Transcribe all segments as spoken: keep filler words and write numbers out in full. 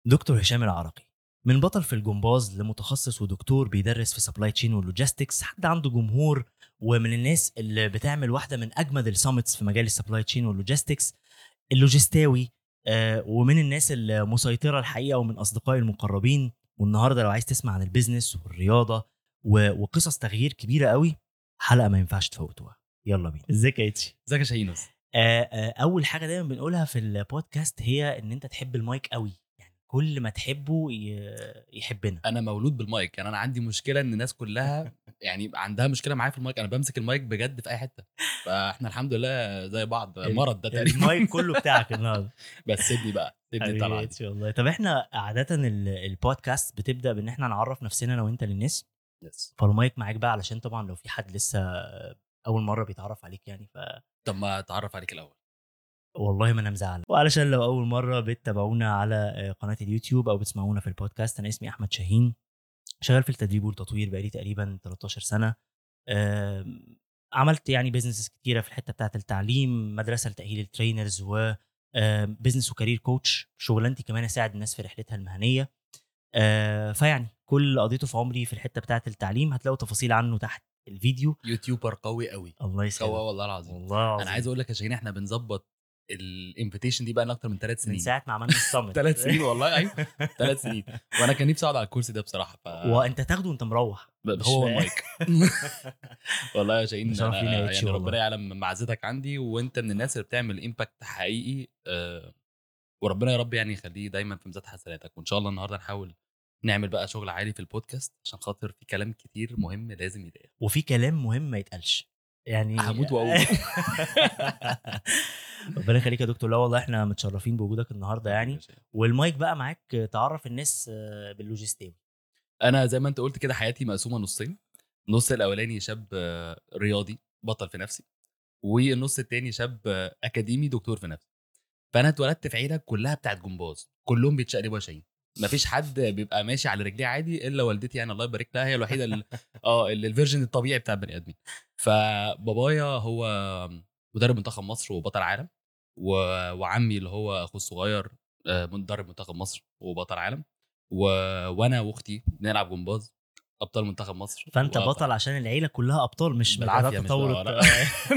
دكتور هشام العراقي، من بطل في الجمباز لمتخصص ودكتور بيدرس في سبلاي تشين واللوجيستكس، حد عنده جمهور ومن الناس اللي بتعمل واحده من اجمد السامتس في مجال السبلاي تشين واللوجيستكس اللوجستاوي. آه ومن الناس المسيطره الحقيقه ومن اصدقائي المقربين. والنهارده لو عايز تسمع عن البيزنس والرياضه و- وقصص تغيير كبيره قوي، حلقه ما ينفعش تفوتوها. يلا بينا. ازيك يا اتشي؟ ازيك يا شاهينوس؟ آه، آه، اول حاجه دايما بنقولها في البودكاست هي ان انت تحب المايك قوي، يعني كل ما تحبه ي- يحبنا. انا مولود بالمايك، يعني انا عندي مشكله ان الناس كلها يعني عندها مشكله معايا في المايك. انا بمسك المايك بجد في اي حته، فاحنا الحمد لله زي بعض. ال- مرض ده تقريبا. المايك كله بتاعك النهارده. بس سيبني بقى، سيبني حبيبي الطلعه ان دي. شاء الله. طب احنا عاده ال- البودكاست بتبدا بان احنا نعرف نفسنا انا وانت للناس، يس. فالمايك معاك بقى علشان طبعا لو في حد لسه اول مره بيتعرف عليك يعني ف طب ما اتعرف عليك الاول. والله ما انا مزعل. وعلشان لو اول مره بتتابعونا على آه، قناه اليوتيوب او بتسمعونا في البودكاست، انا اسمي احمد شاهين، شغال في التدريب والتطوير بقالي تقريبا تلتاشر سنه. آم، عملت يعني بيزنسز كتيره في الحته بتاعه التعليم، مدرسه لتاهيل الترينرز، و بزنس وكارير كوتش. شغلانتي كمان اساعد الناس في رحلتها المهنيه. آه، فيعني كل اللي قضيته في عمري في الحته بتاعه التعليم هتلاقوا تفاصيل عنه تحت الفيديو. يوتيوبر قوي قوي الله قوي، يسعدك. والله العظيم. والله انا عايز العظيم. اقول لك يا شاهين، احنا بنظبط الانفيتيشن دي بقى لنا اكتر من ثلاث من سنين. ساعه ما عملنا الصمت. ثلاث سنين والله، ايوه. ثلاث سنين. وانا كان نفسي اقعد على الكرسي ده بصراحه. ف وانت تاخده وانت مروح مش هو المايك. والله يا ده شاهين، شرف لينا يا انا اتشي يعني ربنا والله. يعلم معزتك عندي، وانت من الناس اللي بتعمل امباكت حقيقي. آه، وربنا يا رب يعني يخليه دايما في ميزات حسناتك. وان شاء الله النهارده نحاول نعمل بقى شغل عالي في البودكاست، عشان خاطر في كلام كتير مهم لازم يتقال. وفي كلام مهم ما يتقالش يعني. هموت واقوله. ربنا يخليك يا دكتور. لا والله احنا متشرفين بوجودك النهارده حبيبي يا يعني. شاهين. والمايك بقى معاك تعرف الناس آه، باللوجستاوي. انا زي ما انت قلت كده، حياتي مقسومه نصين. النص الاولاني شاب آه، رياضي بطل في نفسي، والنص التاني شاب آه، اكاديمي دكتور في نفسي. فانا اتولدت في عيله كلها بتاعت جمباز، كلهم بيتشقلبوا يا شاهين. مفيش حد بيبقى ماشي على رجليه عادي الا والدتي، يعني الله يبارك لها، هي الوحيده اللي اه اللي الفيرجن الطبيعي بتاع البني ادمين. فبابايا هو مدرب منتخب مصر وبطل عالم، و... وعمي اللي هو اخوه الصغير آه، مدرب منتخب مصر وبطل عالم، و... وانا واختي بنلعب جمباز، ابطال منتخب مصر فانت وأبطال. بطل عشان العيله كلها ابطال، مش من العيله بالعافيه مش تطور بقى الت... لا.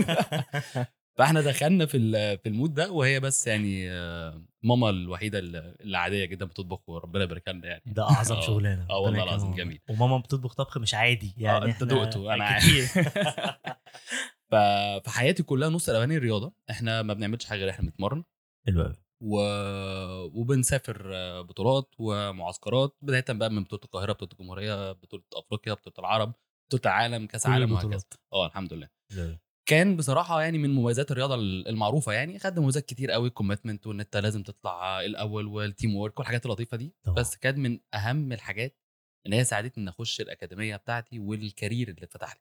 فاحنا دخلنا في ال- في المود ده، وهي بس يعني آه، ماما الوحيده اللي اللي عاديه جدا بتطبخ، وربنا يبارك لنا يعني. ده اعظم اه شغلانه، اه ربنا والله العظيم يكرمها والله. جميل. وماما بتطبخ طبخ مش عادي اه يعني انت احنا دقته انا عارف. كتير. ف... فحياتي كلها نص الاولاني رياضه، احنا ما بنعملش حاجه غير احنا بنتمرن حلو قوي. و... وبنسافر آه، بطولات ومعسكرات، بدايه بقى من بطوله القاهره، بطوله الجمهوريه، بطوله افريقيا، بطوله العرب، بطوله العالم، كاس كل عالم، وهكذا. البطولات. اه الحمد لله. لا. كان بصراحه يعني من مميزات الرياضه المعروفه، يعني خد مميزات كتير قوي، الكوميتمنت، وان انت لازم تطلع الاول، والتيم وورك، والحاجات اللطيفه دي. طبعا. بس كان من اهم الحاجات ان هي ساعدتني ان اخش الاكاديميه بتاعتي والكارير اللي اتفتح لي.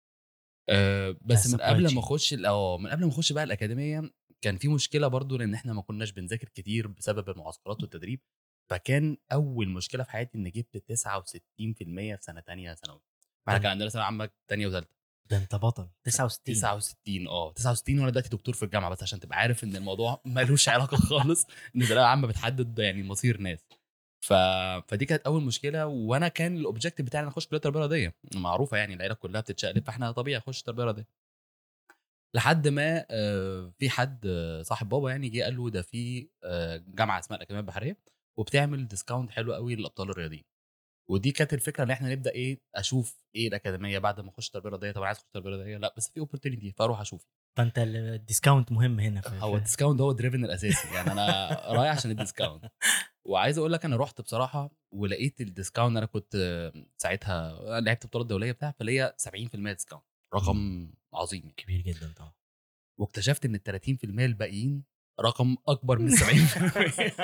أه بتاع بس من السبلاي قبل ما تشين. اخش ال- اه من قبل ما اخش بقى الاكاديميه، كان في مشكله برضو، لان احنا ما كناش بنذاكر كتير بسبب المعسكرات والتدريب. فكان اول مشكله في حياتي ان جبت تسعة وستين في المية في سنه تانية ثانوي. ده احنا كان عندنا ثانويه عامه تانية وثالثه. ده انت بطل. تسعة وستين. تسعة وستين اه تسعة وستين، وانا دلوقتي دكتور في الجامعه، بس عشان تبقى عارف ان الموضوع ملوش علاقه خالص. ان الثانويه عامه بتحدد يعني مصير ناس. ف... فدي كانت اول مشكله، وانا كان الاوبجيكتيف بتاعي ان اخش كليه تربيه رياضيه معروفه، يعني العيله كلها بتتشقلب، فاحنا طبيعي اخش تربيه رياضيه. لحد ما آه، في حد آه، صاحب بابا يعني جه قال له ده في آه، جامعه اسمها الاكاديميه البحريه، وبتعمل ديسكاونت حلو قوي للابطال الرياضيين. ودي كانت الفكره ان احنا نبدا ايه، اشوف ايه الاكاديميه بعد ما اخش تربيه رياضيه. طب عايز اخش تربيه رياضيه، لا بس في اوبورتونيتي، فاروح اشوف. فانت الديسكاونت مهم هنا في, هو في... الديسكاونت هو دريفن الاساسي، يعني انا رايح عشان الديسكاونت. وعايز اقول لك انا رحت بصراحه ولقيت الديسكاونت. انا كنت آه، ساعتها لعبت بطولات دوليه بتاع، فليا سبعين في المية ديسكاونت، رقم عظيم. كبير جدا طبعا. واكتشفت ان ال ثلاثين في المية الباقيين رقم اكبر من سبعين في المية.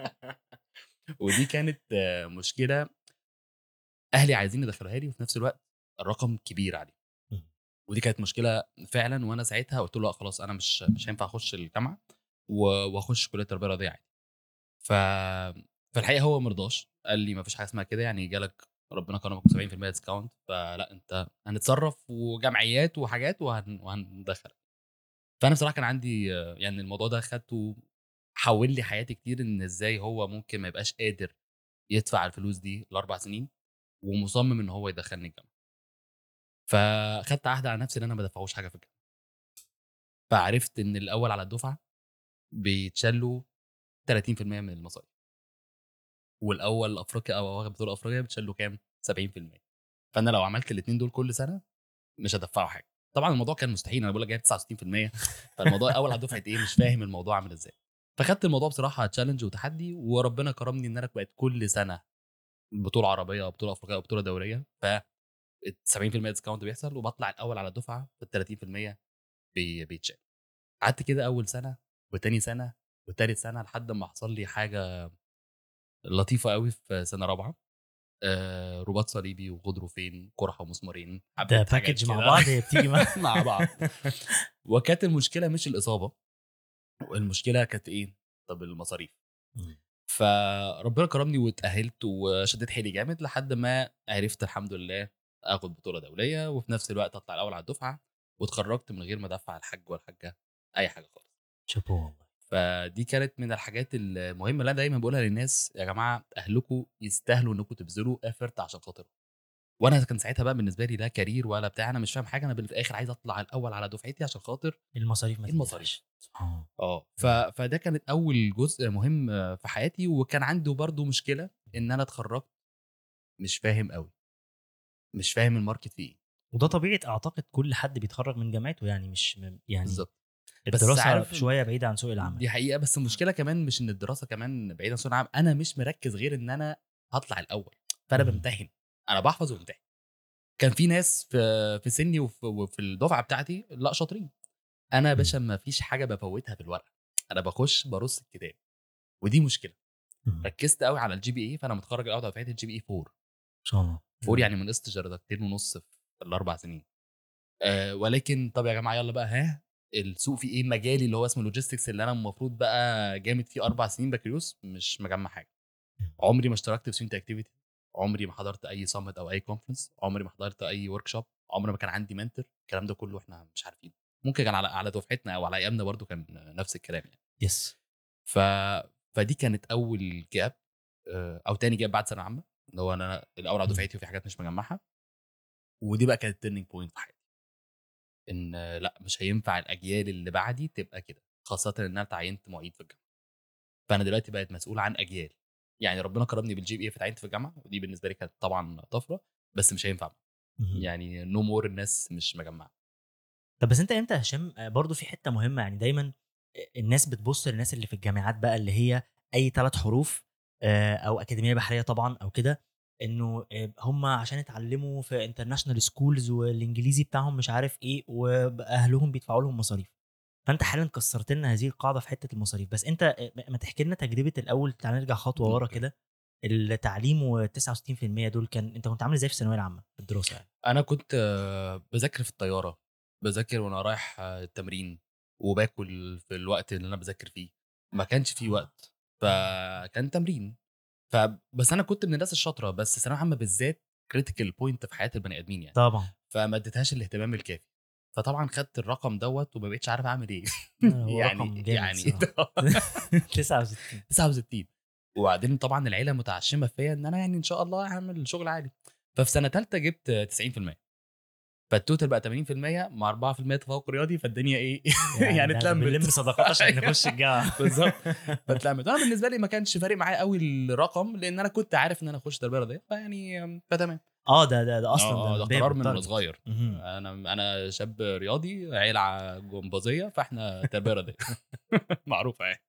ودي كانت آه، مشكله اهلي عايزين يدخلوها لي، وفي نفس الوقت الرقم كبير عليه. ودي كانت مشكله فعلا. وانا ساعتها قلت له لا خلاص، انا مش مش هينفع اخش الجامعه و- واخش كليه تربيه رياضيه عادي. ف فالحقيقه هو مرضاش، قال لي ما فيش حاجه اسمها كده، يعني جالك ربنا كرمك ب سبعين في المية ديسكاونت، فلا انت هنتصرف وجمعيات وحاجات وهن... وهندخلك. فانا بصراحه كان عندي آه، يعني الموضوع ده خدته حول لي حياتي كتير، ان ازاي هو ممكن ما يبقاش قادر يدفع الفلوس دي الاربع سنين ومصمم ان هو يدخلني الجامعه. فخدت عهد على نفسي ان انا ما بدفعوش حاجه في الجامعه. فعرفت ان الاول على الدفعه بيتشالوا ثلاثين في المية من المصاريف، والاول افريقيا او واخد بطوله افريقيا بتشالوا كام؟ سبعين في المية. فانا لو عملت الاثنين دول كل سنه مش هدفعوا حاجه. طبعا الموضوع كان مستحيل، انا بقول لك جايب تسعة وستين في المية، فالموضوع اول على دفعه ايه، مش فاهم الموضوع عامل ازاي. فخدت الموضوع بصراحه تشالنج وتحدي، وربنا كرمني ان انا بقيت كل سنه بطوله عربيه او بطوله افريقيه او بطوله دوليه، ف سبعين في المية ديسكاونت بيحصل، وبطلع الاول على الدفعه، في ثلاثين في المية بي- بيتشال. قعدت كده اول سنه وتاني سنه وتالت سنه لحد ما حصل لي حاجه لطيفه قوي في سنه رابعه. آه رباط صليبي وغضروفين قرحه ومسمارين، ده حبيت حاجات باكج مع كده بعض، هي بتيجي مع مع بعض. وكانت المشكله مش الاصابه، المشكله كانت ايه؟ طب المصاريف. مم. فربنا كرمني واتاهلت وشديت حيلي جامد لحد ما عرفت الحمد لله اخد بطوله دوليه، وفي نفس الوقت اطلع الاول على الدفعه، واتخرجت من غير ما ادفع الحاج والحاجه اي حاجه خالص. شابو والله. فدي كانت من الحاجات المهمه اللي انا دايما بقولها للناس: يا جماعه اهلكم يستاهلوا انكم تبذلوا افرت عشان خاطرهم. وانا كان ساعتها بقى بالنسبه لي لا كارير ولا بتاع، انا مش فاهم حاجه، انا في الاخر عايز اطلع الاول على دفعتي عشان خاطر المصاريف ما المصاريف. تدفعش، سبحان الله. اه ف... فده كانت اول جزء مهم في حياتي. وكان عنده برضو مشكله ان انا اتخرجت مش فاهم قوي، مش فاهم الماركت فيه ايه. وده طبيعه اعتقد كل حد بيتخرج من جامعته، يعني مش م- يعني بالظبط. بس الدراسه عارف شويه بعيده عن سوق العمل. دي حقيقه، بس المشكله كمان مش ان الدراسه كمان بعيده عن سوق العمل، انا مش مركز غير ان انا هطلع الاول. فانا مم. بمتحن، انا بحفظ وبمتحن. كان في ناس في في سني وفي, وفي الدفعه بتاعتي لا شاطرين. انا يا باشا ما فيش حاجه بفوتها في الورقه، انا بخش برص الكتاب. ودي مشكله. مم. ركزت قوي على الجي بي اي، فانا متخرج الاول دفعتي الجي بي اي أربعة. ان شاء الله. أربعة يعني من قسط درجتين ونص في الاربع سنين. آه ولكن طب يا جماعه يلا بقى، ها السوق فيه ايه؟ مجالي اللي هو اسمه لوجيستكس، اللي انا المفروض بقى جامد فيه اربع سنين بكالوريوس، مش مجمع حاجه. عمري ما اشتركت في سيونت اكتيفيتي، عمري ما حضرت اي سامت او اي كونفرنس، عمري ما حضرت اي ورك شوب، عمري ما كان عندي منتور. الكلام ده كله احنا مش عارفين. ممكن كان على على دفعتنا او على ايامنا برضو كان نفس الكلام يعني. يس. ف فدي كانت اول جاب، آه، او تاني جاب بعد ثانويه عامه، اللي هو انا الاول على مم. دفعتي وفي حاجات مش مجمعها. ودي بقى كانت تيرنينج بوينت في حياتي، ان آه، لا مش هينفع الاجيال اللي بعدي تبقى كده، خاصه ان انا اتعينت معيد في الجامعه. فانا دلوقتي بقيت مسؤول عن اجيال. يعني ربنا كرمني بالجي بي اي فتعينت في الجامعه، ودي بالنسبه لي كانت طبعا طفره، بس مش هينفع. مم. يعني نو مور الناس مش مجمعه. طب بس انت امتى يا هشام، آه، برضو في حته مهمه، يعني دايما الناس بتبص للناس اللي في الجامعات بقى اللي هي اي ثلاث حروف، آه، او اكاديميه بحريه طبعا او كده، انه آه، هم عشان اتعلموا في انترناشونال سكولز والانجليزي بتاعهم مش عارف ايه، واهلهم بيدفعوا لهم مصاريف. فانت حالا كسرت لنا هذه القاعده في حته المصاريف. بس انت آه، ما تحكي لنا تجربه الاول، تعال نرجع خطوه ورا اوكي. كده. التعليم و69% دول، كان انت كنت عامل ازاي في الثانويه العامه في الدراسه يعني؟ انا كنت آه، بذاكر في الطياره، بذاكر وانا رايح آه، التمرين، وباكل في الوقت اللي انا بذاكر فيه. ما كانش فيه وقت، فكان تمرين. فبس انا كنت من الناس الشاطره، بس ثانويه عامه بالذات كريتيكال بوينت في حياه البني ادمين يعني. طبعا. فما اديتهاش الاهتمام الكافي. فطبعا خدت الرقم دوت وما بقتش عارف اعمل ايه. هو رقم يعني جامد يعني صراحه. تسعة وستين. تسعة وستين. وبعدين طبعا العيله متعشمه فيا ان انا يعني ان شاء الله هعمل شغل عالي. ففي سنه ثالثه جبت تسعين في المية. فالتوتال بقى ثمانين في المية مع أربعة في المية تفوق رياضي، فالدنيا ايه يعني, يعني ده, ده اتلمت. بنلم صداقات عشان أيوة، نخش الجامعه. بالظبط. فاتلمت. انا بالنسبه لي ما كانش فارق معايا قوي الرقم، لان انا كنت عارف ان انا اخش تربيه رياضيه، فيعني فتمام. اه ده ده ده اصلا ده اه اه ده من باب قرار من وانا التارجت. صغير. مهم. انا انا شاب رياضي، عيله جمبازيه، فاحنا تربيه رياضيه. معروفه يعني.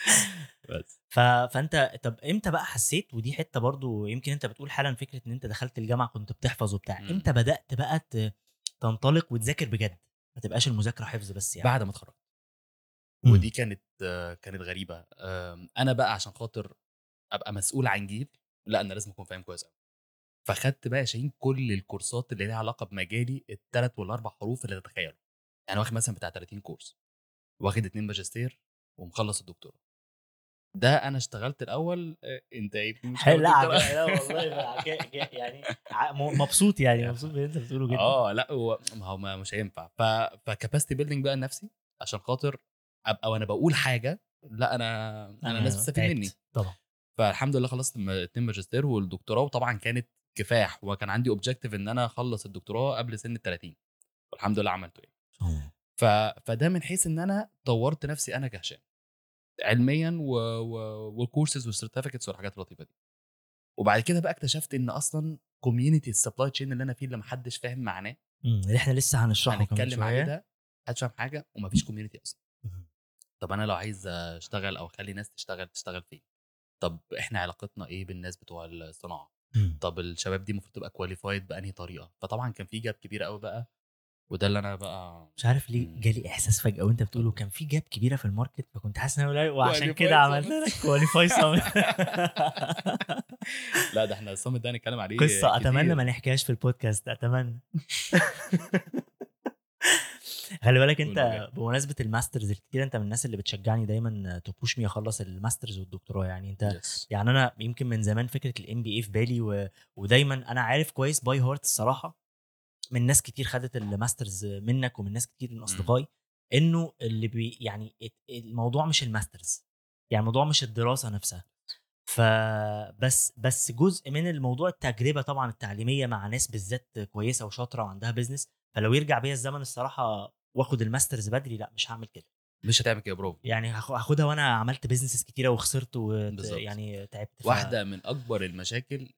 بس ف... فانت طب امتى بقى حسيت، ودي حته برضو يمكن انت بتقول حالا، فكره ان انت دخلت الجامعه كنت بتحفظ وبتاع، مم. امتى بدات بقى ت... تنطلق وتذاكر بجد، ما تبقاش المذاكره حفظ بس يعني؟ بعد ما اتخرجت. امم. ودي كانت آه، كانت غريبه. آم، انا بقى عشان خاطر ابقى مسؤول عن جيل، لا انا لازم اكون فاهم كويس قوي. فخدت بقى يا شاهين كل الكورسات اللي ليها علاقه بمجالي، الثلاث والاربع حروف اللي تتخيلوا. يعني واخد مثلا بتاع ثلاثين كورس، واخد اتنين ماجستير، ومخلص الدكتوراه. ده انا اشتغلت الاول. آه، انت ايه مش حلو. ناوي لا عج... الدكتوراه؟ لا والله بقى عج... ج- يعني ع- م- مبسوط، يعني مبسوط باللي انت بتقوله جدا. اه لا هو ما هو ما- مش هينفع. ف فكاباسيتي بيلدينج بقى لنفسي عشان خاطر ابقى وانا بقول حاجه لا انا انا انا الناس بتستفيد تعبت. مني. طبعا. فالحمد لله خلصت م- اتنين ماجستير والدكتوراه، وطبعا كانت كفاح، وكان عندي اوبجيكتيف ان انا اخلص الدكتوراه قبل سن ال ثلاثين، والحمد لله عملته يعني. أوه. ف... فده من حيث ان انا طورت نفسي انا كهشام علميا و... و... والكورسز والسيرتيفيكتس والحاجات اللطيفه دي. وبعد كده بقى اكتشفت ان اصلا كوميونتي السبلاي تشين اللي انا فيه اللي محدش فاهم معناه، أمم، اللي احنا لسه هنشرحه كمان هنتكلم عليه شويه. ده، محدش فاهم حاجه ومفيش كوميونتي اصلا. أمم. طب انا لو عايز اشتغل او اخلي ناس تشتغل تشتغل فين؟ طب احنا علاقتنا ايه بالناس بتوع الصناعه؟ أمم. طب الشباب دي المفروض تبقى كواليفايد بانهي طريقه؟ فطبعا كان في جاب كبيره قوي بقى، وده اللي انا بقى مش عارف ليه مم. جالي احساس فجاه وانت بتقوله اتفضل. كان في جاب كبيره في الماركت، فكنت حاسس ان أنا قليل، وعشان كواليفايد كده عملت صامت. لك كواليفاي صامت. لا ده احنا الصامت ده هنتكلم عليه قصه اتمنى ما كتير. نحكيهاش في البودكاست، اتمنى. خلي بالك قول له جاي. انت بمناسبه الماسترز الكتير، انت من الناس اللي بتشجعني دايما تبوش مي اخلص الماسترز والدكتوراه. يعني انت يس. يعني انا يمكن من زمان فكره الام بي اي في بالي و... ودايما انا عارف كويس باي هارت الصراحه من ناس كتير خدت الماسترز منك ومن ناس كتير من اصدقائي، انه اللي بي يعني الموضوع مش الماسترز، يعني الموضوع مش الدراسه نفسها. فبس بس جزء من الموضوع التجربه طبعا التعليميه مع ناس بالذات كويسه وشاطره وعندها بيزنس. فلو يرجع بيا الزمن الصراحه واخد الماسترز بدري، لا مش هعمل كده. مش هتعمل كده برافو. يعني هاخ- هاخدها وانا عملت بيزنسز كتيره وخسرت بالظبط. ويعني تعبت. ف واحده من اكبر المشاكل،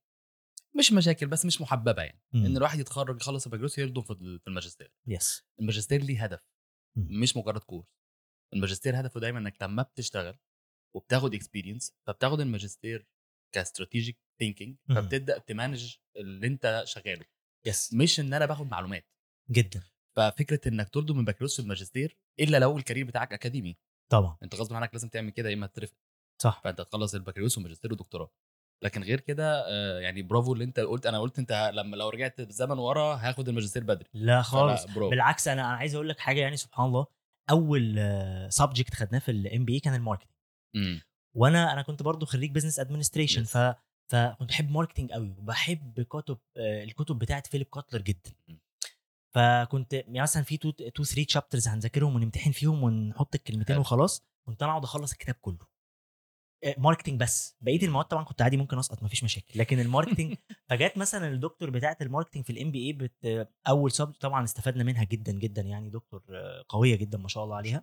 مش مشاكل بس مش محببه يعني، مم. ان الواحد يتخرج يخلص البكالوريوس يردم في في الماجستير. يس. الماجستير ليه هدف، مم. مش مجرد كورس. الماجستير هدفه دايما انك لما بتشتغل وبتاخد اكسبيرينس، فبتاخد الماجستير كاستراتيجيك ثينكينج، مم. فبتبدا تمانج اللي انت شغاله، يس مش ان انا باخد معلومات. جدا. ففكره انك تردم من بكالوريوس في الماجستير، الا لو الكارير بتاعك اكاديمي، طبعا. انت غصب عنك لازم تعمل كده يا اما تترفض. صح. فانت تخلص البكالوريوس وماجستير ودكتوراه. لكن غير كده آه، يعني برافو اللي انت قلت. انا قلت انت لما لو رجعت بالزمن ورا هاخد الماجستير بدري. لا فلا خالص، برافو. بالعكس. انا انا عايز اقول لك حاجه، يعني سبحان الله اول سبجكت خدناه في الام بي اي كان الماركتنج. امم وانا انا كنت برضو خريج بزنس ادمنستريشن، ف يس. فكنت بحب ماركتنج قوي وبحب كتب آه، الكتب بتاعت فيليب كاتلر جدا. مم. فكنت يعني مثلا في تو تو ثري تشابترز هنذاكرهم ونمتحن فيهم ونحط الكلمتين حلو. وخلاص، كنت انا اقعد اخلص الكتاب كله آه، ماركتنج بس. بقيه مم. المواد طبعا كنت عادي ممكن اسقط مفيش مشاكل، لكن الماركتنج فجات مثلا الدكتور بتاعه الماركتنج في الام بي اي بت... اول سب طبعا استفدنا منها جدا جدا، يعني دكتور آه، قويه جدا ما شاء الله عليها.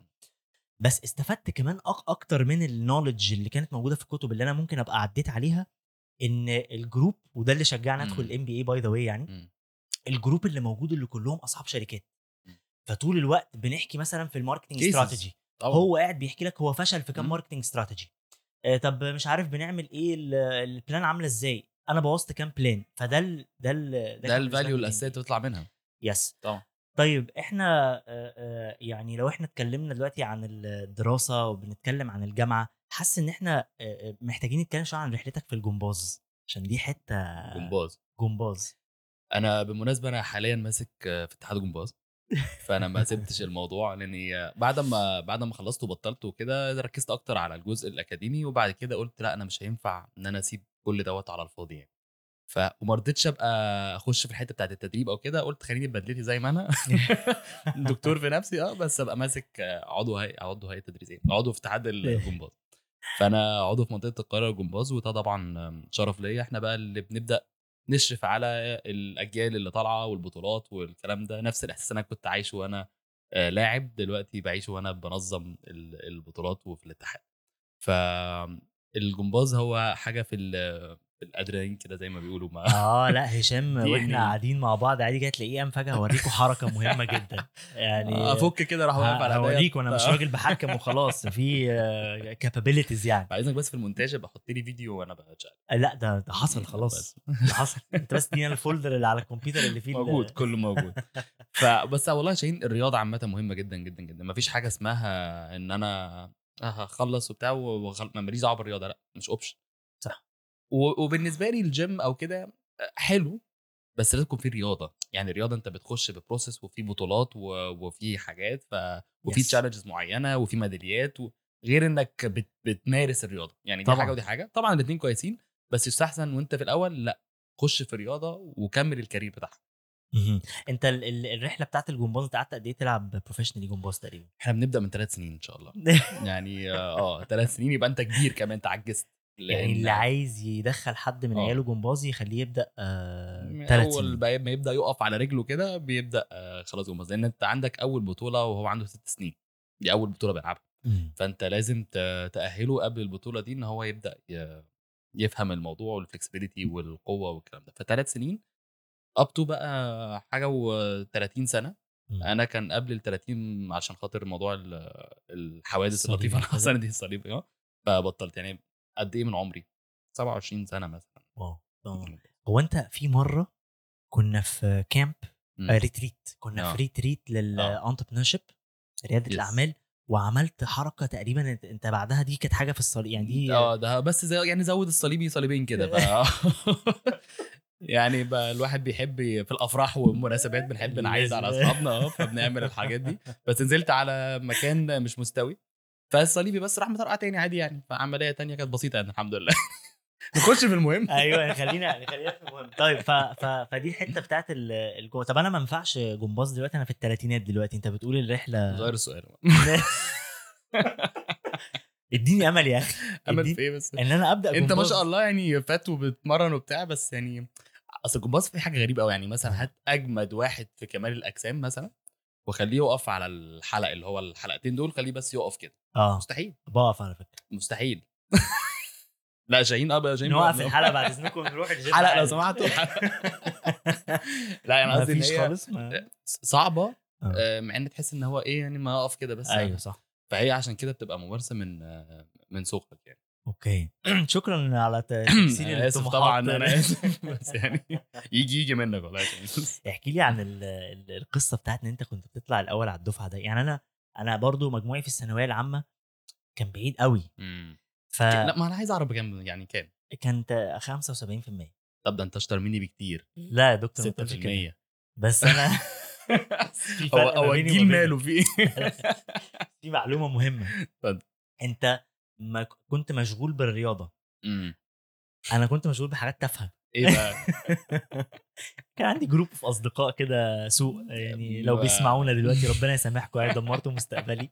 بس استفدت كمان أك... اكتر من النولج اللي كانت موجوده في الكتب اللي انا ممكن ابقى عديت عليها، ان الجروب، وده اللي شجعني ادخل مم. الام بي اي باي ذا واي، يعني مم. الجروب اللي موجود اللي كلهم اصحاب شركات. مم. فطول الوقت بنحكي مثلا في الماركتنج Cases. استراتيجي، طبعا. هو قاعد بيحكي لك هو فشل في كام مم. ماركتنج استراتيجي. آه، طب مش عارف بنعمل ايه، ال- البلان عامله ازاي، انا بوظت كام بلان. فده ال ده ال ده ده كان بالنسبه الفاليو لي الاساسيه الام بي. تطلع منها. يس. طبعا. طيب احنا آه، آه، يعني لو احنا اتكلمنا دلوقتي عن الدراسه وبنتكلم عن الجامعه، حاسس ان احنا آه، آه، محتاجين نتكلم شويه عن رحلتك في الجمباز، عشان دي حته جمباز. جمباز. انا بالمناسبه انا حاليا ماسك آه، في اتحاد جمباز. فانا ما سبتش الموضوع، لاني آه، بعد ما بعد ما خلصت وبطلت وكده ركزت اكتر على الجزء الاكاديمي، وبعد كده قلت لا انا مش هينفع ان انا اسيب كل دوت على الفاضي يعني. ف وما رضيتش ابقى اخش في الحته بتاعه التدريب او كده، قلت خليني ببدلتي زي ما انا دكتور في نفسي اه بس ابقى ماسك آه، عضو هيئه عضو هيئه تدريسيه، عضو في اتحاد الجمباز. فانا عضو في منطقه القاهره الجمباز، وده طبعا شرف ليا. احنا بقى اللي بنبدا نشرف على الاجيال اللي طالعه والبطولات والكلام ده، نفس الاحساس انا كنت عايشه وانا آه، لاعب، دلوقتي بعيشه وانا بنظم ال- البطولات وفي الاتحاد. فالجمباز هو حاجه في ال- في الادرينالين كده زي ما بيقولوا ما اه لا هشام، دي ان واحنا ايه قاعدين مع بعض عادي جاي تلاقيه قام فجاه هوريكوا حركه مهمه جدا يعني. افك كده راح واقف ه- على هوريك وانا مش ايديا. راجل بحكم وخلاص، في كابابيلتيز يعني. عايزك بس في المونتاج بحط لي فيديو وانا بشتغل. لا ده ده حصل بس خلاص، ده حصل. انت بس ادينا الفولدر اللي على الكمبيوتر اللي فيه موجود، ال- كله موجود. فبس والله شاهين الرياضه عامه مهمه جدا جدا جدا. ما فيش حاجه اسمها ان انا هخلص وبتاع وخل... ما ماليش دعوه بالرياضه، لا مش اوبشن. صح. و... وبالنسبه لي الجيم او كده حلو، بس لازم يكون في رياضه. يعني الرياضه انت بتخش ببروسيس وفي بطولات و... وفي حاجات ف... وفي يس تشالنجز معينه وفي ميداليات و... غير انك بت... بتمارس الرياضه. يعني دي حاجه طبعا. ودي حاجه، طبعا الاثنين كويسين، بس يستحسن وانت في الاول لا، خش في رياضه وكمل الكارير بتاعها. مهم. انت ال- ال- الرحله بتاعت الجمباز انت قعدت قد ايه تلعب بروفيشنالي جمباز تقريبا؟ احنا بنبدا من ثلاث سنين ان شاء الله. يعني اه ثلاث سنين يبقى انت كبير كمان، انت عجزت. يعني اللي لان عايز يدخل حد من اه عياله جمباز يخليه يبدا آه من ثلاث اول سنين بقى ما يبدا يقف على رجله كده بيبدا آه خلاص جمباز، لان انت عندك اول بطوله وهو عنده ست سنين، دي اول بطوله بيلعبها. مم. فانت لازم ت- تاهله قبل البطوله دي ان هو يبدا ي- يفهم الموضوع والفلكسبيليتي والقوه والكلام ده. فثلاث سنين اب تو بقى حاجه و30 سنه. مم. انا كان قبل ال ثلاثين عشان خاطر موضوع ال- الحوادث الصليبي اللطيفه اللي وكده. حصلت دي، الصليبي اه. فبطلت يعني. قد ايه من عمري؟ سبعة وعشرين سنه مثلا. واو طبعا. هو انت في مره كنا في كامب مم. آه ريتريت، كنا اه في ريتريت اه للانتربرنور رياده يس. الاعمال، وعملت حركه تقريبا انت- انت بعدها دي كانت حاجه في الصليب يعني دي اه ده بس زي يعني زود الصليبي صليبين كده ف يعني بقى الواحد بيحب ي- في الافراح والمناسبات بنحب نعيد على لازم. اصحابنا اه، فبنعمل الحاجات دي. بس نزلت على مكان مش مستوي، فالصليبي بس راح مطرقع تاني عادي يعني. فعمليه تانية كانت بسيطه يعني الحمد لله. نخش في المهم. ايوه خلينا خلينا في المهم. طيب ف... ف... فدي الحته بتاعت ال- الجو. طب انا ما ينفعش جمباز دلوقتي، انا في الثلاثينات دلوقتي، انت بتقول الرحله. غير السؤال. اديني امل يا اخي، امل اديني في ايه بس؟ ان انا ابدا انت ما شاء جمباز. الله يعني فات وبتمرن وبتاع، بس يعني اصل الجمباز في حاجه غريبه قوي يعني. مثلا آه. هات اجمد واحد في كمال الاجسام مثلا وخليه يقف على الحلق اللي هو الحلقتين دول، خليه بس يقف كده. اه مستحيل. بقف على فكره. مستحيل. لا شاهين ابا شاهين نوقف بقى- الحلقه بعد اذنكم ونروح الجيم حلق لو عادي. سمحتوا. لا يعني ما قصدي ان فيش هي خالص ما... صعبه. آه. آه، مع ان تحس ان هو ايه يعني ما اقف كده بس. ايوه صح. فهي عشان كده بتبقى ممارسه من آه، من صغرك يعني. اوكي. شكرا على ت- تكسير انا اسف الطموحات. طبعا، انا اسف بس يعني يجي يجي منك والله عشان بس. احكي لي عن ال- ال- القصه بتاعت ان انت كنت بتطلع الاول على الدفعه ده. يعني انا انا برضو مجموعي في الثانويه العامه كان بعيد قوي، مم. ك- فكانت لا ما انا عايز اعرف بكام يعني كام. خمسة وسبعين في المية. طب ده انت اشطر مني بكتير. لا يا دكتور ما تقولش كده، ستة في المية. بس انا في هو فرق ما هو بيني الجيل وما ماله بينك. في ايه؟ في معلومه مهمه، اتفضل. انت ما ك- كنت مشغول بالرياضه، امم انا كنت مشغول بحاجات تافهه. ايه بقى؟ كان عندي جروب في اصدقاء كده سوء، يعني لو بيسمعونا ما- دلوقتي ربنا يسامحكم يعني دمرتوا مستقبلي.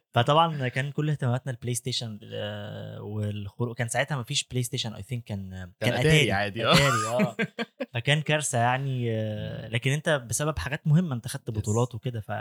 فطبعا كان كل اهتماماتنا البلاي ستيشن آه، والخروج. كان ساعتها ما فيش بلاي ستيشن اي ثينك، كان كان كان اتاري اتاري عادي اه. اتاري اه. فكان كارثه يعني آه، لكن انت بسبب حاجات مهمه انت خدت بطولات وكده. ف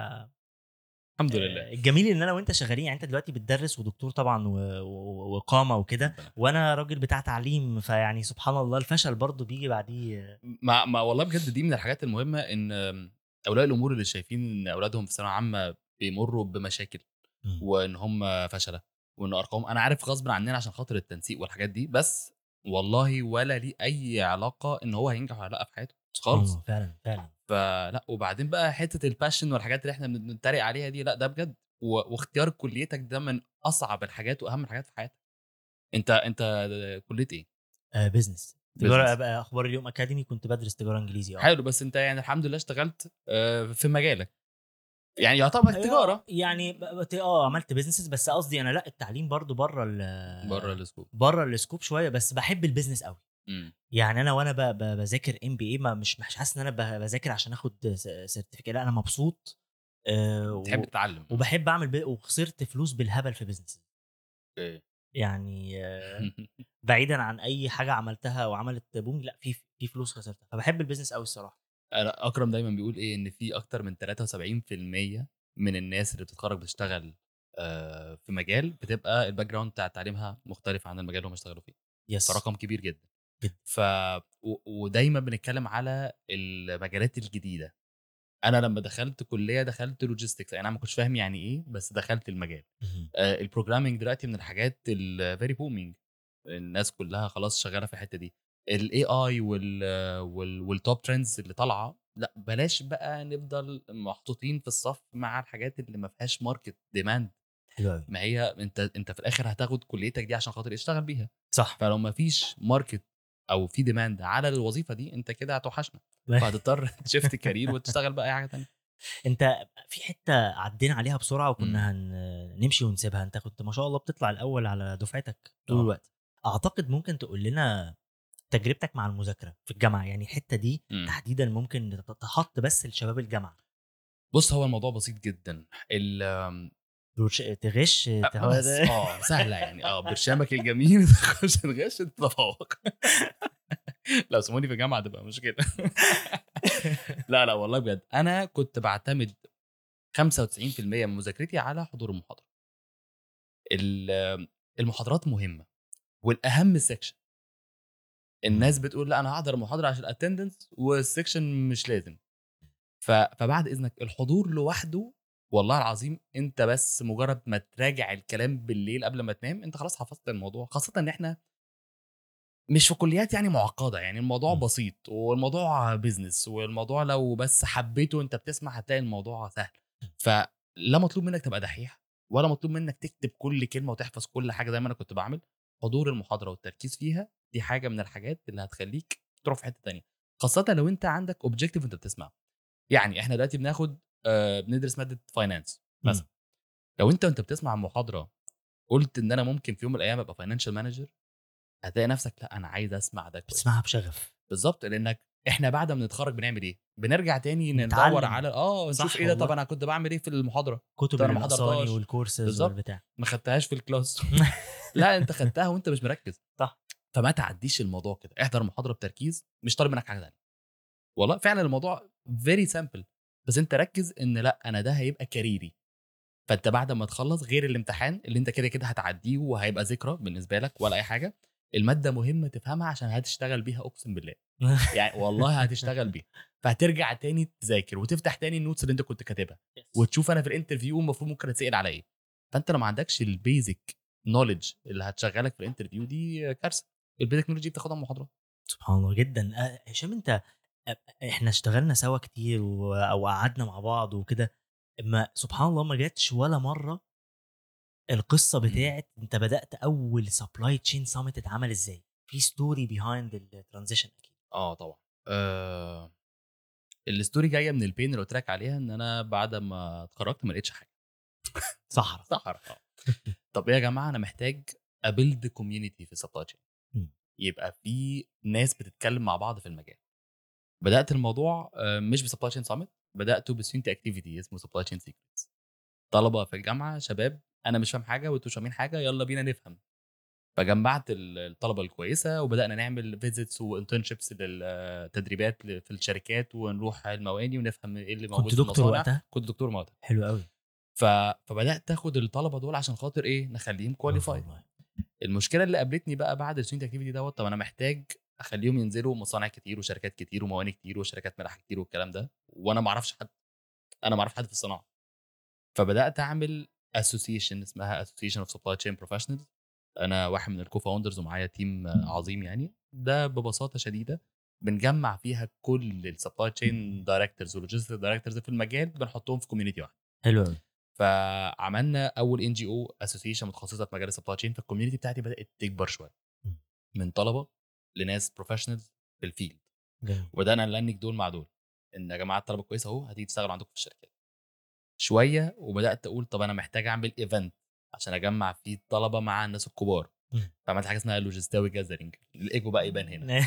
الحمد لله. آه، الجميل ان انا وانت شغالين، يعني انت دلوقتي بتدرس ودكتور طبعا و- و- وقامه وكده، وانا راجل بتاع تعليم، فيعني سبحان الله الفشل برضو بيجي بعديه. ما ما والله بجد دي من الحاجات المهمه ان اولياء الامور اللي شايفين ان اولادهم في ثانويه عامه بيمروا بمشاكل مم. وان هم فشله وان ارقام، انا عارف غصب عننا عشان خاطر التنسيق والحاجات دي، بس والله ولا ليه اي علاقه ان هو هينجح ولا لا في حياته سبحان خالص. الله فعلا فعلا. فلا وبعدين بقى حته الباشن والحاجات اللي احنا بنتريق عليها دي، لا ده بجد. و- واختيار كليتك ده من اصعب الحاجات واهم الحاجات في حياتك. انت انت كليه ايه؟ آه بزنس تجاره. بزنس. بقى اخبار اليوم اكاديمي كنت بدرس تجاره انجليزي. اه حلو، بس انت يعني الحمد لله اشتغلت آه، في مجالك يعني يعتبر ايوه تجاره يعني ب- ب- اه عملت بيزنسز، بس قصدي انا لا التعليم برضو بره ال بره الاسكوب. بره السكوب شويه، بس بحب البيزنس قوي. امم يعني انا وانا ب- ب- بذاكر ام بي اي ما مش مش حاسس ان انا ب- بذاكر عشان اخد سيرتيفيكت، لا انا مبسوط. آه تحب و- تتعلم. وبحب اعمل بي... وخسرت فلوس بالهبل في بيزنس. اوكي. يعني آه بعيدا عن اي حاجه عملتها وعملت بوم، لا في في فلوس خسرتها، فبحب البيزنس قوي الصراحه. انا اكرم دايما بيقول ايه ان في اكتر من ثلاثة وسبعين في المية من الناس اللي بتتخرج بتشتغل آه، في مجال بتبقى الباك جراوند بتاع تعليمها مختلف عن المجال اللي هم اشتغلوا فيه. يس فرقم كبير جدا. جدا. ف و... ودايما بنتكلم على المجالات الجديده. انا لما دخلت كليه دخلت لوجيستكس، انا ما كنتش فاهم يعني ايه بس دخلت المجال. مهم. آه، البروجرامينج دلوقتي من الحاجات الفيري بومينج، الناس كلها خلاص شغاله في الحته دي. الاي اي وال وال والتوب ترندز اللي طالعه، لا بلاش بقى نفضل محطوطين في الصف مع الحاجات اللي ما فيهاش ماركت ديماند. حلو قوي. ما هي انت انت في الاخر هتاخد كليتك دي عشان خاطر تشتغل بيها. صح. فلو ما فيش ماركت او في ديماند على الوظيفه دي انت كده هتوحشنا. فهتضطر تشفت كارير وتشتغل بقى اي حاجه ثانيه. انت في حته عدينا عليها بسرعه وكنا مم. هنمشي ونسيبها. انت كنت ما شاء الله بطلع الاول على دفعتك طول آه. الوقت. اعتقد ممكن تقول لنا تجربتك مع المذاكره في الجامعه، يعني الحته دي مم. تحديدا ممكن تحط بس لشباب الجامعه. بص هو الموضوع بسيط جدا. ال برش- تغش أ- تهو... بس اه سهله يعني، اه برشامك الجميل تخش تغش تتفوق. لو سموني في الجامعه تبقى مشكله. لا لا والله بجد انا كنت بعتمد خمسة وتسعين في المية من مذاكرتي على حضور المحاضره. ال- المحاضرات مهمه، والاهم السكشن. الناس بتقول لا انا هحضر المحاضره عشان الاتندنس والسكشن مش لازم. ف... فبعد اذنك الحضور لوحده والله العظيم انت بس مجرد ما تراجع الكلام بالليل قبل ما تنام انت خلاص حفظت الموضوع. خاصه ان احنا مش في كليات يعني معقده، يعني الموضوع مم. بسيط والموضوع بيزنس، والموضوع لو بس حبيته انت بتسمع هتلاقي الموضوع سهل. فلا مطلوب منك تبقى دحيح، ولا مطلوب منك تكتب كل كلمه وتحفظ كل حاجه زي ما انا كنت بعمل. حضور المحاضره والتركيز فيها دي حاجه من الحاجات اللي هتخليك تروح في حته تانية، خاصه لو انت عندك اوبجيكتيف انت بتسمع. يعني احنا دلوقتي بناخد آه بندرس ماده فاينانس مثلا. مم. لو انت وانت بتسمع المحاضره قلت ان انا ممكن في يوم من الايام ابقى فاينانشال مانجر، هتلاقي نفسك لا انا عايز اسمع ده كويس. بتسمعها بشغف. بالظبط، لانك احنا بعد ما نتخرج بنعمل ايه؟ بنرجع تاني ندور نتعلم. على اه نشوف صح ايه ده. طب والله. انا كنت بعمل ايه في المحاضره؟ كتب طب انا اللي ما ناقصاني حضرتهاش. والكورسز بالظبط، والبتاع. ما خدتهاش في الكلاس. لا انت خدتها وانت مش مركز. صح. فما تعديش الموضوع كده، احضر محاضره بتركيز، مش طالب منك حاجه ثانيه. والله فعلا الموضوع فيري سامبل، بس انت ركز ان لا انا ده هيبقى كاريري. فانت بعد ما تخلص غير الامتحان اللي انت كده كده هتعديه وهيبقى ذكرى بالنسبه لك ولا اي حاجه، الماده مهمه تفهمها عشان هتشتغل بيها اقسم بالله. يعني والله هتشتغل بيها. فهترجع تاني تذاكر وتفتح تاني النوتس اللي انت كنت كاتبها وتشوف انا في الانترفيو المفروض ممكن اتسال على ايه. فانت لو ما عندكش البيزك نوليدج اللي هتشغلك في الانترفيو دي كارثه. البيزك نوليدج بتاخدها من محاضرات. سبحان الله جدا. آه، هشام انت، آه، احنا اشتغلنا سوا كتير و... او قعدنا مع بعض وكده، ما سبحان الله ما جاتش ولا مره القصه بتاعت انت بدات اول سبلاي تشين سامت اتعمل ازاي، في ستوري بيهايند الترانزيشن اكيد. اه طبعا. آه الستوري جايه من البين اللي قلت لك عليها، ان انا بعد ما اتخرجت ما لقيتش حاجه. صحراء. صحرا. اه طب ايه يا جماعه، انا محتاج ابيلد كوميونتي في السبلاي تشين، مم. يبقى في ناس بتتكلم مع بعض في المجال. بدات الموضوع آه، مش بسبلاي تشين سامت، بداته بستودنت اكتيفيتي اسمه سبلاي تشين سيكريتس. طلبه في الجامعه شباب انا مش فاهم حاجه وانتوا مش فاهمين حاجه، يلا بينا نفهم. فجمعت ال- الطلبه الكويسه وبدانا نعمل فيزيتس وانترنشيبس للتدريبات في الشركات، ونروح المواني ونفهم ايه اللي موجود كنت في دكتور المصانع. وقتها. كنت دكتور مواد. حلو قوي. ف... فبدات اخد الطلبه دول عشان خاطر ايه، نخليهم برافو كواليفاي. والله. المشكله اللي قابلتني بقى بعد الستودنت اكتيفيتي دوت، طب انا محتاج اخليهم ينزلوا مصانع كتير وشركات كتير ومواني كتير وشركات ملاحه كتير والكلام ده، وانا ما اعرفش حد. انا ما اعرفش حد في الصناعه. فبدات اعمل اسوسيشن اسمها اسوسيشن اوف سبلاي تشين بروفيشنالز. انا واحد من الكو فاوندرز ومعايا تيم عظيم. يعني ده ببساطه شديده بنجمع فيها كل السبلاي تشين دايركتورز ولوجيستيك دايركتورز في المجال، بنحطهم في كوميونتي واحد. حلو قوي. فعملنا اول ان جي او اسوسيشن متخصصه في مجال السبلاي تشين. فالكوميونتي بتاعتي بدات تكبر شويه، من طلبه لناس بروفيشنالز في الفيلد. جميل. وبدانا نلنك دول مع دول، ان يا جماعه الطلبه كويسه اهو، هتيجي تشتغلوا عندكم في الشركات شويه. وبدات اقول طب انا محتاج اعمل ايفنت عشان اجمع فيه الطلبه مع الناس الكبار. مم. فعملت حاجه اسمها لوجيستاوي جازرينج، الايجو بقى يبان هنا.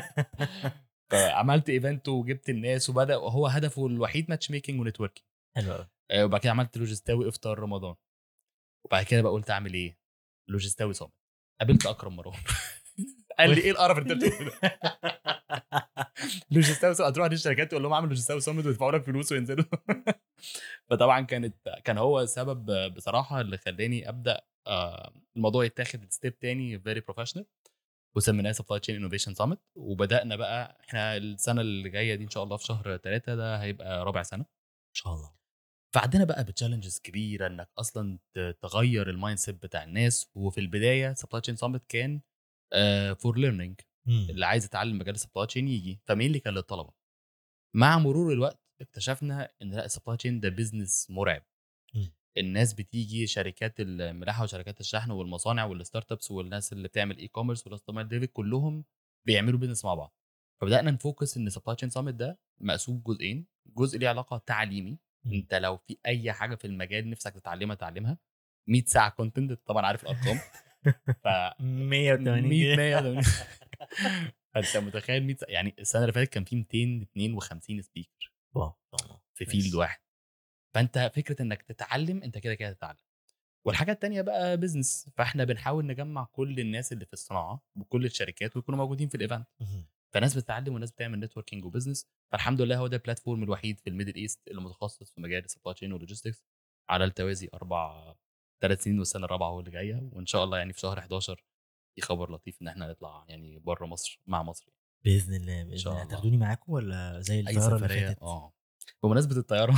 فعملت ايفنت وجبت الناس، وبدا هو هدفه الوحيد ماتش ميكنج ونتوركينج. حلو قوي. آه، وبعد كده عملت لوجيستاوي افطار رمضان. وبعد كده بقى قلت اعمل ايه، لوجيستاوي صامت. قابلت اكرم مروان. قال لي ايه القرف اللي انت بتقوله ده؟ لوجيستاوي صامت، هتروح للشركات تقول لهم اعمل لوجيستاوي صامت ويدفعوا لك فلوس وينزلوا. فطبعا كانت كان هو سبب بصراحه اللي خلاني ابدا آه، الموضوع يتاخد ستيب تاني فيري بروفيشنال، وسميناه سبلاي تشين انوفيشن سامت. وبدانا بقى احنا السنه اللي جايه دي ان شاء الله في شهر ثلاثة ده هيبقى رابع سنه ان شاء الله. فعندنا بقى بتشالنجز كبيره انك اصلا ت- تغير المايند سيت بتاع الناس. وفي البدايه سبلاي تشين سامت كان فور ليرنينج، مم. اللي عايز يتعلم مجال السبلاي تشين يجي. فمين اللي كان للطلبه؟ مع مرور الوقت اكتشفنا ان لا السبلاي تشين ده بيزنس مرعب. مم. الناس بتيجي شركات الملاحه وشركات الشحن والمصانع والستارت ابس والناس اللي بتعمل اي كوميرس واللاست مايل ديليفري كلهم بيعملوا بيزنس مع بعض. فبدانا نفوكس ان سبلاي تشين سامت ده مقسوم جزئين. جزء ليه علاقه تعليمي، مم. انت لو في اي حاجه في المجال نفسك تتعلمها تعلمها. مية ساعه كونتنت، طبعا عارف الارقام. ف مية وتمانين مية جنيه. مية وتمانين. انت متخيل مية يعني السنه اللي فاتت كان في ميتين واتنين وخمسين سبيكر واو في فيلد واحد. فانت فكره انك تتعلم، انت كده كده هتتعلم. والحاجه التانية بقى بزنس، فاحنا بنحاول نجمع كل الناس اللي في الصناعه وكل الشركات ويكونوا موجودين في الايفنت. فناس بتتعلم وناس بتعمل نتوركينج وبزنس. فالحمد لله هو ده البلاتفورم الوحيد في الميدل ايست اللي متخصص في مجال السبلاي تشين ولوجيستكس على التوازي اربع ثلاث سنين، والسنه الرابعه هو اللي جايه، وان شاء الله يعني في شهر حداشر في خبر لطيف ان احنا نطلع يعني بره مصر مع مصر يعني. باذن الله ان باذن شاء الله. الله هتاخدوني معاكم ولا زي اي الطياره اللي سفريه. فاتت؟ اه بمناسبه الطياره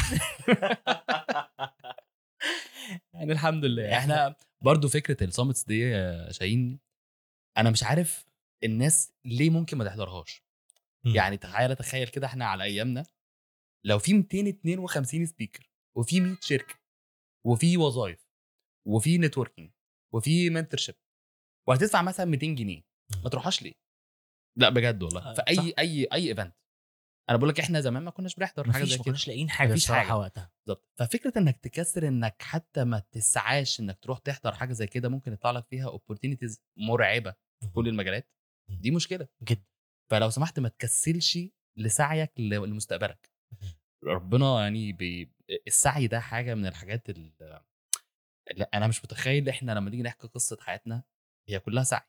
يعني الحمد لله احنا برضو فكره السامتس دي يا شاهين، انا مش عارف الناس ليه ممكن ما تحضرهاش. مم. يعني تخيل تخيل كده احنا على ايامنا لو في ميتين واتنين وخمسين سبيكر وفي مية شركه وفي وظائف وفي نتوركينج وفي منتورشيب وهتدفع مثلا ميتين جنيه، ما تروحش ليه؟ لا بجد والله. آه، في صح. اي اي اي ايفنت. انا بقول لك احنا زمان ما كناش بنحضر حاجه زي مفيش، ما كده، كناش لاقيين حاجه مفيش الصراحه حاجه وقتها. بالظبط. ففكره انك تكسر انك حتى ما تسعاش انك تروح تحضر حاجه زي كده ممكن يطلع لك فيها opportunities مرعبه في كل المجالات، دي مشكله. جدا. فلو سمحت ما تكسلش لسعيك ل- لمستقبلك. ربنا يعني بي... السعي ده حاجه من الحاجات اللي انا مش متخيل احنا لما نيجي نحكي قصه حياتنا هي كلها سعي.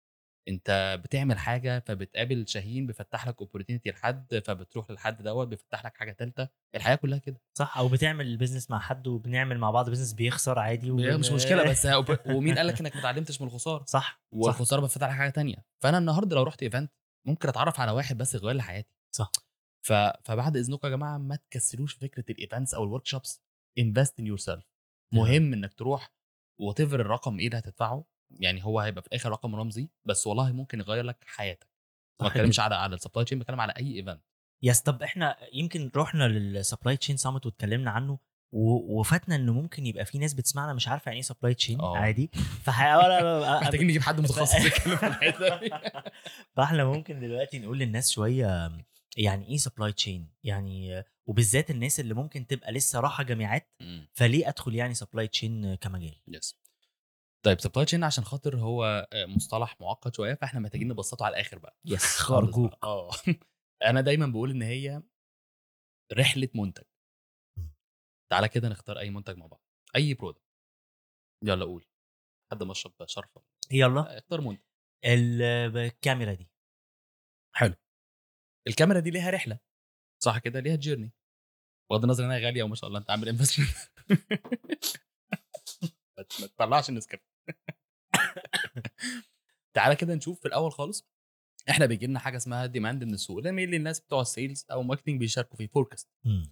انت بتعمل حاجه فبتقابل شاهين بيفتح لك اوبورتينيتي لحد، فبتروح للحد دوت بيفتح لك حاجه ثالثه. الحياه كلها كده. صح. او بتعمل البيزنس مع حد وبنعمل مع بعض بيزنس بيخسر عادي وبن... مش مشكله بس ه- ومين قال لك انك ما اتعلمتش من الخساره؟ صح صح والخساره بتفتح لك حاجه تانية. فانا النهارده لو رحت ايفنت ممكن اتعرف على واحد بس يغير لي حياتي. صح. ف... فبعد اذنكم يا جماعه ما تكسلوش فكره الايفنتس او الورك شوبس. انفست ان يور سيلف. مهم انك تروح وتفر الرقم ايه اللي هتدفعه. يعني هو هيبقى في الاخر رقم رمزي بس والله ممكن يغير لك حياتك. ما صح بتكلمش جدا. على على السبلاي تشين، بتكلم على اي ايفنت. يس. طب احنا يمكن رحنا للسبلاي تشين سامت واتكلمنا عنه و- وفاتنا انه ممكن يبقى في ناس بتسمعنا مش عارفه يعني ايه سبلاي تشين اه عادي. فحاول محتاجين نجيب حد متخصص يتكلم في الحته دي. فاحنا ممكن دلوقتي نقول للناس شويه يعني ايه سبلاي تشين يعني، وبالذات الناس اللي ممكن تبقى لسه راحه جامعات، مم. فليه ادخل يعني سبلاي تشين كمجال؟ يس. طيب سبلاي تشين عشان خاطر هو آه، مصطلح معقد شويه، فاحنا محتاجين نبسطه على الاخر بقى. يس خالص بقى. ارجوك. اه انا دايما بقول ان هي رحله منتج. تعالى كده نختار اي منتج مع بعض، اي برودكت. يلا قول. حد ما اشرب شرفه. يلا. اختار منتج. ال- الكاميرا دي. حلو. الكاميرا دي ليها رحله، صح كده؟ ليها جيرني. بغض النظر انها غاليه وما شاء الله انت عامل انفستمنت. ما تطلعش النسكافيه. تعالى كده نشوف في الاول خالص. احنا بيجي لنا حاجه اسمها ديماند من السوق، لما اللي الناس بتوع السيلز او ماركتنج بيشاركوا في فوركاست.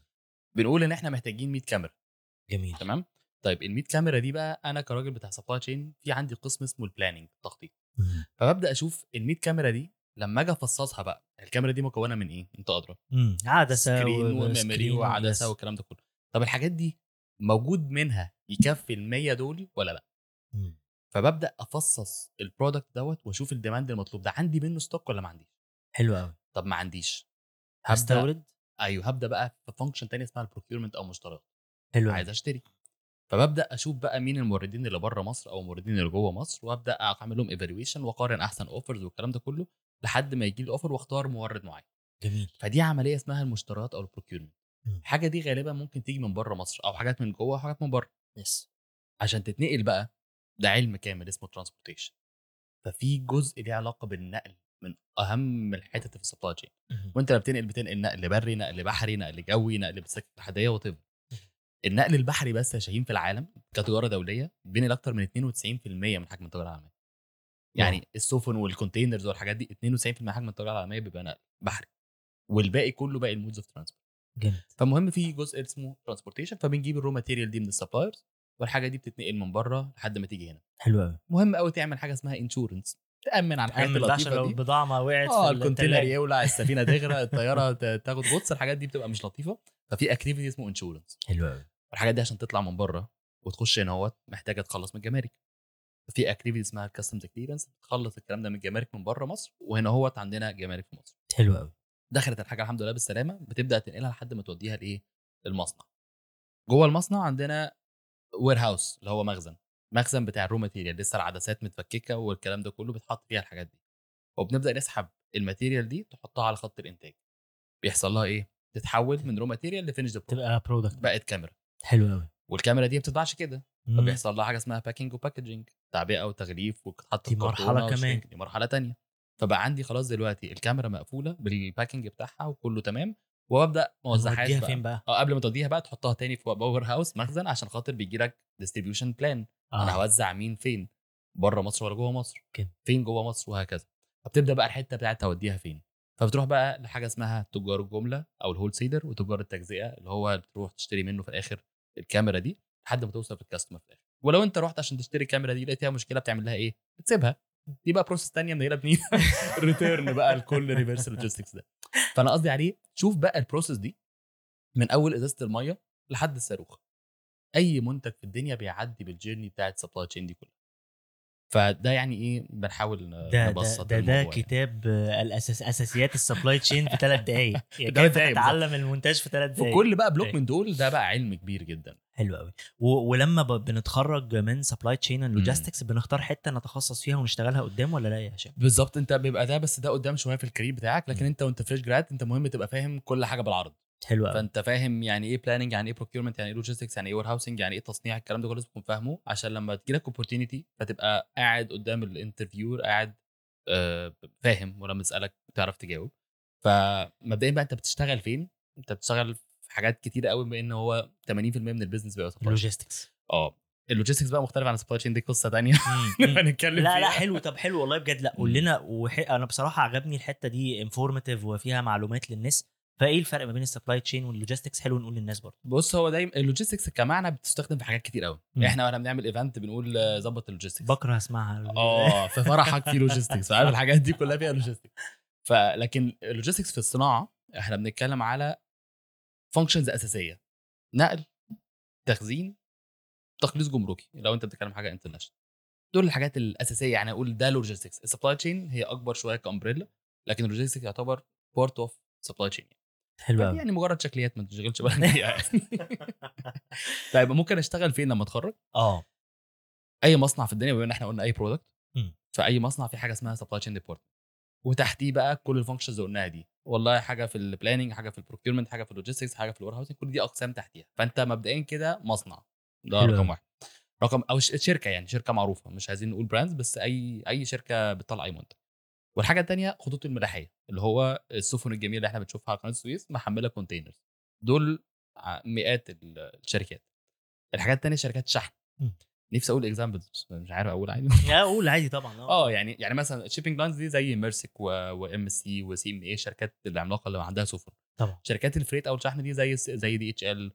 بنقول ان احنا محتاجين مية كاميرا. جميل. تمام. طيب ال مية كاميرا دي بقى انا كراجل بتاع سبلاي تشين في عندي قسم اسمه البلاننج، التخطيط. مم. فببدا اشوف ال مية كاميرا دي لما اجي افصصها بقى، الكاميرا دي مكونه من ايه؟ انت ادرى. امم عدسه سكرين وميموري وسكرين وعدسه يس. والكلام ده كله. طب الحاجات دي موجود منها يكفي ال مية دول ولا لا؟ مم. فببدا افصص البرودكت دوت واشوف الديماند المطلوب ده عندي منه ستوك ولا ما عنديش. حلو قوي. طب ما عنديش، هبدا هستورد. ايوه هبدا بقى في فانكشن تاني اسمها البروكيورمنت او مشتريات. حلو عايز قوي. اشتري. فببدا اشوف بقى مين الموردين اللي بره مصر او الموردين اللي جوه مصر، وابدا اعمل لهم ايفالويشن واقارن احسن اوفرز والكلام ده كله لحد ما يجي لي اوفر واختار مورد معين. جميل. فدي عمليه اسمها المشتريات او البروكيورمنت. الحاجه دي غالبا ممكن تيجي من بره مصر او حاجات من جوه وحاجات من بره. يس. عشان تتنقل بقى ده علم كامل اسمه ترانسبورتيشن. ففي جزء ليه علاقه بالنقل من اهم الحتت في السبلاي تشين. وانت لما بتنقل بتنقل نقل بري، نقل بحري، نقل جوي، نقل بالسكه الحديديه وطب. النقل البحري بس يا شاهين في العالم كتجاره دوليه بينقل اكتر من اتنين وتسعين في المية من حجم التجاره العالميه. يعني واو. السفن والكونتينرز والحاجات دي اتنين وتسعين في المية حجم التجاره العالميه بيبقى نقل بحري، والباقي كله باقي المودز اوف ترانسبورت. جامد. فمهم في جزء اسمه ترانسبورتيشن، فبنجيب الرو ماتيريال دي من السبلايرز والحاجه دي بتتنقل من بره لحد ما تيجي هنا. حلو قوي. مهم قوي تعمل حاجه اسمها انشورنس، تامن على الحاجات تأمن بقى عشان اللطيفه لو دي. البضاعه ما وقعت اه في الكونتينر الثلاجه. يولع، السفينه تغرق، الطياره ت- تاخد غطس، الحاجات دي بتبقى مش لطيفه. ففي اكتيفيتي اسمه انشورنس. حلو قوي. الحاجات دي عشان تطلع من بره وتخش هنا اهوت محتاجه تخلص من الجمارك. في اكتيفيتي اسمها الكاستمز كليرنس، تخلص الكلام ده من الجمارك من بره مصر، وهنا اهوت عندنا جمارك في مصر. حلو قوي. دخلت الحاجه الحمد لله بالسلامه، بتبدا تنقلها لحد ما توديها لايه؟ المصنع. جوه المصنع عندنا وير هاوس اللي هو مخزن. مخزن بتاع الرو ماتيريال، لسه العدسات متفككه والكلام ده كله بتحط فيها الحاجات دي. وبنبدا نسحب الماتيريال دي تحطها على خط الانتاج. بيحصل لها ايه؟ تتحول من رو ماتيريال لفينيشد برودكت، تبقى برودكت بقت كاميرا. حلو قوي. والكاميرا دي ما بتطبعش كده، مم. فبيحصل لها حاجه اسمها باكينج وباكجينج، تعبئه وتغليف وتتحط دي في مرحلة كرتونه كمان. وشرينك، دي مرحله تانية. فبقى عندي خلاص دلوقتي الكاميرا مقفوله بالباكينج بتاعها وكله تمام، وابدا ما اوزعهاش هنوديها بقى. فين بقى؟ اه قبل ما توديها بقى تحطها تاني في باور هاوس مخزن، عشان خاطر بيجي لك ديستريبيوشن بلان. آه. انا هوزع مين فين، بره مصر ولا جوه مصر، كده. فين جوه مصر، وهكذا. فبتبدا بقى الحته بتاعت توديها فين. فبتروح بقى لحاجه اسمها تجار الجمله او الهول سيلر، وتجار التجزئه اللي هو بتروح تشتري منه في الاخر الكاميرا دي لحد ما توصل للكاستمر في الاخر. ولو انت رحت عشان تشتري الكاميرا دي لقيت فيها مشكله، بتعمل لها ايه؟ بتسيبها. دي بقى بروسيس ثانيه من هنا بنين ريتيرن بقى لكل ريفرس لوجيستكس ده. فانا قصدي عليه شوف بقى البروسيس دي من اول ازازه الميه لحد الصاروخ. اي منتج في الدنيا بيعدي بالجيرني بتاعت سبلاي تشين دي كلها. فده يعني ايه، بنحاول ده نبسط ده ده, ده الموضوع. كتاب يعني. الاساس اساسيات السبلاي تشين في ثلاث دقائق يعني. تلات كيف دقايق بالظبط. تتعلم المونتاج في ثلاث في دقائق. كل بقى بلوك أي. من دول ده بقى علم كبير جدا. حلو قوي. و- ولما ب- بنتخرج من سبلاي تشين اند لوجيستكس بنختار حته نتخصص فيها ونشتغلها قدام ولا لا يا هشام؟ بالظبط، انت بيبقى ده بس ده قدام شويه في الكارير بتاعك، لكن مم. انت وانت فريش جراد انت مهم تبقى فاهم كل حاجه بالعرض. حلو قوي. فانت فاهم يعني ايه بلاننج، يعني ايه بروكيورمنت، يعني ايه لوجيستكس، يعني ايه وير هاوسنج، يعني ايه تصنيع. الكلام ده كله تكون فاهمه عشان لما تجيلك اوبورتيونيتي فتبقى قاعد قدام الانترفيور قاعد آه فاهم، ولما تسالك تعرف تجاوب. فمبدئيا بقى انت بتشتغل فين؟ انت بتشتغل في حاجات كتير قوي، بما ان هو ثمانين بالمية من البيزنس بيبقى سبلاي. اللوجيستكس. اه اللوجيستكس بقى مختلف عن السبلاي تشين، دي قصه ثانيه مم. هنتكلم لا فيها. لا حلو. طب حلو والله بجد. لا قول مم. لنا. وح... انا بصراحه عجبني الحته دي انفورماتيف وفيها معلومات للناس. فايه الفرق ما بين السبلاي تشين واللوجيستكس؟ حلو نقول للناس برضه. بص هو دايما اللوجيستكس كمعنى بتستخدم في حاجات كتير قوي. مم. احنا واحنا بنعمل ايفنت بنقول آه، ظبط اللوجيستكس. بكره اسمعها. اه في فرحك في لوجيستكس، عارف الحاجات دي كلها فيها لوجيستكس. فلكن اللوجيستكس في الصناعه احنا بنتكلم على فانكشنز اساسيه: نقل، تخزين، تخليص جمركي لو انت بتتكلم حاجه انترناشونال. دول الحاجات الاساسيه، يعني اقول ده لوجيستكس. السبلاي تشين هي اكبر شويه كامبريلا، لكن اللوجيستكس يعتبر بارت اوف سبلاي تشين. حلو قوي. يعني مجرد شكليات ما تشغلش بالك بيها يعني. طيب ممكن اشتغل فين لما اتخرج؟ اه اي مصنع في الدنيا، بما ان احنا قلنا اي برودكت، مم. فاي مصنع في حاجه اسمها سبلاي تشين ديبارتمنت، وتحتيه بقى كل الفانكشنز اللي قلناها دي. والله حاجه في البلاننج، حاجه في البروكيورمنت، حاجه في اللوجيستكس، حاجه في الوير هاوسنج، كل دي اقسام تحتيها. فانت مبدئيا كده مصنع، ده حلو رقم أوي. واحد. رقم او ش- شركه، يعني شركه معروفه، مش عايزين نقول براندز، بس اي اي شركه بتطلع اي منتج. والحاجه الثانيه خطوط الملاحيه، اللي هو السفن الجميله اللي احنا بنشوفها على قناه السويس محمله كونتينرز. دول ع- مئات ال- الشركات. الحاجات الثانيه شركات شحن. مم. نفسي اقول اكزامبلز مش عارف اقول عادي. لا قول عادي طبعا. اه يعني يعني مثلا الشيبنج لاينز دي زي ميرسك وام اس سي وسي ام اي، شركات العملاقه اللي عندها سفن. طبعا. شركات الفريت او الشحن دي زي زي دي اتش ال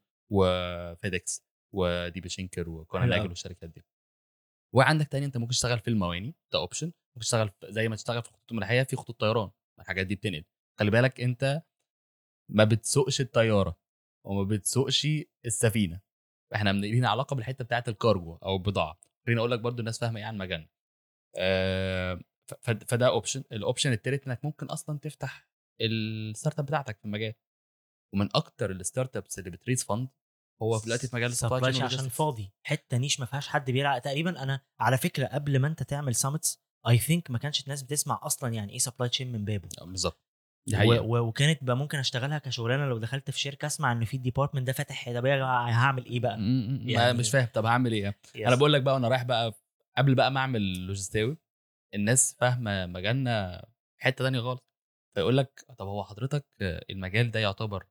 وفيدكس ودي بشينكر حلو وكوناناجل أوي. والشركات دي. وعندك تاني انت ممكن تشتغل في المواني، ده اوبشن. ممكن تشتغل في- زي ما تشتغل في خطوط الملاحيه في خطوط طيران، الحاجات دي بتنقل. خلي بالك انت ما بتسوقش الطياره وما بتسوقش السفينه، احنا لينا علاقه بالحته بتاعه الكارجو او البضاعه. خليني اقول لك برضو الناس فاهمه ايه عن مجالنا. آه، ف- ف- فده اوبشن. الاوبشن التالت انك ممكن اصلا تفتح الستارت اب بتاعتك في المجال. ومن اكتر الستارت ابس اللي بتريز فند هو في دلوقتي في مجال السبلاي سبلاي تشين تشين عشان واللوجيستكس. فاضي. حته نيش ما فيهاش حد بيلعب تقريبا. انا على فكره قبل ما انت تعمل سامتس اي ثينك ما كانش الناس بتسمع اصلا يعني ايه سبلاي تشين من بابه. بالظبط، دي و- حقيقه. و- وكانت بقى ممكن اشتغلها كشغلانه لو دخلت في شركه اسمع ان في الديبارتمنت ده فاتح. طب يا جماعه هعمل ايه بقى؟ م- م- ما يعني مش فاهم طب هعمل ايه. يس. انا بقول لك بقى وانا رايح بقى قبل بقى ما اعمل لوجيستاوي، الناس فاهمه مجالنا حته تانية خالص. فيقول لك طب هو حضرتك المجال ده يعتبر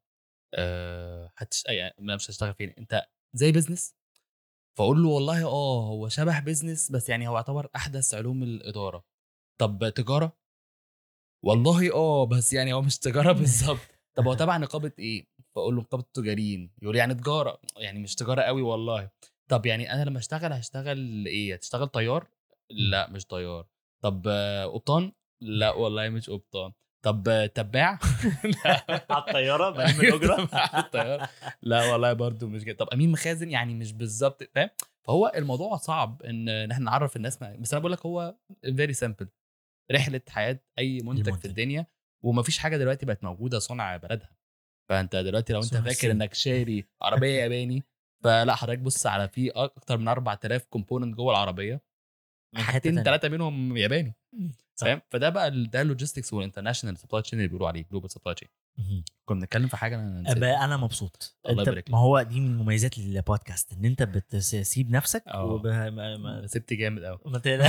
أه هتش... يعني مش هتشتغل فين انت زي بيزنس؟ فاقول له والله اه هو شبه بيزنس، بس يعني هو يعتبر احدث علوم الاداره. طب تجاره؟ والله اه بس يعني هو مش تجاره بالظبط. طب هو تبع نقابه ايه؟ فاقول له نقابه التجارين. يقول لي يعني تجاره؟ يعني مش تجاره قوي والله. طب يعني انا لما اشتغل هشتغل ايه؟ هتشتغل طيار؟ لا مش طيار. طب آه، قبطان؟ لا والله مش قبطان. طب آه، تباع؟ لا على الطياره بقى من الاجره. تبع الطيار؟ لا والله برضو مش كده. طب امين مخازن؟ يعني مش بالظبط فاهم. فهو الموضوع صعب ان إن احنا نعرف الناس ما. بس انا بقول لك هو فيري سامبل. رحله حياه اي منتج المنتج. في الدنيا، ومفيش حاجه دلوقتي بقت موجوده صنع بلدها. فانت دلوقتي لو انت صنع فاكر الصين. انك شاري عربيه ياباني، فلا حضرتك بص على في اكتر من أربعة آلاف كومبوننت جوه العربيه من حتة حاجتين تانية. ثلاثه منهم ياباني، صح. فاهم؟ فده بقى ال- ده اللوجيستكس والانترناشونال سبلاي تشين اللي بيقولوا عليه جلوبال سبلاي تشين. مهم. كنا بنتكلم في حاجه انا نسيت. أبقى انا مبسوط. الله انت يبارك لك. ما هو دي من مميزات البودكاست ان انت بتسيب نفسك اه. وب... ما... ما... سبت جامد قوي. ما تقلق.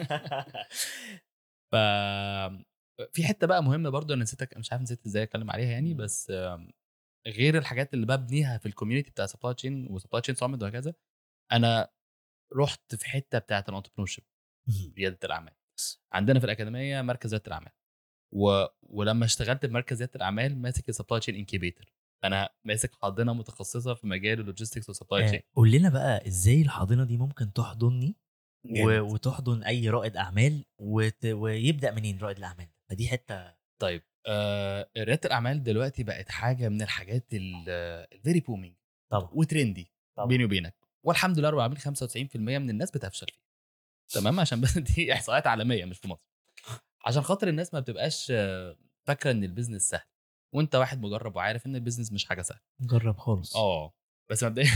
ف في حته بقى مهمه برضو انا نسيتك، مش عارف نسيت ازاي اتكلم عليها يعني، مم. بس آم، غير الحاجات اللي ببنيها في الكوميونتي بتاع سبلاي تشين وسبلاي تشين صامد وهكذا، انا رحت في حته بتاعت الانتربرنور شيب، مهم. رياده الاعمال. عندنا في الاكاديميه مركز رياده الاعمال، و... ولما اشتغلت بمركز رياده الاعمال ماسك السبلاي تشين انكيبيتر، انا ماسك حاضنه متخصصه في مجال اللوجيستكس والسبلاي آه، تشين. قول لنا بقى ازاي الحاضنه دي ممكن تحضني و... جامد. وتحضن اي رائد اعمال وت... ويبدا منين رائد الاعمال؟ فدي حته. طيب آه رياده الاعمال دلوقتي بقت حاجه من الحاجات الفيري بومينج طبعا وترندي طبعا. بيني وبينك، والحمد لله رب العالمين خمسة وتسعين في المية من الناس بتفشل فيه. تمام، عشان بس دي احصائيات عالميه مش في مصر، عشان خاطر الناس ما بتبقاش آه، فاكره ان البيزنس سهل، وانت واحد مجرب وعارف ان البيزنس مش حاجه سهله. جرب خالص. اه بس مبدئيا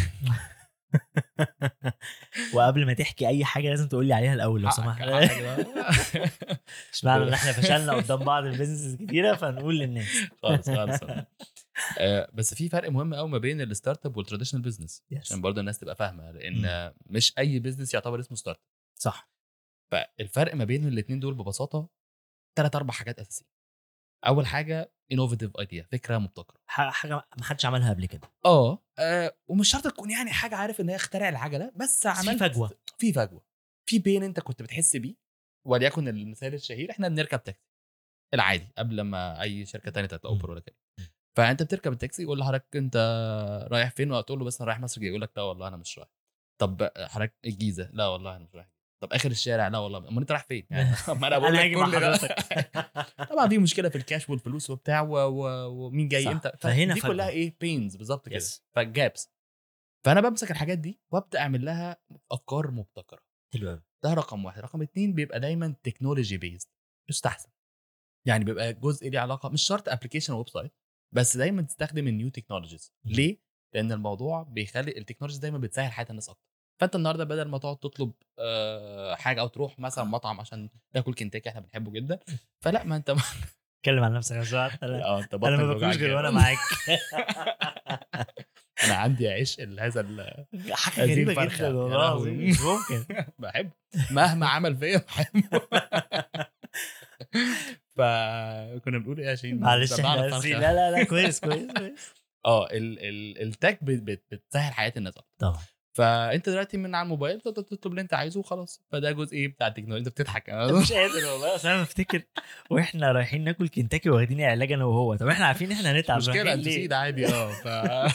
وقبل ما تحكي اي حاجه لازم تقول لي عليها الاول لو حقك- سمحت. حقك بقى. مش معنى ان احنا فشلنا قدام بعض البيزنس كتيره فنقول للناس. خالص خالص. آه، بس في فرق مهم قوي ما بين الستارت اب والتراديشنال بزنس، Yes. عشان برضه الناس تبقى فاهمه، لان مش اي بزنس يعتبر اسمه ستارت اب. صح. فالفرق ما بين الاثنين دول ببساطه ثلاث اربع حاجات اساسيه. اول حاجه انوفيتيف ايديا، فكره مبتكره، ح- حاجه ما حدش عملها قبل كده. اه آه، ومش شرط تكون يعني حاجه عارف ان هي اخترع العجله، بس عملت في فجوه. في فجوه في بين انت كنت بتحس بيه. وليكن المثال الشهير، احنا بنركب تاكسي العادي قبل ما اي شركه تانية تطلع اوبر ولا كده، فانت بتركب التاكسي يقول لحضرتك انت رايح فين، وتقول له بس انا رايح مصر الجديدة، يقول لك لا والله انا مش رايح. طب حضرتك الجيزه؟ لا والله انا مش رايح. طب اخر الشارع؟ لا والله. امال انت رايح فين يعني؟ ما انا بقول انا لك هاجي مع كل ده. حضرتك. طبعا في مشكله في الكاش والفلوس وبتاع و... و... ومين جاي صح. امتى، فهنا دي فجوة. كلها ايه بينز بالظبط كده، Yes. فالجابس. فانا بمسك الحاجات دي وابدا اعمل لها افكار مبتكره. حلو قوي. ده رقم واحد. رقم اتنين بيبقى دايما تكنولوجي بيزد يستحسن، يعني بيبقى جزء ليه علاقه، مش شرط ابلكيشن ويب سايت، بس دايما تستخدم النيو تكنولوجيز. ليه؟ لان الموضوع بيخلي التكنولوجيز دايما بتسهل حياه الناس اكتر. فانت النهارده بدل ما تقعد تطلب آه حاجه او تروح مثلا مطعم عشان تاكل كنتاكي احنا بنحبه جدا، فلا ما انت اتكلم عن نفسك يا سعد. انا اه انت انا ما باكلش غير وانا معاك. انا عندي عشق لهذا ال... حاجه هذه غريبه الفرخة. جدا يا والله لهوي. العظيم مش ممكن. بحبه مهما عمل فيا بحبه. فكنا بنقول ايه يا شيرين؟ معلش زرعنا احنا الفرخة. آسفين. لا لا لا كويس كويس كويس. اه ال ال التك بت- بت- بتسهل حياه الناس اكتر. طبعا. فانت دلوقتي من على الموبايل تقدر تطلب اللي انت عايزه وخلاص. فده جزء ايه بتاع التكنولوجيا. انت بتضحك مش قادر والله. اصل انا بفتكر واحنا رايحين ناكل كنتاكي واخدين علاج انا وهو. طب احنا عارفين احنا هنتعب. مشكله رايحين انت ليه؟ سيد عادي. اه ف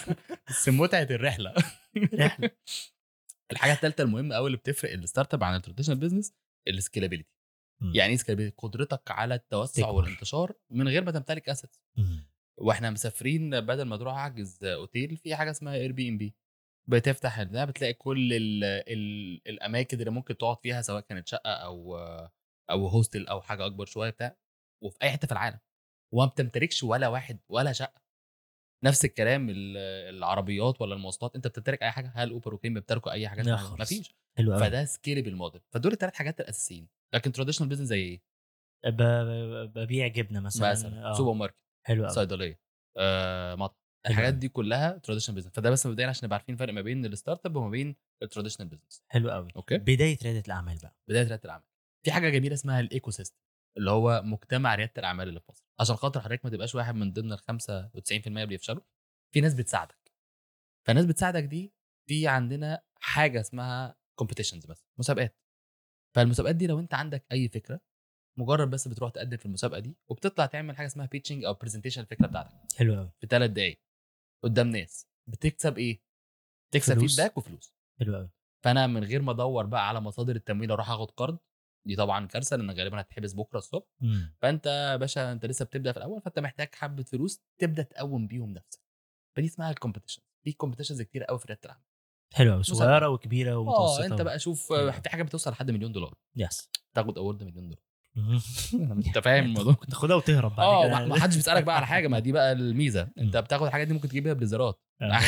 بس متعه الرحله. رحلة. الحاجه الثالثه المهمه قوي اللي بتفرق الستارت اب عن التراديشنال بزنس، السكيلابيلتي. مم. يعني ايه سكيلابيلتي؟ قدرتك على التوسع تكبر. والانتشار من غير ما تمتلك اسيتس. مم. واحنا مسافرين بدل ما تروح احجز اوتيل في حاجه اسمها اير بي ام بي، بتفتح ده بتلاقي كل ال ال الاماكن اللي ممكن تقعد فيها، سواء كانت شقه او او هوستل او حاجه اكبر شويه بتاع، وفي اي حته في العالم، وما بتمتلكش ولا واحد ولا شقه. نفس الكلام ال- العربيات ولا المواصلات، انت بتمتلك اي حاجه؟ هل اوبر وكريم بيمتلكوا اي حاجه؟ لا خالص. مفيش. حلو قوي. فده سكيلبل موديل. فدول الثلاث حاجات الاساسيين. لكن تراديشنال بزنس زي ايه؟ ب- ب- ببيع جبنه مثلا. مثلا آه. سوبر ماركت، حلو قوي. صيدليه، آه، مطعم، حلو الحاجات أوي. دي كلها تراديشنال بزنس. فده بس مبدئيا عشان نبقى عارفين الفرق ما بين الستارت اب وما بين التراديشنال بزنس. حلو قوي. اوكي. بدايه رياده الاعمال بقى. بدايه رياده الاعمال في حاجه جميله اسمها الايكو سيستم، اللي هو مجتمع رياده الاعمال اللي في مصر. عشان خاطر حضرتك ما تبقاش واحد من ضمن ال خمسة وتسعين في المية اللي بيفشلوا، في ناس بتساعدك. فالناس بتساعدك دي، في عندنا حاجه اسمها كومبيتيشنز مثلا، مسابقات. فالمسابقات دي لو انت عندك اي فكره، مجرد بس بتروح تقدم في المسابقه دي وبتطلع تعمل حاجه اسمها بيتشنج او برزنتيشن الفكره بتاعتك حلو قوي. في ثلاث دقائق قدام ناس، بتكسب ايه؟ تكسب فلوس. فيدباك وفلوس. حلو قوي. فانا من غير ما ادور بقى على مصادر التمويل اروح اخد قرض، دي طبعا كارثه لان غالبا هتحبس بكره الصبح. مم. فانت يا باشا انت لسه بتبدا في الاول، فانت محتاج حبه فلوس تبدا تقوم بيهم نفسك. فدي اسمها الكومبيتيشن. في كومبيتيشنز كتير قوي في رياده الاعمال. حلو قوي. مسابقة. صغيره وكبيره ومتوسطه. اه انت بقى شوف حلو. في حاجه بتوصل لحد مليون دولار، يس. تاخد اوورد مليون دولار. مهم. انت فاهم الموضوع؟ كنت تاخدها وتهرب بعد اه كده. ما ما حدش بيسالك بقى على حاجه، ما دي بقى الميزه. انت بتاخد الحاجات دي ممكن تجيب بيها بليزرات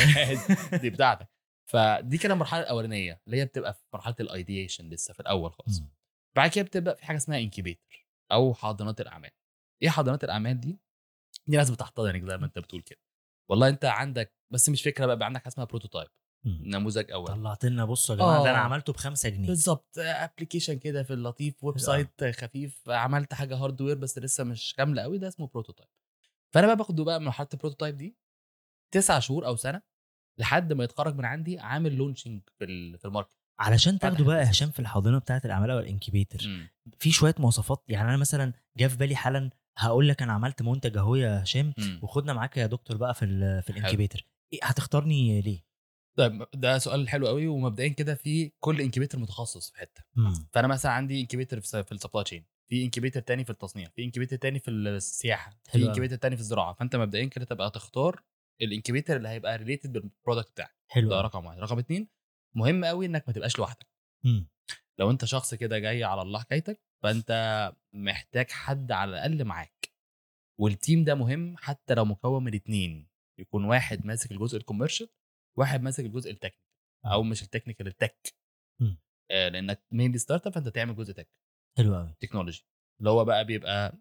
دي بتاعتك. فدي كده المرحله الاولانيه اللي هي بتبقى في مرحله الايديشن، لسه في الاول خالص. مم. بعد كده بتبدا في حاجه اسمها انكيبيتر او حاضنات الاعمال. ايه حاضنات الاعمال دي؟ دي ناس بتحتضنك زي ما انت بتقول كده. والله انت عندك بس مش فكره بقى, بقى عندك حاجه اسمها بروتوتايب، نموذج اول. طلعت لنا بصوا يا جماعه آه. اللي انا عملته بخمسة جنيه بالظبط، ابلكيشن كده في اللطيف، ويب سايت خفيف، عملت حاجه هاردوير بس لسه مش كامله قوي، ده اسمه بروتوتايب. فانا بقى باخده بقى من مرحله البروتوتايب دي تسع شهور او سنه لحد ما يتخرج من عندي عامل لونشنج في ال- في الماركت. علشان تاخده بقى يا البيزنس. هشام في الحاضنه بتاعه الاعمال او الانكيبيتر. مم. في شويه مواصفات، يعني انا مثلا جه في بالي حالا هقول لك انا عملت منتج اهو يا هشام، مم. وخدنا معاك يا دكتور بقى في ال في حلو. الانكيبيتر. إيه هتختارني ليه؟ طيب ده سؤال حلو قوي. ومبدئيا كده في كل انكيبيتر متخصص في حته. مم. فانا مثلا عندي انكيبيتر في في السبلاي تشين، في انكيبيتر تاني في التصنيع، في انكيبيتر تاني في السياحه، في حلو أوي. انكيبيتر تاني في الزراعه. فانت مبدئيا كده تبقى تختار الانكيبيتر اللي هيبقى ريليتد بالبرودكت بتاعك. حلو ده أوي. رقم واحد. رقم اتنين، مهم قوي انك ما تبقاش لوحدك. مم. لو انت شخص كده جاي على الله حكايتك، فانت محتاج حد على الاقل معاك. والتيم ده مهم حتى لو مكون من اتنين، يكون واحد ماسك الجزء الكوميرشال، واحد ماسك الجزء التكنيكال، او مش التكنيكال التك. مم. آه لانك مين ستارت اب، فانت تعمل جزء تك حلو قوي. تكنولوجي، اللي هو بقى بيبقى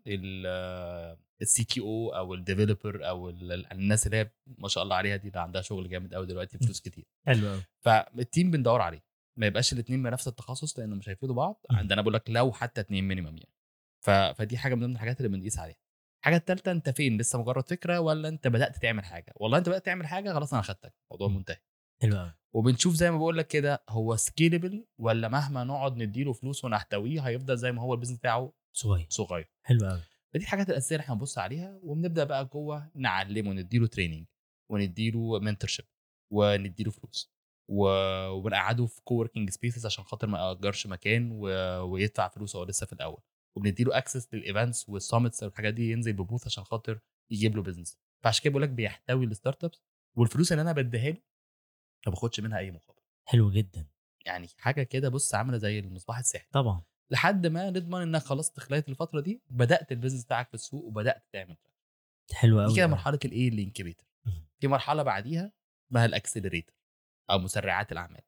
السي تي او او الديفلوبر او ال- الناس اللي هي ما شاء الله عليها دي، اللي عندها شغل جامد قوي دلوقتي، فلوس كتير. حلو قوي. فالتيم بندور عليه ما يبقاش الاثنين بنفس التخصص، لانه مش هيفيدوا بعض. مم. عندنا بقول لك لو حتى اتنين مينيمم يعني. ف... فدي حاجه من ضمن الحاجات اللي بنقيس عليها. الحاجه الثالثه، انت فين؟ لسه مجرد فكره ولا انت بدات تعمل حاجه؟ والله انت بدات تعمل حاجه، خلاص انا خدتك، الموضوع مم. منتهي. حلو قوي. وبنشوف زي ما بقول لك كده، هو سكيلبل ولا مهما نقعد نديله فلوس ونحتويه هيفضل زي ما هو البيزنس بتاعه صغير. صغير. حلو قوي. فدي الحاجات الاساسيه اللي احنا بنبص عليها، وبنبدا بقى جوه نعلمه، نديله تريننج، ونديله منتورشيب، ونديله فلوس، و- وبنقعده في كووركينج سبيسز عشان خاطر ما ياجرش مكان و... ويدفع فلوس وهو لسه في الاول. وبنديله اكسس للايفنتس والسامتس والحاجات دي، ينزل ببوث عشان خاطر يجيب له بزنس. فعشان كده بقول لك بيحتوي الستارت ابس. والفلوس اللي انا بديها له ما باخدش منها اي مقابل. حلو جدا. يعني حاجه كده بص عامله زي المصباح السحري، طبعا. لحد ما نضمن انك خلصت خلال الفتره دي، بدات البيزنس بتاعك في السوق وبدات تعمل حلو قوي. دي كده مرحله الايه الانكيبيتر. في مرحله بعديها اسمها الاكسلريتر او مسرعات الاعمال.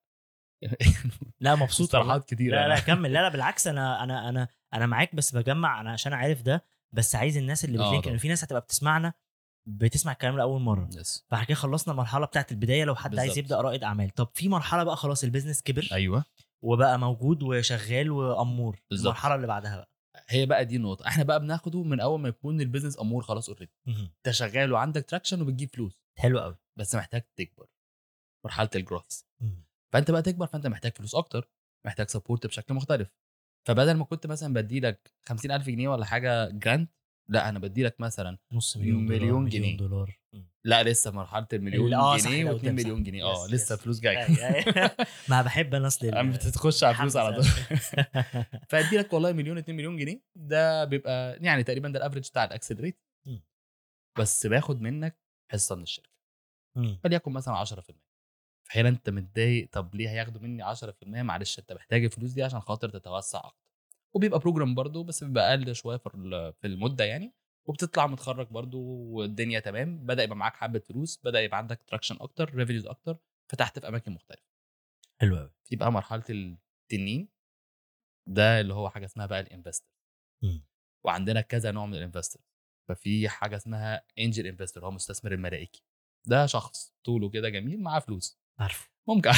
لا مبسوط والله. مصطلحات كتير. لا أنا. لا كمل. لا لا بالعكس، انا انا انا انا معاك، بس بجمع انا عشان عارف ده، بس عايز الناس اللي آه بتلينك، طبعا. ان في ناس هتبقى بتسمعنا بتسمع الكلام لاول مره. يس. فاحنا كده خلصنا المرحله بتاعت البدايه لو حد عايز بالظبط. يبدا رائد اعمال. طب في مرحله بقى خلاص البيزنس كبر ايوه وبقى موجود وشغال وامور، بالظبط. المرحله اللي بعدها بقى. هي بقى دي النقطه، احنا بقى بناخده من اول ما يكون البيزنس امور خلاص اوريدي، مهم. انت شغال وعندك تراكشن وبتجيب فلوس، حلو قوي. بس محتاج تكبر، مرحله الجروث. مهم. فانت بقى تكبر، فانت محتاج فلوس اكتر، محتاج سبورت بشكل مختلف. فبدل ما كنت مثلا بدي لك خمسين ألف جنيه ولا حاجه جرانت، لا انا بدي لك مثلا نص مليون دولار، مليون مليون جنيه. دولار. مم. لا لسه مرحله المليون اه صح، جنيه ده و2 قدام صح. مليون جنيه. اه يس، لسه يس. فلوس جايه. أي- أي. ما بحب انا اصل عم ال- بتخش على فلوس على طول. الحمزة. فادي لك والله مليون اتنين مليون جنيه، ده بيبقى يعني تقريبا ده الافريج بتاع الاكسلريت. مم. بس باخد منك حصه من الشركه، مم. فليكن مثلا عشرة في المية. فهنا انت متضايق، طب ليه هياخدوا مني عشرة في المية؟ معلش انت محتاج الفلوس دي عشان خاطر تتوسع اكتر. وبيبقى بروجرام برضو بس بيبقى اقل شويه في ال- في المده يعني. وبتطلع متخرج برضو والدنيا تمام، بدا يبقى معاك حبه فلوس، بدا يبقى عندك تراكشن اكتر، ريفينيوز اكتر، فتحت في اماكن مختلفه. حلو قوي. في بقى مرحله التنين، ده اللي هو حاجه اسمها بقى الانفستر. مم. وعندنا كذا نوع من الانفستر. ففي حاجه اسمها انجل انفستر، هو مستثمر الملائكي. ده شخص طوله كده جميل معاه فلوس، عارفه. ممكن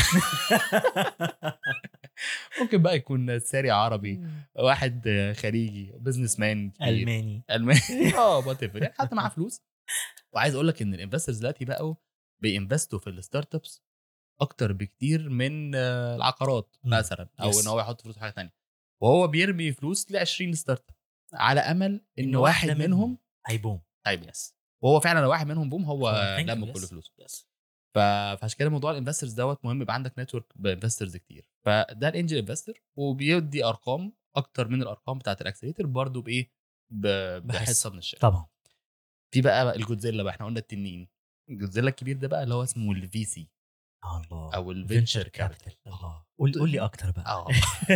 ممكن بقى يكون ساري عربي، واحد خليجي، بزنس مان كبير، الماني. الماني اه وات ايفر يعني، حتى معاه فلوس. وعايز اقول لك ان الانفسترز دلوقتي بقوا بينفستوا في الستارت ابس اكتر بكتير من آه، العقارات مم. مثلا، او Yes. ان هو يحط فلوس في حاجه ثانيه. وهو بيرمي فلوس ل عشرين ستارت اب على امل ان, إن واحد واحدة منهم منهم هيبوم. هيبوم. يس. وهو فعلا لو واحد منهم بوم، هو Thank you. لم Yes. كل فلوسه. Yes. ف- فعشان كده موضوع الانفسترز دوت مهم، يبقى عندك نتورك بانفسترز كتير. فده الانجل انفستر، وبيدي ارقام اكتر من الارقام بتاعت الاكسلريتور برضو بايه، ب- بحصه من الشركه. طبعا. في بقى الجودزيلا بقى، احنا قلنا التنين، الجودزيلا الكبير ده بقى اللي هو اسمه الفي سي الله. او الفينشر كابيتال. الله. قول قول لي اكتر بقى. اه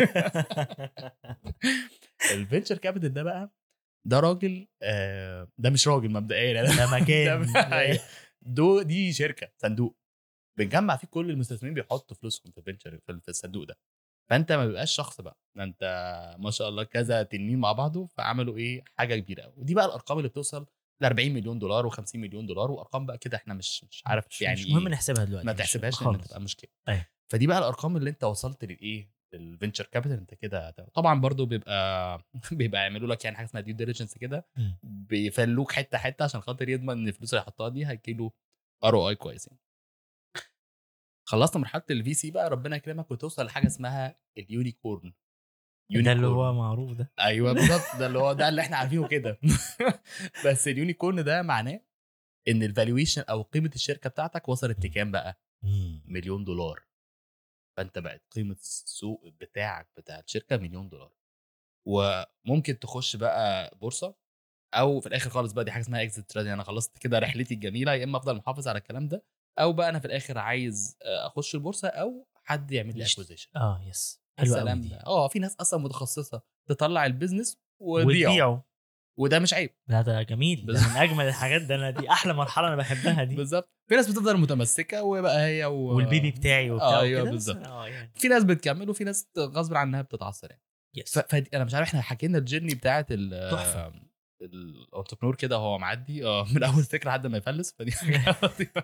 الفينشر كابيتال ده بقى، ده راجل آه ده مش راجل مبدئيا، ده مكان. ده دو دي شركه صندوق بنجمع فيه كل المستثمرين بيحطوا فلوسهم في الفينشر في الصندوق ده. فانت ما بيبقاش شخص بقى، انت ما شاء الله كذا تنين مع بعضه فعملوا ايه حاجه كبيره قوي. ودي بقى الارقام اللي بتوصل ل أربعين مليون دولار و50 مليون دولار وارقام بقى كده احنا مش مش عارف مش, يعني مش مهم ايه، نحسبها دلوقتي، ما مش تحسبهاش لان خالص. تبقى مشكله. ايوه. فدي بقى الارقام اللي انت وصلت للايه الفينشر كابيتال انت كده. طبعا برضو بيبقى بيبقى يعملوا لك يعني حاجه اسمها ديو ديليجنس كده، مم. بيفلوك حته حته عشان خاطر يضمن ان الفلوس اللي هيحطها دي هيجيله ار او اي كويس يعني. خلصنا مرحله الفي سي بقى، ربنا يكرمك وتوصل لحاجه اسمها اليونيكورن. ده اللي هو يونيكورن معروف ده. ايوه بالظبط، ده اللي هو ده اللي احنا عارفينه كده. بس اليونيكورن ده معناه ان الفالويشن او قيمه الشركه بتاعتك وصلت لكام بقى؟ مم. مليون دولار. فانت بقت قيمه السوق بتاعك بتاع الشركه مليون دولار. وممكن تخش بقى بورصه، او في الاخر خالص بقى دي حاجه اسمها اكزيت ترادنج، انا خلصت كده رحلتي الجميله، يا اما افضل محافظ على الكلام ده، او بقى انا في الاخر عايز اخش البورصه او حد يعمل لي يشت- اكوزيشن. اه يس، يا حلو قوي سلام دي. ده. اه في ناس اصلا متخصصه تطلع البيزنس وتبيعه، وتبيعه. وده مش عيب. لا ده جميل، ده من اجمل الحاجات، ده انا دي احلى مرحله انا بحبها دي. بالظبط. في ناس بتفضل متمسكه وبقى هي و... والبيبي بتاعي وبتاع آه ايوه وكده، بس بالظبط. اه يعني في ناس بتكمل وفي ناس غصب عنها بتتعثر يعني. ف... يس. فدي انا مش عارف احنا حكينا الجيرني بتاعت ال تحفه. الانتربرنور كده هو معدي اه من اول فكره لحد ما يفلس، فدي حاجه لطيفة.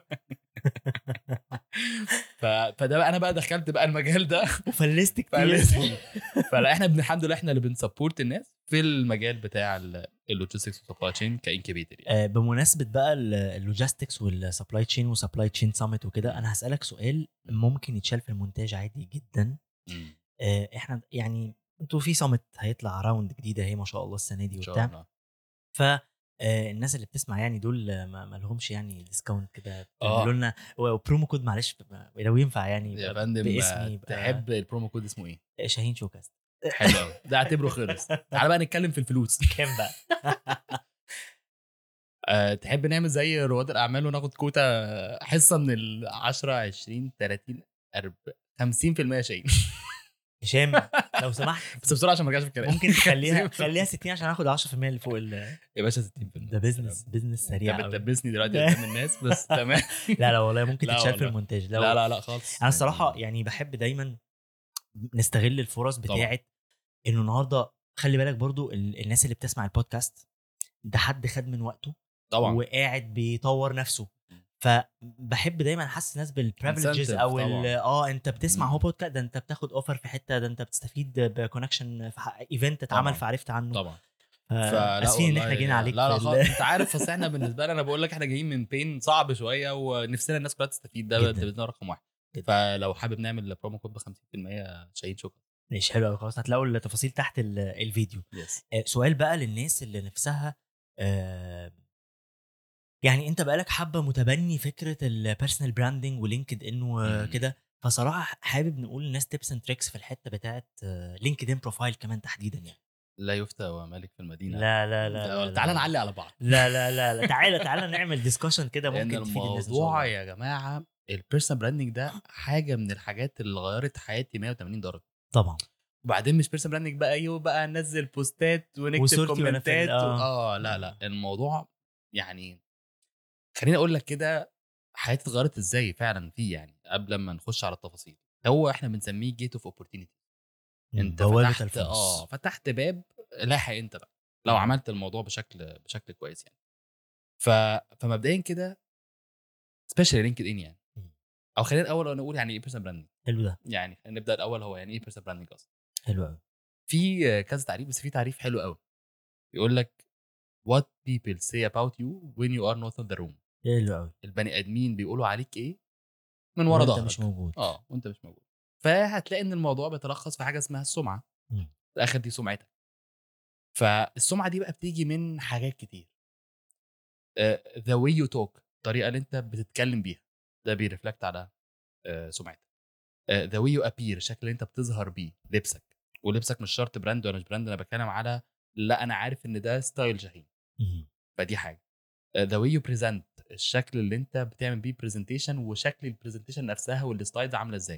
ف... فده بقى انا بقى دخلت بقى المجال ده وفلست كتير. فلست فيه. فلا احنا بن- الحمد لله احنا اللي بنسبورت الناس في المجال بتاع اللوجيستكس والسبلاي تشين كانكيبيتر يعني. آه، بمناسبه بقى اللوجيستكس والسبلاي تشين وسبلاي تشين سامت وكده، انا هسالك سؤال ممكن يتشال في المونتاج عادي جدا. مم. آه، احنا يعني انتوا في سامت هيطلع راوند جديده اهي ما شاء الله السنه دي ان شاء وبتاع، الله. ف آه، الناس اللي بتسمع يعني دول آه، ما ما لهمش يعني ديسكاونت كده تعملوا اه لنا وبرومو كود، معلش ب- لو ينفع يعني يا يبقى فندم باسمي، آه، يبقى تحب البرومو كود اسمه ايه؟ شاهين شوكاست. حلو قوي ده اعتبره خلص. تعالى بقى نتكلم في الفلوس. كام بقى؟ أه تحب نعمل زي رواد الاعمال وناخد كوتا حصه من ال عشرة عشرين تلاتين أربعين خمسين في المية شيء. هشام لو سمحت بس بسرعه عشان ما ارجعش في الكلام. ممكن تخليها خليها ستين عشان اخد عشرة في المية اللي فوق ال... يا باشا ستين في المية ده بيزنس بيزنس سريع انت قوي. بتلبسني دلوقتي قدام الناس بس تمام. لا لا والله ممكن لا تتشال في والله. المونتاج. لو لا لا لا خالص. انا الصراحه يعني بحب دايما نستغل الفرص طبعا بتاعه انه النهارده خلي بالك برضو ال- الناس اللي بتسمع البودكاست ده حد خد من وقته طبعا وقاعد بيطور نفسه، فبحب دايما احس الناس بالبريفليجز Incentive او ال- طبعا. اه انت بتسمع مم. هو بودكاست، ده انت بتاخد اوفر في حته، ده انت بتستفيد بكونكشن في ايفنت اتعمل طبعا فعرفت عنه. طبعا. آه، فلا اسفين ان والله احنا جينا عليك لا في لا ال... خالص. انت عارف بس احنا بالنسبه لي انا بقول لك احنا جايين من بين صعب شويه ونفسنا الناس كلها تستفيد، ده جداً. بالنسبه لنا رقم واحد. جداً. فلو حابب نعمل برومو كود ب خمسين في المية شهيد شكرا. ماشي حلو قوي، خلاص هتلاقوا التفاصيل تحت ال- الفيديو. يس. آه، سؤال بقى للناس اللي نفسها آه، يعني انت بقالك حبه متبني فكره البيرسونال براندنج ولينكد ان وكده، فصراحه حابب نقول للناس تيبس اند تريكس في الحته بتاعت لينكد ان بروفايل كمان تحديدا يعني. لا يفتى ومالك في المدينه. لا لا لا ده- لا تعالى لا نعلي على بعض. لا لا لا, لا. تعالى تعالى نعمل ديسكشن كده لان ممكن تفيد الناس ان شاء الموضوع الله. يا جماعه البيرسونال براندنج ده حاجه من الحاجات اللي غيرت حياتي مية وتمانين درجه. طبعا. وبعدين مش بيرسونال براندنج بقى ايوه بقى ننزل بوستات ونكتب وصورتي وانا في ال- كومنتات و... اه اه لا لا الموضوع يعني خليني اقول لك كده حياتي اتغيرت ازاي فعلا فيه يعني قبل ما نخش على التفاصيل. هو احنا بنسميه جيت اوف اوبورتونيتي. مم، انت بوابه فتحت الفرص. اه فتحت باب لاحق انت بقى لو مم. عملت الموضوع بشكل بشكل كويس يعني. ف فمبدئيا كده سبيشال لينكد ان يعني، مم. او خلينا الاول نقول يعني ايه بيرسونال براندنج. حلو ده. يعني نبدا الاول هو يعني ايه بيرسونال براندنج اصلا. حلو قوي. في كذا تعريف بس في تعريف حلو قوي بيقول لك what people say about you when you are not in the room. حلو قوي. البني ادمين بيقولوا عليك ايه من ورا وانت ظهرك مش موجود. اه وانت مش موجود. فهتلاقي ان الموضوع بيتلخص في حاجه اسمها السمعه. مم. في الاخر دي سمعتك. فالسمعه دي بقى بتيجي من حاجات كتير. uh, the way you talk الطريقه اللي انت بتتكلم بيها ده بيرفلكت على uh, سمعتك. uh, the way you appear الشكل اللي انت بتظهر بيه لبسك. ولبسك مش شرط براند ولا مش براند، انا بتكلم على لا انا عارف ان ده ستايل شاهين. مم. فدي حاجه. uh, the way you present الشكل اللي انت بتعمل بيه برزنتيشن وشكل البرزنتيشن نفسها والسلايدز عامله ازاي.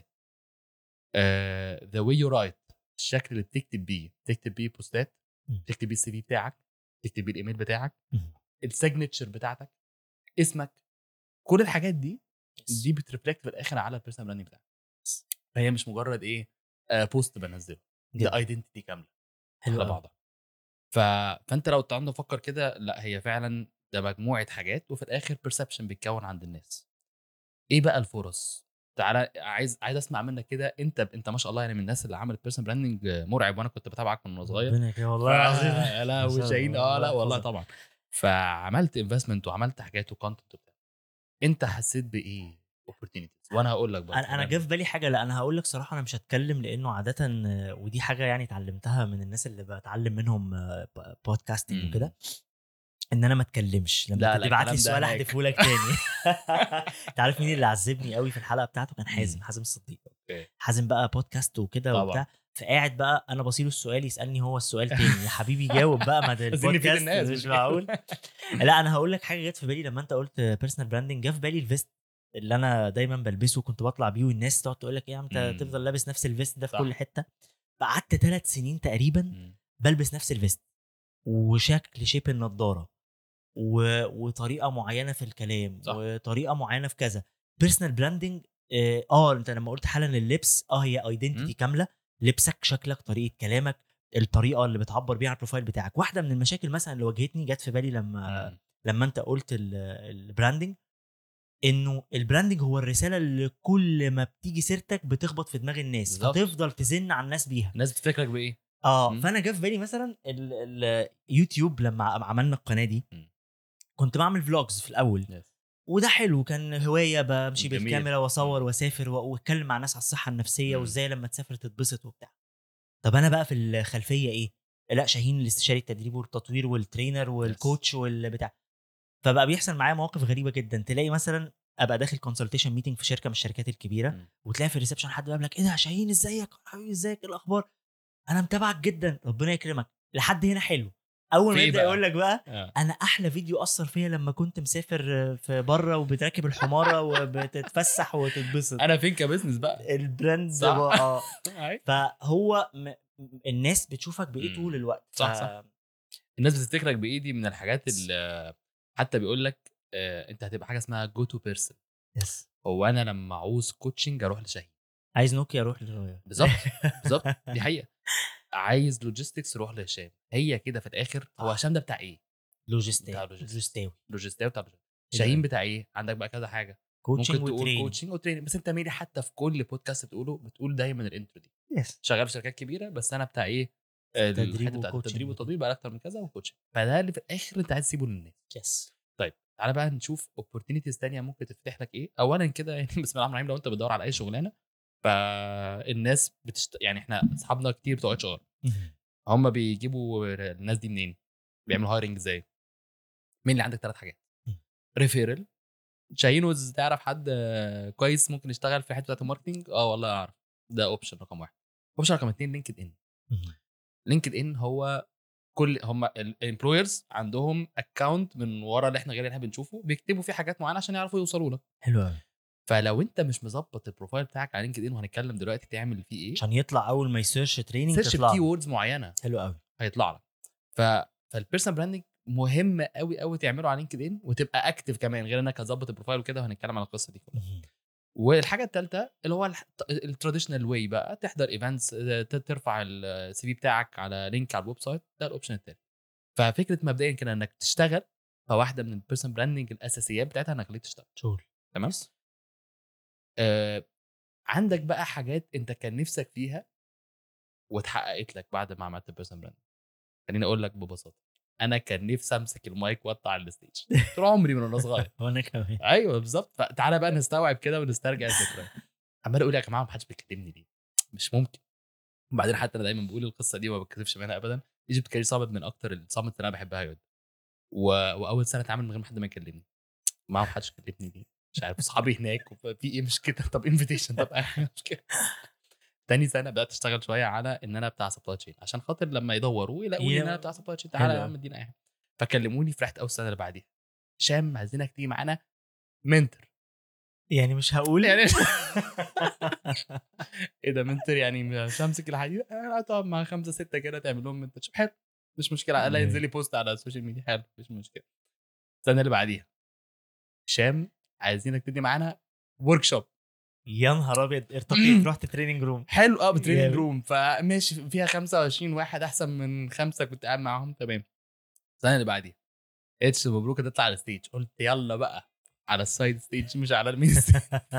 uh, the way you write الشكل اللي بتكتب بيه بتكتب بيه بوستات، مم. تكتب بيه السي في بتاعك، تكتب بيه الايميل بتاعك، مم. السيجنتشر بتاعتك، اسمك. كل الحاجات دي Yes. دي بترفلكت في الاخر على البيرسونال براندنج بتاعك. فهي مش مجرد ايه بوست بنزله جدا. ده ايدنتيتي كامله حلو على قوي. بعضها. ف... فانت لو تعالى نفكر كده، لا هي فعلا ده مجموعه حاجات، وفي الاخر بيرسبشن بيتكون عند الناس. ايه بقى الفرص؟ تعالى عايز عايز اسمع منك كده. انت انت ما شاء الله يعني من الناس اللي عملت بيرسونال براندنج مرعب، وانا كنت بتابعك من وانا صغير. ربنا يكرمك ف والله العظيم. لا ما شاء الله، وشاهين اه الله لا والله يحفظك. طبعا. فعملت انفستمنت وعملت حاجات وكونتنت وبتاع. انت حسيت بايه اوبورتونيتيز؟ وانا هقول لك برضه انا انا جه في بالي حاجه. لا انا هقول لك صراحه، انا مش هتكلم لانه عاده آه، ودي حاجه يعني اتعلمتها من الناس اللي بتعلم منهم آه، ب- بودكاستنج وكده، ان انا ما اتكلمش لما لا لا تبعت لي الكلام ده السؤال هاك. احذفه لك تاني. انت عارف مين اللي عذبني قوي في الحلقه بتاعته؟ كان حازم، مم. حازم الصديق. اوكي. حازم بقى بودكاست وكده طبعا وبتاع، فقاعد بقى انا بصيله السؤال يسالني هو السؤال تاني. يا حبيبي جاوب بقى، ما ده عايزين نفيد البودكاست الناس مش مش معقول. لا انا هقول لك حاجه جت في بالي لما انت قلت بيرسونال براندنج. جه في بالي الفيست اللي انا دايما بلبسه، كنت بطلع بيه والناس تقعد تقول لك ايه يا عم انت مم. تفضل لابس نفس الفيست ده في كل صح. حته. فقعدت ثلاث سنين تقريبا مم. بلبس نفس الفيست، وشكل شيب النضاره، و... وطريقه معينه في الكلام، صح. وطريقه معينه في كذا. بيرسونال براندنج اه آه، انت لما قلت حالا اللبس، اه هي ايدنتيتي مم. كامله. لبسك، شكلك، طريقه كلامك، الطريقه اللي بتعبر بيها عن البروفايل بتاعك. واحده من المشاكل مثلا اللي واجهتني جت في بالي لما مم. لما انت قلت ال- البراندنج، انه البراندنج هو الرساله اللي كل ما بتيجي سيرتك بتخبط في دماغ الناس، بالظبط. فتفضل تزن على الناس بيها. الناس بتفكرك بايه؟ اه مم. فانا جه في بالي مثلا ال- اليوتيوب لما عملنا القناه دي، مم. كنت بعمل فلوجز في الاول، Yes. وده حلو، كان هوايه بمشي جميل. بالكاميرا واصور مم. واسافر و- واتكلم مع ناس على الصحه النفسيه مم. وازاي لما تسافر تتبسط وبتاع. طب انا بقى في الخلفيه ايه؟ لا شاهين الاستشاري التدريب والتطوير والترينر والكوتش والبتاع. فبقى بيحصل معايا مواقف غريبه جدا. تلاقي مثلا ابقى داخل كونسلتيشن ميتنج في شركه من الشركات الكبيره، مم. وتلاقي في الريسبشن حد بيقابلك، ايه ده يا شاهين ازيك يا حبيبي، ازيك، ايه الاخبار، انا متابعك جدا، ربنا يكرمك. لحد هنا حلو. اول في ما ايه يبدا يقول بقى؟ لك بقى، آه. انا احلى فيديو اثر فيا لما كنت مسافر في بره وبتركب الحماره وبتتفسح وتتبسط. انا فين كبزنس بقى؟ البراند صح. بقى اه. أي. فهو م... الناس بتشوفك بايه طول مم. الوقت. ف... صح صح. الناس بتفتكرك بايدي من الحاجات اللي حتى بيقول لك آه، انت هتبقى حاجه اسمها جو تو بيرسون. يس. هو انا لما عاوز كوتشنج اروح لشاهين. عايز نوكيا اروح للرايه. بالظبط. بالظبط دي حقيقه. عايز لوجيستكس روح لهشام. هي كده في الاخر. هو هشام ده بتاع ايه؟ لوجيستاوي. بتاع لوجيستكس. لوجيستاوي. لوجيستاوي بتاع لوجيستكس. حلو شاهين قوي. بتاع ايه؟ عندك بقى كذا حاجه. كوتشنج ممكن تقول وتريننج. كوتشنج وتريننج، بس انت ميري حتى في كل بودكاست بتقوله بتقول دايما الانترو دي. يس. شغال في شركات كبيره، بس انا بتاع ايه؟ الحته تدريب بتاعت التدريب وكوتشنج. والتطبيق بقى اكتر من كذا وكوتشنج. فده اللي في الاخر انت عايز تسيبه للناس. يس. طيب تعالى بقى نشوف اوبورتونيتيز تانية ممكن تفتح لك ايه. اولا كده يعني بسم الله الرحمن الرحيم، لو انت بتدور على اي شغلانه، فالناس بتشت... يعني احنا اصحابنا كتير بتوع اتش ار، هم بيجيبوا الناس دي منين؟ بيعملوا هايرنج ازاي؟ مين اللي عندك ثلاث حاجات؟ ريفيرال. شاهينوز تعرف حد كويس ممكن يشتغل في حته بتاعت الماركتنج؟ اه والله اعرف. ده اوبشن رقم واحد. اوبشن رقم اثنين لينكد ان. لينكد ان هو كل هم الامبلويرز عندهم اكونت من ورا اللي احنا غير اللي احنا بنشوفه، بيكتبوا فيه حاجات معينه عشان يعرفوا يوصلوا لك. حلو قوي. فلو انت مش مظبط البروفايل بتاعك على لينكد ان، وهنتكلم دلوقتي تعمل فيه ايه، عشان يطلع اول ما يسيرش تريننج سيرش تطلع بكي له. ووردز معينه حلو قوي. هيطلع لك. ف فالبيرسونال براندنج مهم قوي قوي تعمله على لينكد ان، وتبقى اكتف كمان غير انك هتظبط البروفايل وكده، وهنتكلم على القصه دي كلها. والحاجه الثالثه اللي هو التراديشنال واي بقى، تحضر ايفنتس، ترفع السي في بتاعك على لينك على الويب سايت. ده الاوبشن الثالث. ففكره مبدئيا كده انك تشتغل، فواحده من البيرسونال براندنج الاساسيات بتاعتها انك ليه تشتغل. شغل. تمام. آه عندك بقى حاجات انت كان نفسك فيها واتحققت لك بعد ما عملت البيرسونال براندنج. خليني اقول لك ببساطه، انا كان نفسي امسك المايك واطلع على الستيج طول عمري من وانا صغير. وانا كمان. ايوه بالظبط. فتعالى بقى نستوعب كده ونسترجع الذكريات. عمال اقول يا جماعه ما حدش بيكلمني ليه؟ مش ممكن. وبعدين حتى انا دايما بقول القصه دي وما بتكسفش منها ابدا. ايجيبت كارير صامت من اكتر الصامت اللي انا بحبها يود. و... واول سنه اتعامل من غير ما حد ما يكلمني. ما حدش كلمني ليه؟ مش عارف. اصحابي هناك في ايه مشكله؟ طب انفيتيشن، طب اي مشكله. تاني سنه بدات اشتغل شويه على ان انا بتاع سبلاي تشين، عشان خاطر لما يدوروا يلاقوني ان انا بتاع سبلاي تشين. تعالى يا عم ادينا اي حاجه. فكلموني، فرحت اول سنه اللي بعديها، هشام عايزينك تيجي معانا منتر. يعني مش هقول يعني ايه ده منتر؟ يعني مش همسك الحديد، انا هتقعد مع خمسه سته كده تعمل لهم منتر. حلو مش مشكله. الا ينزل لي بوست على السوشيال ميديا. حلو مش مشكله. السنه اللي بعديها، هشام عايزينك تدي معانا ورك شوب. يا نهار ابيض، ارتقيت رحت تريننج روم. حلو اه بتريننج جامد. روم، فماشي فيها خمسة وعشرين واحد احسن من خمسه كنت قاعد معاهم تمام. السنه اللي بعديها اتش مبروك تطلع على الستيج، قلت يلا بقى على السايد ستيج مش على المين ستيج.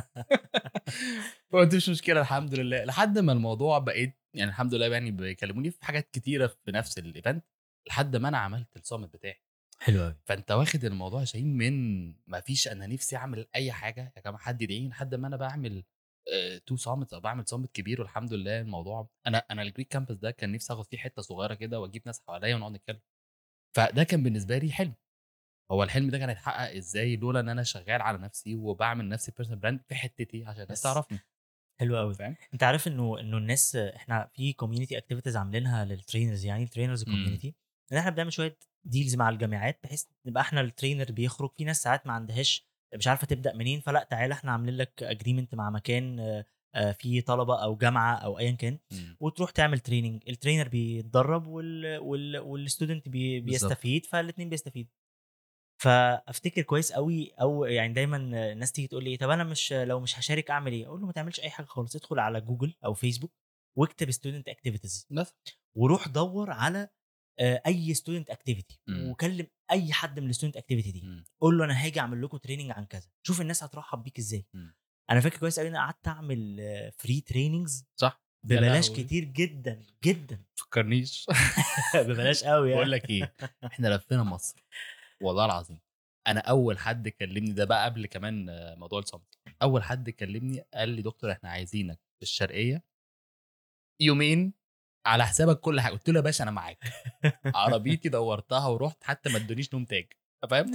قلت مش مشكله الحمد لله، لحد ما الموضوع بقيت يعني الحمد لله يعني بيكلموني في حاجات كتيره في نفس الايفنت لحد ما انا عملت الصامت بتاعي. حلو قوي. فانت واخد الموضوع يا شاهين من ما فيش انا نفسي اعمل اي حاجه يا جماعه حد يدعيني لحد ما انا بعمل تو صامت او بعمل صامت كبير والحمد لله الموضوع. انا انا الجريك كامبس ده كان نفسي اخد فيه حته صغيره كده واجيب ناس حواليا ونقعد نتكلم. فده كان بالنسبه لي حلم. هو الحلم ده كان هيتحقق ازاي لولا ان انا شغال على نفسي وبعمل نفسي بيرسونال براند في حتتي عشان الناس بس. تعرفني. حلو قوي. فاهم؟ انت عارف انه انه الناس، احنا في كوميونتي اكتيفيتيز عاملينها للترينرز، يعني الترينرز امم كوميونتي، ان احنا بنعمل شويه ديلز مع الجامعات بحيث نبقى احنا الترينر بيخرج. في ناس ساعات ما عندهاش، مش عارفه تبدا منين، فلا تعالى احنا عاملين لك اجريمنت مع مكان آه، آه، في طلبه او جامعه او ايا كان، امم وتروح تعمل تريننج. الترينر بيتدرب وال وال والستودنت بي بالظبط. بيستفيد، فالاثنين بيستفيدوا. فافتكر كويس قوي، او يعني دايما الناس تيجي تقول لي طب انا مش لو مش هشارك اعمل ايه؟ اقول له ما تعملش اي حاجه خالص، ادخل على جوجل او فيسبوك واكتب ستودنت اكتيفيتيز، بس وروح دور على آه، اي ستودنت اكتيفيتي امم وكلم اي حد من الستودنت اكتيفيتي دي، امم قول له انا هاجي اعمل لكم تريننج عن كذا، شوف الناس هترحب بيك ازاي. امم انا فاكر كويس قوي ان انا قعدت اعمل فري تريننجز صح. يا ببلاش لهوي كتير جدا جدا. فكرنيش. ببلاش قوي بقول يعني. لك ايه، احنا لفينا مصر والله العظيم. انا اول حد كلمني ده بقى قبل كمان آه، موضوع الصمت، اول حد كلمني قال لي دكتور احنا عايزينك في الشرقيه يومين على حسابك كل حاجه. قلت له يا باشا انا معاك، عربيتي دورتها ورحت حتى ما ادونيش نوم تاج. فاهم؟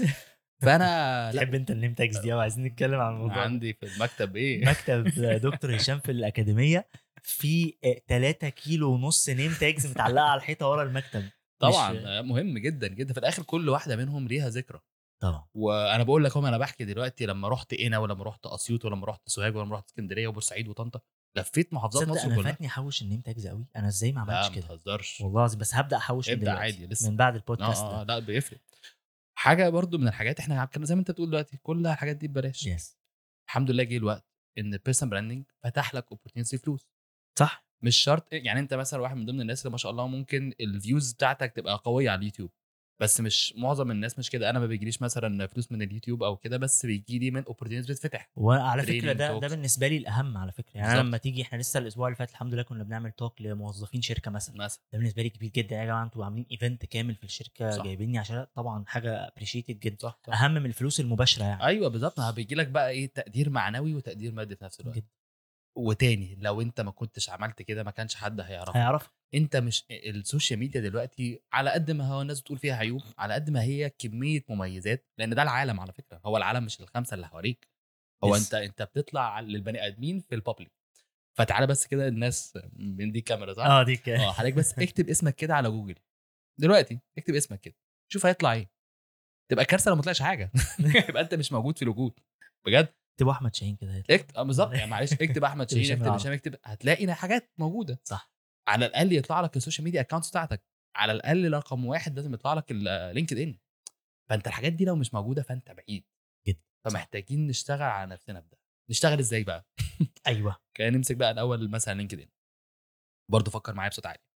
فانا لا تحب انت النيم تاجز دي، وعايزين نتكلم عن الموضوع ده. عندي في المكتب ايه. مكتب دكتور هشام في الأكاديمية في ثلاثة كيلو ونص نيم تاجز متعلقة على الحيطة ورا المكتب. مش طبعا آه، مهم جدا جدا. في الاخر كل واحده منهم ليها ذكرى. طبعا. وانا بقول لك هم انا بحكي دلوقتي لما رحت قنا ولما رحت اسيوط ولما رحت سوهاج ولما رحت اسكندريه وبورسعيد وطنطا، لفيت محافظات تصدق مصر انا كلها. فاتني احوش النيم تاجز قوي، انا ازاي ما لا عملتش ما كده؟ تهزرش، والله العظيم، بس هبدا احوش من ابدا دلوقتي، عادي لسه. من بعد اه البودكاست اه ده. لا بيفرق. حاجه برضو من الحاجات احنا كنا زي ما انت بتقول دلوقتي كل الحاجات دي ببلاش. يس. الحمد لله جه الوقت ان البيرسون براندنج فتح لك اوبورتيونيتي فلوس. صح. مش شرط يعني انت مثلا واحد من ضمن الناس اللي ما شاء الله ممكن الفيوز بتاعتك تبقى قويه على اليوتيوب، بس مش معظم الناس مش كده. انا ما بيجيليش مثلا فلوس من اليوتيوب او كده، بس بيجي لي من اوبورتيونيتيز بتفتح وعلى فكره تريننج ده ده توكس. بالنسبه لي الاهم على فكره. يعني انا لما بالظبط تيجي، احنا لسه الاسبوع اللي فات الحمد لله كنا بنعمل توك لموظفين شركه مثلا، مثلا. ده بالنسبه لي كبير جدا. يا جماعه انتوا عاملين ايفنت كامل في الشركه صح جايبيني عشان، طبعا حاجه ابريشيتد جدا، صح صح اهم من الفلوس المباشره يعني. ايوه بالظبط. بيجي لك بقى ايه تقدير معنوي وتقدير مادي في نفس الوقت. جدا. وتاني لو انت ما كنتش عملت كده ما كانش حد هيعرفك. هيعرف. انت مش السوشيال ميديا دلوقتي على قد ما هو الناس بتقول فيها عيوب على قد ما هي كميه مميزات، لان ده العالم على فكره. هو العالم مش الخمسه اللي حواليك. هو يس. انت انت بتطلع للبني ادمين في البابليك. فتعالى بس كده الناس من دي كاميرا صح؟ اه ديك. اه حضرتك بس اكتب اسمك كده على جوجل دلوقتي، اكتب اسمك كده شوف هيطلع ايه. تبقى كارثه لو ما طلعش حاجه. يبقى انت مش موجود في الوجود بجد. تبقى احمد شاهين كده هيطلع. اكتب اه بالظبط يعني معلش اكتب احمد تبقى شاهين هشام اكتب العربي. هشام اكتب هتلاقي حاجات موجوده. صح. على الاقل يطلع لك السوشيال ميديا اكونتس بتاعتك. على الاقل رقم واحد لازم يطلع لك اللينكد ان. فانت الحاجات دي لو مش موجوده فانت بعيد. جدا. صح. فمحتاجين نشتغل على نفسنا بده. نشتغل ازاي بقى؟ ايوه. كان نمسك بقى الاول مثلا لينكد ان. برضه فكر معايا بصوت عالي.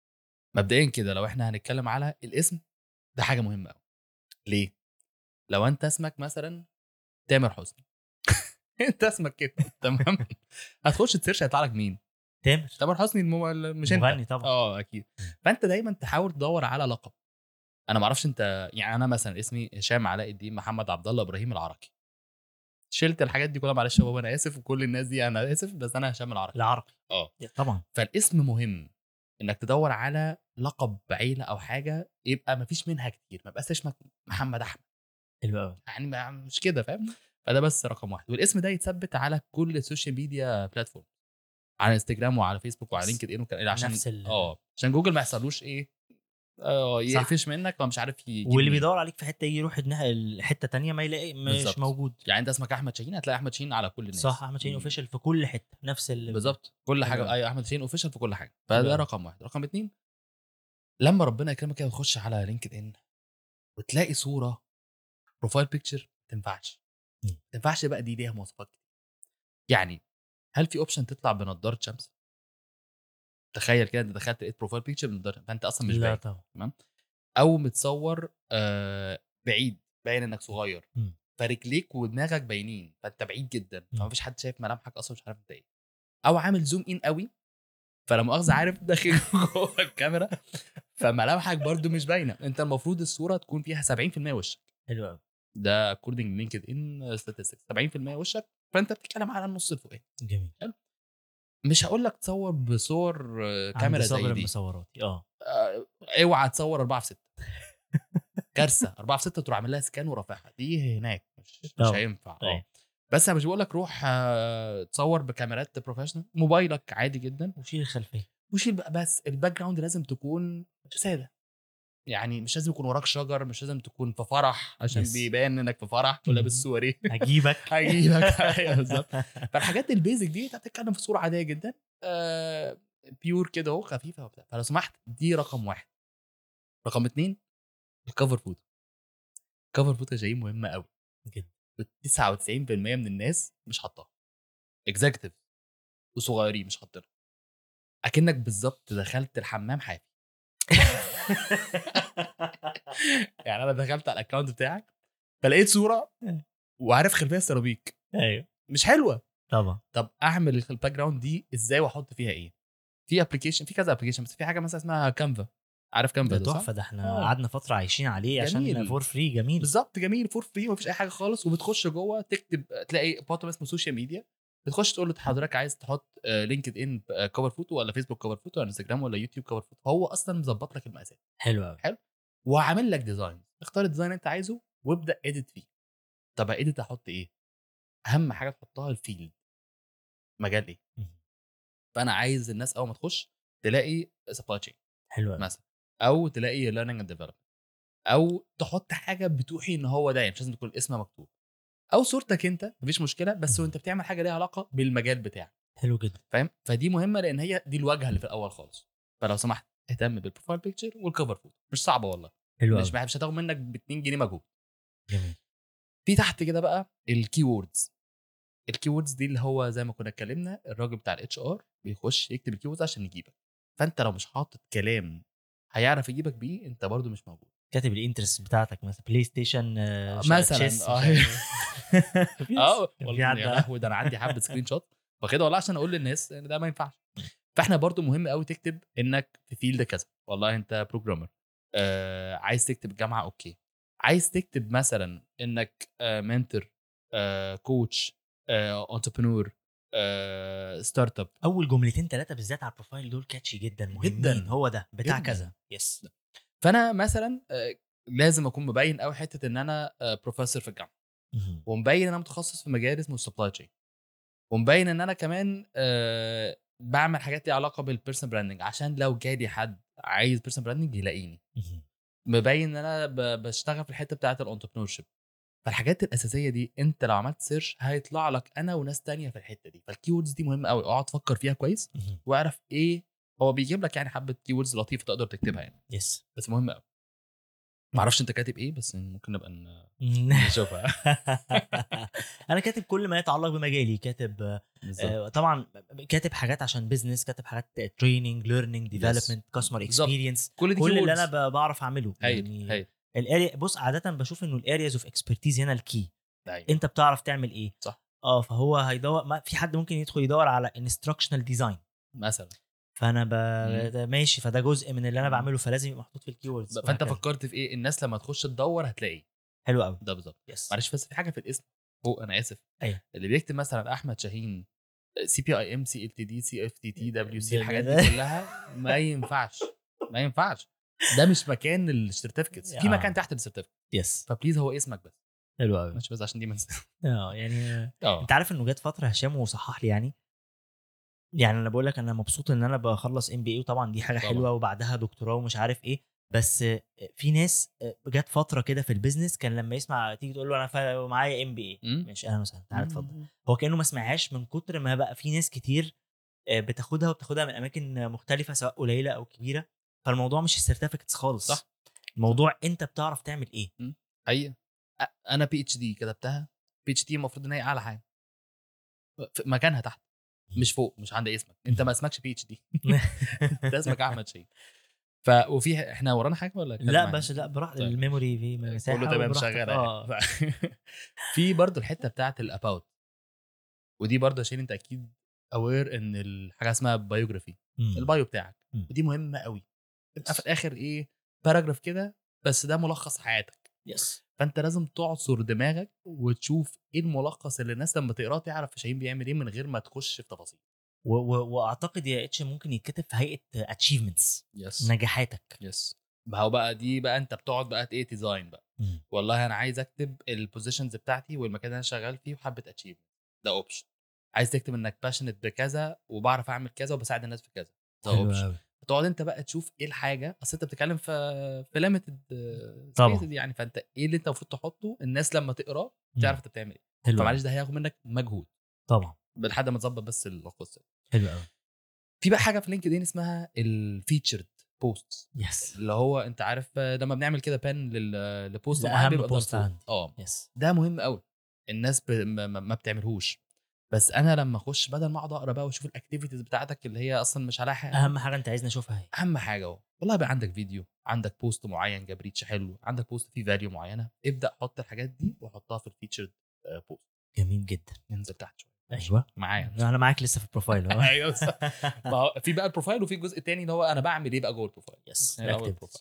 مبدئيا كده لو احنا هنتكلم على الاسم، ده حاجه مهمه قوي. ليه؟ لو انت اسمك مثلا تامر حسني. انت اسمك كده تمام. هتخش تسيرش هيطلع لك مين؟ تامر. تامر حسني المو... مش انت. مغني طبعا. اه اكيد. فانت دايما تحاول تدور على لقب. انا ما اعرفش انت يعني انا مثلا اسمي هشام علاء الدين محمد عبد الله ابراهيم العراقي. شلت الحاجات دي كلها معلش هو انا اسف وكل الناس دي انا اسف بس انا هشام العراقي. العربي. اه طبعا. فالاسم مهم. انك تدور على لقب عيله او حاجه يبقى ما فيش منها كتير، ما يبقاش اسمك محمد احمد حلو قوي. يعني ما مش كده فاهم. فده بس رقم واحد. والاسم ده يتثبت على كل السوشيال ميديا بلاتفورم، على انستجرام وعلى فيسبوك وعلى بس لينكد ان وكده عشان نفس ال اه عشان جوجل ما يحصلوش ايه اه صح. يقفش منك ومش عارف يجيب واللي مين. بيدور عليك في حته يجي يروح الناحيه الحته تانية ما يلاقي، مش بالظبط. موجود. يعني انت اسمك احمد شاهين هتلاقي احمد شاهين على كل صح. الناس. احمد شاهين مم. اوفيشال في كل حته نفس ال بالظبط كل حلو حاجه. أوي. اي احمد شاهين اوفيشال في كل حاجه. حلو فده أوي. رقم واحد. رقم اتنين، لما ربنا يكرمك كده وتخش على لينكد ان وتلاقي صوره بروفايل بيكتشر ما تنفعش. مم. ما تنفعش بقى دي ليها مواصفات كتير. يعني هل في اوبشن تطلع بنضاره شمس؟ تخيل كده انت دخلت لقيت بروفايل بيكتشر بنضاره، فانت اصلا مش لا باين. طبعا. تمام. او متصور آه بعيد، باين انك صغير، مم. فرجليك ودماغك باينين، فانت بعيد جدا، مم. فمفيش حد شايف ملامحك اصلا، مش عارف انت ايه. او عامل زوم ان قوي، فلا مؤاخذه عارف داخل جوه الكاميرا، فملامحك برضو مش باينه. انت المفروض الصوره تكون فيها سبعين في المية وشك، حلو قوي. ده اكوردنج لينكد ان ستاتستكس، سبعين في المية وشك، فانت بتتكلم على النص الفوقاني. جميل. مش هقول لك تصور بصور آه، عند كاميرا صابر زي دي، المصوراتي اه آه، اوعى تصور أربعة في ستة، كارثه. أربعة في ستة تروح عامل لها سكان ورافعها، دي هناك مش مش طبعا. هينفع. اه أيوة. بس انا مش بقول لك روح آه، تصور بكاميرات بروفيشنال، موبايلك عادي جدا، وشيل الخلفيه. وشيل بقى، بس الباك جراوند لازم تكون ساده. يعني مش لازم يكون وراك شجر، مش لازم تكون في فرح عشان يس. بيبان انك في فرح ولابس سوري. هجيبك. هجيبك. ايوه بالظبط. فالحاجات البيزك دي انت بتتكلم في صوره عاديه جدا، آه بيور كده اهو، خفيفه وبتاع. فلو سمحت دي رقم واحد. رقم اتنين الكفر فوتو. كفر فوتو شيء مهم قوي جدا. تسعة وتسعين بالمية من الناس مش حاطاها، اكزيكتيف وصغيرين مش حاطينها، اكنك بالظبط دخلت الحمام حافي. يعني انا دخلت على الاكونت بتاعك فلقيت صوره وعارف خلفيه سيراميك ايوه مش حلوه. طبعا. طب اعمل الباك جراوند دي ازاي واحط فيها ايه؟ في ابلكيشن، في كذا ابلكيشن، بس في حاجه مثلا اسمها كانفا. عارف كانفا ده ده صح؟ تحفه، ده احنا آه. قعدنا فتره عايشين عليه عشان جميل. فور فري. جميل بالظبط، جميل فور فري ومفيش اي حاجه خالص، وبتخش جوه تكتب تلاقي بوتم اسمه سوشيال ميديا، بتخش تقول له حضرتك عايز تحط لينكد ان كفر فوتو ولا فيسبوك كفر فوتو ولا انستجرام ولا يوتيوب كفر فوتو، فهو اصلا مظبط لك المقاسات. حلو قوي. حلو. وعامل لك ديزاين، اختار الديزاين انت عايزه وابدا اديت فيه. طب اديت احط ايه؟ اهم حاجه تحطها الفيلد، مجال ايه. فانا عايز الناس اول ما تخش تلاقي سبلاي تشين حلو قوي. مثلا، او تلاقي ليرنينج اند ديفلوبمنت، او تحط حاجه بتوحي ان هو ده، يعني مش لازم تكون الاسم مكتوب، او صورتك انت مفيش مشكله، بس وانت بتعمل حاجه ليها علاقه بالمجال بتاعك. حلو جدا. فاهم؟ فدي مهمه لان هي دي الواجهه اللي في الاول خالص. فلو سمحت اهتم بالبروفايل بيكتشر والكفر فوتو، مش صعبه والله. حلو مش قوي. مش هتاخد منك ب اتنين جنيه مجهود. جميل. في تحت كده بقى الكي ووردز. الكي ووردز دي اللي هو زي ما كنا اتكلمنا، الراجل بتاع الاتش ار بيخش يكتب الكي ووردز عشان يجيبك. فانت لو مش حاطط كلام هيعرف يجيبك بيه، انت برضو مش موجود. كاتب الانترست بتاعتك مثلا بلاي ستيشن آه، ش- مثلا تشيس، اه مش عارف. اه كان في والله حد- يا لهوي، ده انا عندي حبه سكرين شوت واخدها والله عشان اقول للناس ان ده ما ينفعش. فاحنا برضو مهم قوي تكتب انك في فيلد كذا، والله انت بروجرامر، آه عايز تكتب الجامعه اوكي، عايز تكتب مثلا انك آه منتور، آه كوتش، آه انتربرنور، آه ستارت اب. اول جملتين ثلاثه بالذات على البروفايل دول كاتشي جدا، مهمين. جداً. هو ده بتاع جداً. كذا. يس. فانا مثلا آه لازم اكون مبين قوي حته ان انا آه بروفيسور في الجامعه، مهم. ومبين ان انا متخصص في مجال اسمه السبلاي تشين، ومبين ان انا كمان آه بعمل حاجات ليها علاقه بالبيرسونال براندنج عشان لو جالي حد عايز بيرسونال براندنج يلاقيني. مهم. مبين ان انا ب- بشتغل في الحته بتاعه الانتربرنور شيب. فالحاجات الاساسيه دي انت لو عملت سيرش هيطلع لك انا وناس تانية في الحته دي. فالكيوردز دي مهمه قوي، اقعد فكر فيها كويس مهم. واعرف ايه هو بيجيب لك، يعني حبه كيوردز لطيفه تقدر تكتبها يعني، يس. بس مهمه قوي. معرفش انت كاتب ايه، بس ممكن نبقى ن- نشوفها. انا كاتب كل ما يتعلق بمجالي. كاتب بالظبط. آه، طبعا كاتب حاجات عشان بيزنس، كاتب حاجات تريننج، ليرنينج، ديفلوبمنت، كاستمر بالظبط. اكسبيرينس. كل دي كل اللي انا keywords. ب- بعرف اعمله هايل يعني. هايل. الاريا، بص عاده بشوف انه الارياز اوف اكسبرتيز هنا الكي. أيوة. انت بتعرف تعمل ايه؟ صح. اه فهو هيدور، ما في حد ممكن يدخل يدور على انستراكشنال ديزاين مثلا. فانا ب... مم. ده ماشي، فده جزء من اللي انا مم. بعمله، فلازم يبقى محطوط في الكيوردز. فانت فكرت في ايه؟ الناس لما تخش تدور هتلاقي حلو قوي. ده بالظبط. يس. معلش بس في حاجه في الاسم فوق، انا اسف. ايوه. اللي بيكتب مثلا احمد شاهين سي بي اي ام سي ال تي دي سي اف تي تي دبليو سي، ده- الحاجات ده- دي كلها ما ينفعش. ما ينفعش. ده مش مكان السيرتيفيكتس، في آه. مكان تحت السيرتيفيكت. يس. فبليز هو اسمك بس. حلو قوي. ماشي، بس عشان دي منسى. اه يعني اه انت عارف انه جت فتره هشام وصحح لي يعني. يعني انا بقول لك انا مبسوط ان انا بخلص ام بي اي، وطبعا دي حاجه طبعاً. حلوه، وبعدها دكتوراه ومش عارف ايه. بس في ناس جت فتره كده في البيزنس كان لما يسمع تيجي تقول له انا فا- معايا ام بي اي، مم. مش اهلا وسهلا تعالى اتفضل. مم. هو كانه ما سمعهاش من كتر ما بقى في ناس كتير بتاخدها، وبتاخدها من اماكن مختلفه سواء قليله او كبيره. فالموضوع مش السيرتيفيكتس خالص. صح. الموضوع انت بتعرف تعمل ايه. مم. حقيقه. أ- انا بي اتش دي كتبتها. بي اتش دي المفروض ان هي اعلى حاجه في مكانها تحت. مش فوق، مش عند اسمك انت، ما اسمكش بي اتش دي انت اسمك احمد شاهين. ف وفي احنا ورانا حاجه ولا اتكلم لا عن- باشا، لا براحتك، طيب. الميموري في كله مساحه تمام وبراحتك. شغاله اه يعني. ف- في برضو الحته بتاعت الاباوت، ودي برضو عشان انت اكيد اوير ان الحاجه اسمها بايوجرافي، مم. البايو بتاعك، مم. ودي مهمه قوي. تبقى في الاخر ايه، باراجراف كده، بس ده ملخص حياتك. يس. فانت لازم تعصر دماغك وتشوف ايه الملخص اللي الناس لما تقراه تعرف شاهين بيعمل ايه من غير ما تخش في تفاصيل. و- و- واعتقد يا اتش ممكن يتكتب في هيئه اتشيفمنتس، يس نجاحاتك. يس. ما هو بقى دي بقى انت بتقعد بقى ايه ديزاين بقى. مم. والله انا عايز اكتب البوزيشنز بتاعتي والمكان اللي انا شغال فيه وحابه اتشيف، ده اوبشن. عايز تكتب انك باشنت بكذا وبعرف اعمل كذا وبساعد الناس في كذا، ده حلو اوبشن. قوي. تقعد انت بقى تشوف ايه الحاجه، اصل انت بتتكلم في في ليميتد طبعا. سبيسز يعني، فانت ايه اللي انت المفروض تحطه الناس لما تقراه مم. تعرف انت بتعمل ايه. حلو فمعلش قوي. ده هياخد منك مجهود طبعا. لحد ما تظبط بس القصه. حلو قوي. في بقى حاجه في لينكد ان اسمها الفيتشرد بوست، يس. اللي هو انت عارف لما بنعمل كده بان للبوست ده معين اهم بيبقى بوست ضغط عندي. اه يس. ده مهم قوي. الناس ب... ما, ما بتعملهوش، بس انا لما اخش بدل ما اقعد اقرا بقى واشوف الاكتيفيتيز بتاعتك اللي هي اصلا مش عليها حاجه، اهم حاجه انت عايزني اشوفها هي. اهم حاجه اهو والله بقى عندك فيديو، عندك بوست معين جاب ريتش حلو، عندك بوست فيه فاليو معينه، ابدا حط الحاجات دي وحطها في الفيتشرد بوست. جميل جدا. ننزل تحت شويه. ايوه معايا انا معاك لسه في البروفايل اهو. ايوه صح. ما هو في بقى البروفايل وفي الجزء الثاني اللي هو انا بعمل ايه بقى جوه البروفايل. يس. هنا اول البروفايل.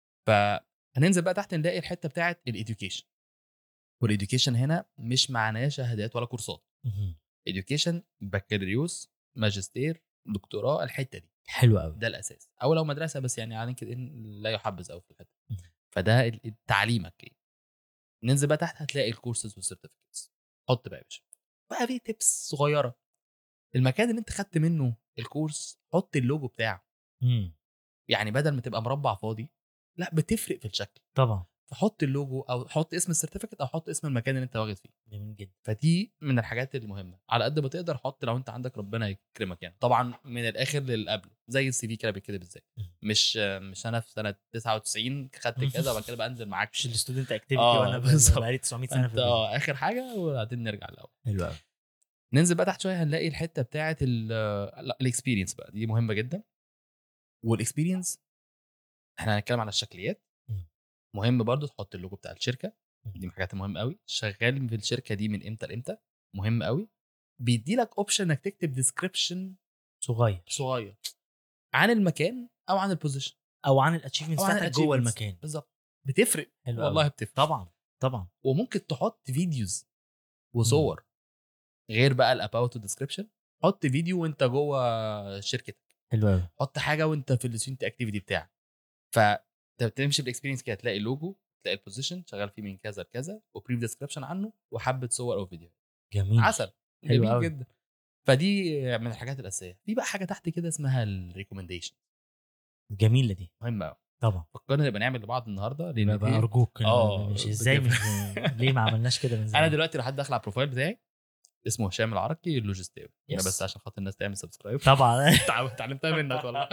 فهننزل بقى تحت نلاقي الحته بتاعه الاديوكيشن. والاديوكيشن هنا مش معناه شهادات ولا كورسات. اديوكيشن بكالوريوس ماجستير دكتوراه، الحته دي حلو قوي. ده الاساس، او لو مدرسه بس يعني على لينكد ان لا يحبذ قوي في الحته. فده تعليمك ايه. ننزل بقى تحت هتلاقي الكورسز والسيرتيفيكتس. حط بقى يا باشا بقى في تيبس صغيره. المكان اللي انت خدت منه الكورس حط اللوجو بتاعه. امم يعني بدل ما تبقى مربع فاضي، لا بتفرق في الشكل. طبعا. فحط اللوجو او حط اسم السيرتيفيكت او حط اسم المكان اللي انت واخد فيه. جميل جدا. فدي من الحاجات المهمه على قد ما تقدر. حط لو انت عندك ربنا يكرمك يعني، طبعا من الاخر للقبل زي السي في كده بيتكتب ازاي. مش مش انا في سنه تسعة وتسعين خدت كذا وبعد كده بقى انزل معاك مش الستودنت اكتيفيتي اه وانا بالظبط. بقالي تسعمية سنه في انت البيت. اه اخر حاجه وبعدين نرجع الاول. حلو قوي. ننزل بقى تحت شويه هنلاقي الحته بتاعه الاكسبيرينس بقى، دي مهمه جدا. والاكسبيرينس احنا هنتكلم على الشكليات. مهم برضو تحط اللوجو بتاع الشركه، دي من الحاجات المهمه قوي. شغال في الشركه دي من امتى لامتى، مهم قوي. بيدي لك اوبشن انك تكتب ديسكريبشن صغير صغير عن المكان او عن البوزيشن او عن الاتشيفمنتس او عن بتاعتك جوه achievements. المكان. بالظبط بتفرق. حلو والله قوي. بتفرق طبعا طبعا. وممكن تحط فيديوز وصور غير بقى الاباوت والديسكريبشن. حط فيديو وانت جوه شركتك، حلو قوي. حط حاجه وانت في الستودنت اكتيفيتي بتاعك. فانت بتمشي بالاكسبيرينس كده، هتلاقي اللوجو، تلاقي البوزيشن شغال فيه من كذا لكذا وبريف ديسكريبشن عنه وحبه صور او فيديو. جميل. عسل. حلو جميل قوي. جدا. فدي من الحاجات الاساسيه. في بقى حاجه تحت كده اسمها الريكومنديشن، جميله دي. مهمه قوي. طبعا. فكرنا نبقى نعمل لبعض النهارده لان بقى دي ارجوك اه مش ازاي مش ليه ما عملناش كده من زمان. انا دلوقتي راح داخل على البروفايل بتاعي اسمه هشام العرقي اللوجستاوي. انا بس عشان خاطر الناس تعمل سبسكرايب طبعا. اتعلمتها منك والله.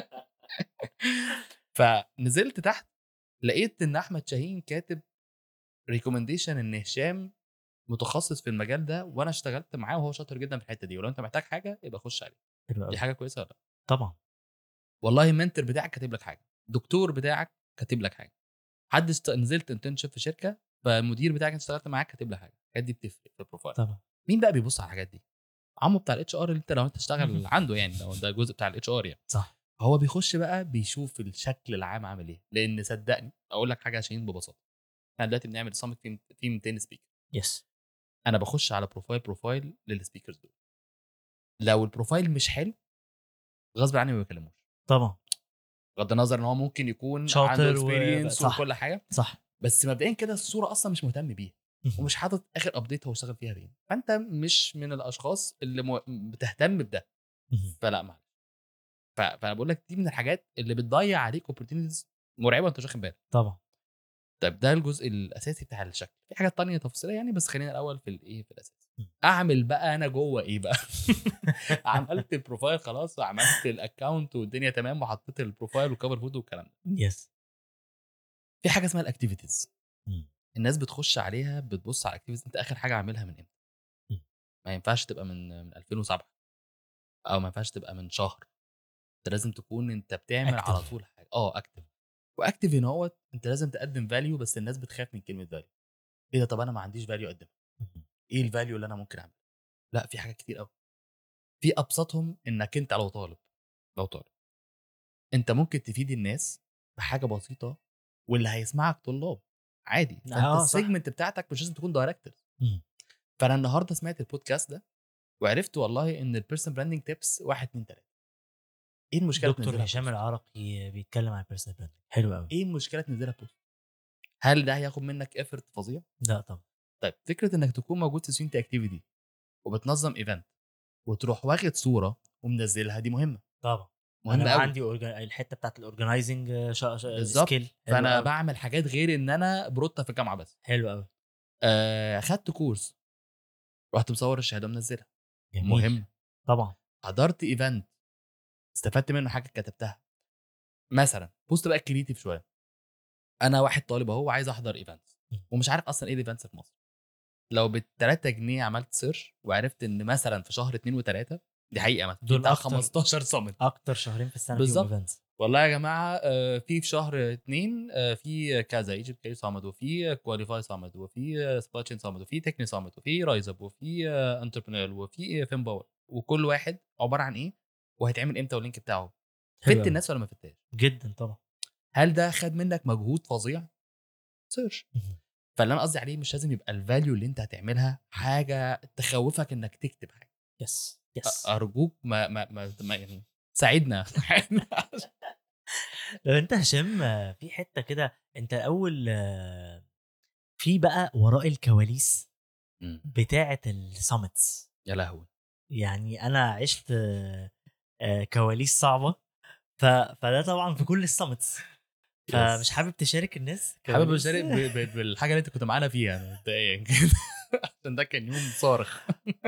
فنزلت تحت لقيت ان احمد شاهين كاتب ريكومنديشن ان هشام متخصص في المجال ده وانا اشتغلت معاه وهو شاطر جدا في الحته دي، ولو انت محتاج حاجه يبقى خش عليه. دي حاجه كويسه ولا؟ طبعا. والله المنتور بتاعك كاتب لك حاجه، دكتور بتاعك كاتب لك حاجه، حد است... نزلت انترنشيب في شركه فالمدير بتاعك انت اشتغلت معاه كاتب لك حاجه. الحاجات دي بتفرق في البروفايل. طبعا. مين بقى بيبص على الحاجات دي؟ عمو بتاع الاتش ار اللي انت لو انت تشتغل عنده يعني، لو ده جزء بتاع الاتش ار يعني. صح. هو بيخش بقى بيشوف الشكل العام عامل ايه. لان صدقني اقول لك حاجه عشان ببساطه، احنا دلوقتي بنعمل صامت في في مئتين سبيكر. يس. انا بخش على بروفايل بروفايل للسبيكرز دول. لو البروفايل مش حلو غصب عني ما بكلموش. طبعا. بغض النظر ان هو ممكن يكون شاطر عنده اكسبيرينس و... وكل حاجه، صح. بس مبدئيا كده الصوره اصلا مش مهتم بيها ومش حاطط اخر ابديت هو اشتغل فيها فين. فانت مش من الاشخاص اللي مو... بتهتم بده. فلا معلش. ف... فانا بقول لك دي من الحاجات اللي بتضيع عليك اوبورتونيتيز مرعبه انت مش واخد بالك. طبعا. طيب ده الجزء الاساسي بتاع الشكل. في حاجات تانية تفصيليه يعني، بس خلينا الاول في الايه في الاساس. اعمل بقى انا جوه ايه بقى. عملت البروفايل خلاص وعملت الاكونت والدنيا تمام وحطيت البروفايل والكفر فوتو والكلام ده. يس. في حاجه اسمها الاكتيفيتيز. الناس بتخش عليها بتبص على الاكتيفيتيز انت اخر حاجه عاملها من امتى. ما ينفعش تبقى من من ألفين وسبعة. او ما ينفعش تبقى من شهر. انت لازم تكون انت بتعمل Active. على طول حاجه اه اكتف. واكتف هنا هو انت لازم تقدم فاليو، بس الناس بتخاف من كلمه فاليو. ايه ده؟ طب انا ما عنديش فاليو اقدمها. مهم. ايه الفاليو اللي انا ممكن اعملها؟ لا، في حاجات كتير قوي. في ابسطهم انك انت لو طالب لو طالب انت ممكن تفيد الناس بحاجه بسيطه، واللي هيسمعك طلاب عادي. فانت اه صح. السيجمنت بتاعتك مش لازم تكون دايركتور. مم. فانا النهارده سمعت البودكاست ده وعرفت والله ان البيرسون براندنج تيبس واحد اتنين تلاته. ايه المشكله دكتور تنزلها هشام بوست؟ العرقي بيتكلم عن البيرسونال براندنج، حلو قوي. ايه المشكله تنزلها بوست؟ هل ده هياخد منك افورت فظيع؟ لا طبعا. طيب فكره انك تكون موجود في سينتي اكتيفيتي وبتنظم ايفنت وتروح واخد صوره ومنزلها، دي مهمه. طبعا انا مهمه بقى قوي. عندي أورجا... الحته بتاعت الاورجنايزنج بالظبط. سكيل، حلو فانا قوي. بعمل حاجات غير ان انا بروتة في الجامعه بس. حلو قوي. آه خدت كورس، رحت مصور الشهاده ومنزلها، جميل. مهم. طبعا. حضرت ايفنت، استفدت منه حاجه كتبتها. مثلا بوست بقى كريتيف شويه. انا واحد طالب اهو عايز احضر ايفنت ومش عارف اصلا ايه الايفنتس في مصر. لو ب تلاتة جنيه عملت سيرش وعرفت ان مثلا في شهر اتنين وتلاتة، دي حقيقه مثلا في دول بتاع اكتر خمستاشر صامت. اكتر شهرين في السنه فيهم بالظبط. ايفنتس. والله يا جماعه آه، في في شهر اتنين آه، في كذا ايجيبت كاري صامد، وفي كواليفاي صامد، وفي سبلاي تشين صامد، وفي تكني صامد، وفي رايز اب، وفي انتربرينور، وفي فين باور. وكل واحد عباره عن ايه وهيتعمل امتى واللينك بتاعه. حلو فدت قوي الناس ولا ما فدتهاش؟ جدا طبعا. هل ده خد منك مجهود فظيع؟ سيرش. مهم. فاللي انا قصدي عليه مش لازم يبقى الفاليو اللي انت هتعملها حاجه تخوفك انك تكتب حاجه. يس أ- يس. ارجوك ما ما, ما, ما يعني ساعدنا. لو انت هشام، آه، في حته كده انت الاول، آه، في بقى وراء الكواليس مم. بتاعه السامتس. يا لهوي. يعني انا عشت آه، آه، كواليس صعبه. ف... فده طبعا في كل السامتس. فمش يس. حابب تشارك الناس حابب كواليس؟ اشارك ب- ب- بالحاجه اللي انت كنت معانا فيها مبدئيا كده. عشان ده كان يوم صارخ.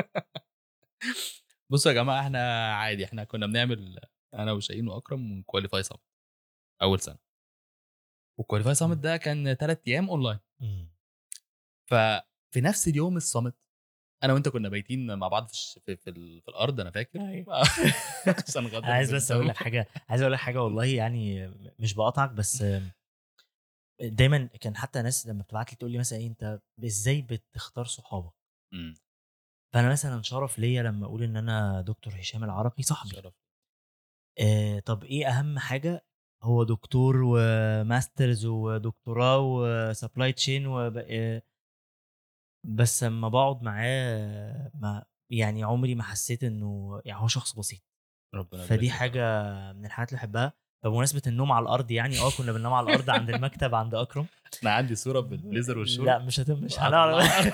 بصوا يا جماعه، احنا عادي، احنا كنا بنعمل انا وشاهين واكرم كواليفاي صامت اول سنه. والكواليفاي صامت ده كان ثلاث ايام اونلاين. مم. ففي نفس اليوم الصامت انا وانت كنا بايتين مع بعض في الش- في, في, ال- في الارض، انا فاكر. أيوة. عشان غدر انا عايز بس اقول بالدم. لك حاجه، عايز اقول لك حاجه والله، يعني مش بقاطعك بس دايما كان حتى ناس لما بتبعت لي تقول لي مثلا ايه انت ازاي بتختار صحابك. مم. فانا مثلا شرف ليا لما اقول ان انا دكتور هشام العرقي صاحبي. شرف. آه طب ايه اهم حاجه؟ هو دكتور وماسترز ودكتوراه وسبلاي تشين وب... آه بس لما بقعد معاه ما يعني عمري ما حسيت انه يعني هو شخص بسيط. ربنا يبارك فدي لك يا رب. حاجه من الحاجات اللي بحبها. بمناسبه النوم على الارض، يعني اه كنا بننام على الارض عند المكتب عند اكرم. انا عندي صوره بالبليزر والشورت. لا مش هتم مش هنعرف. هطلعها.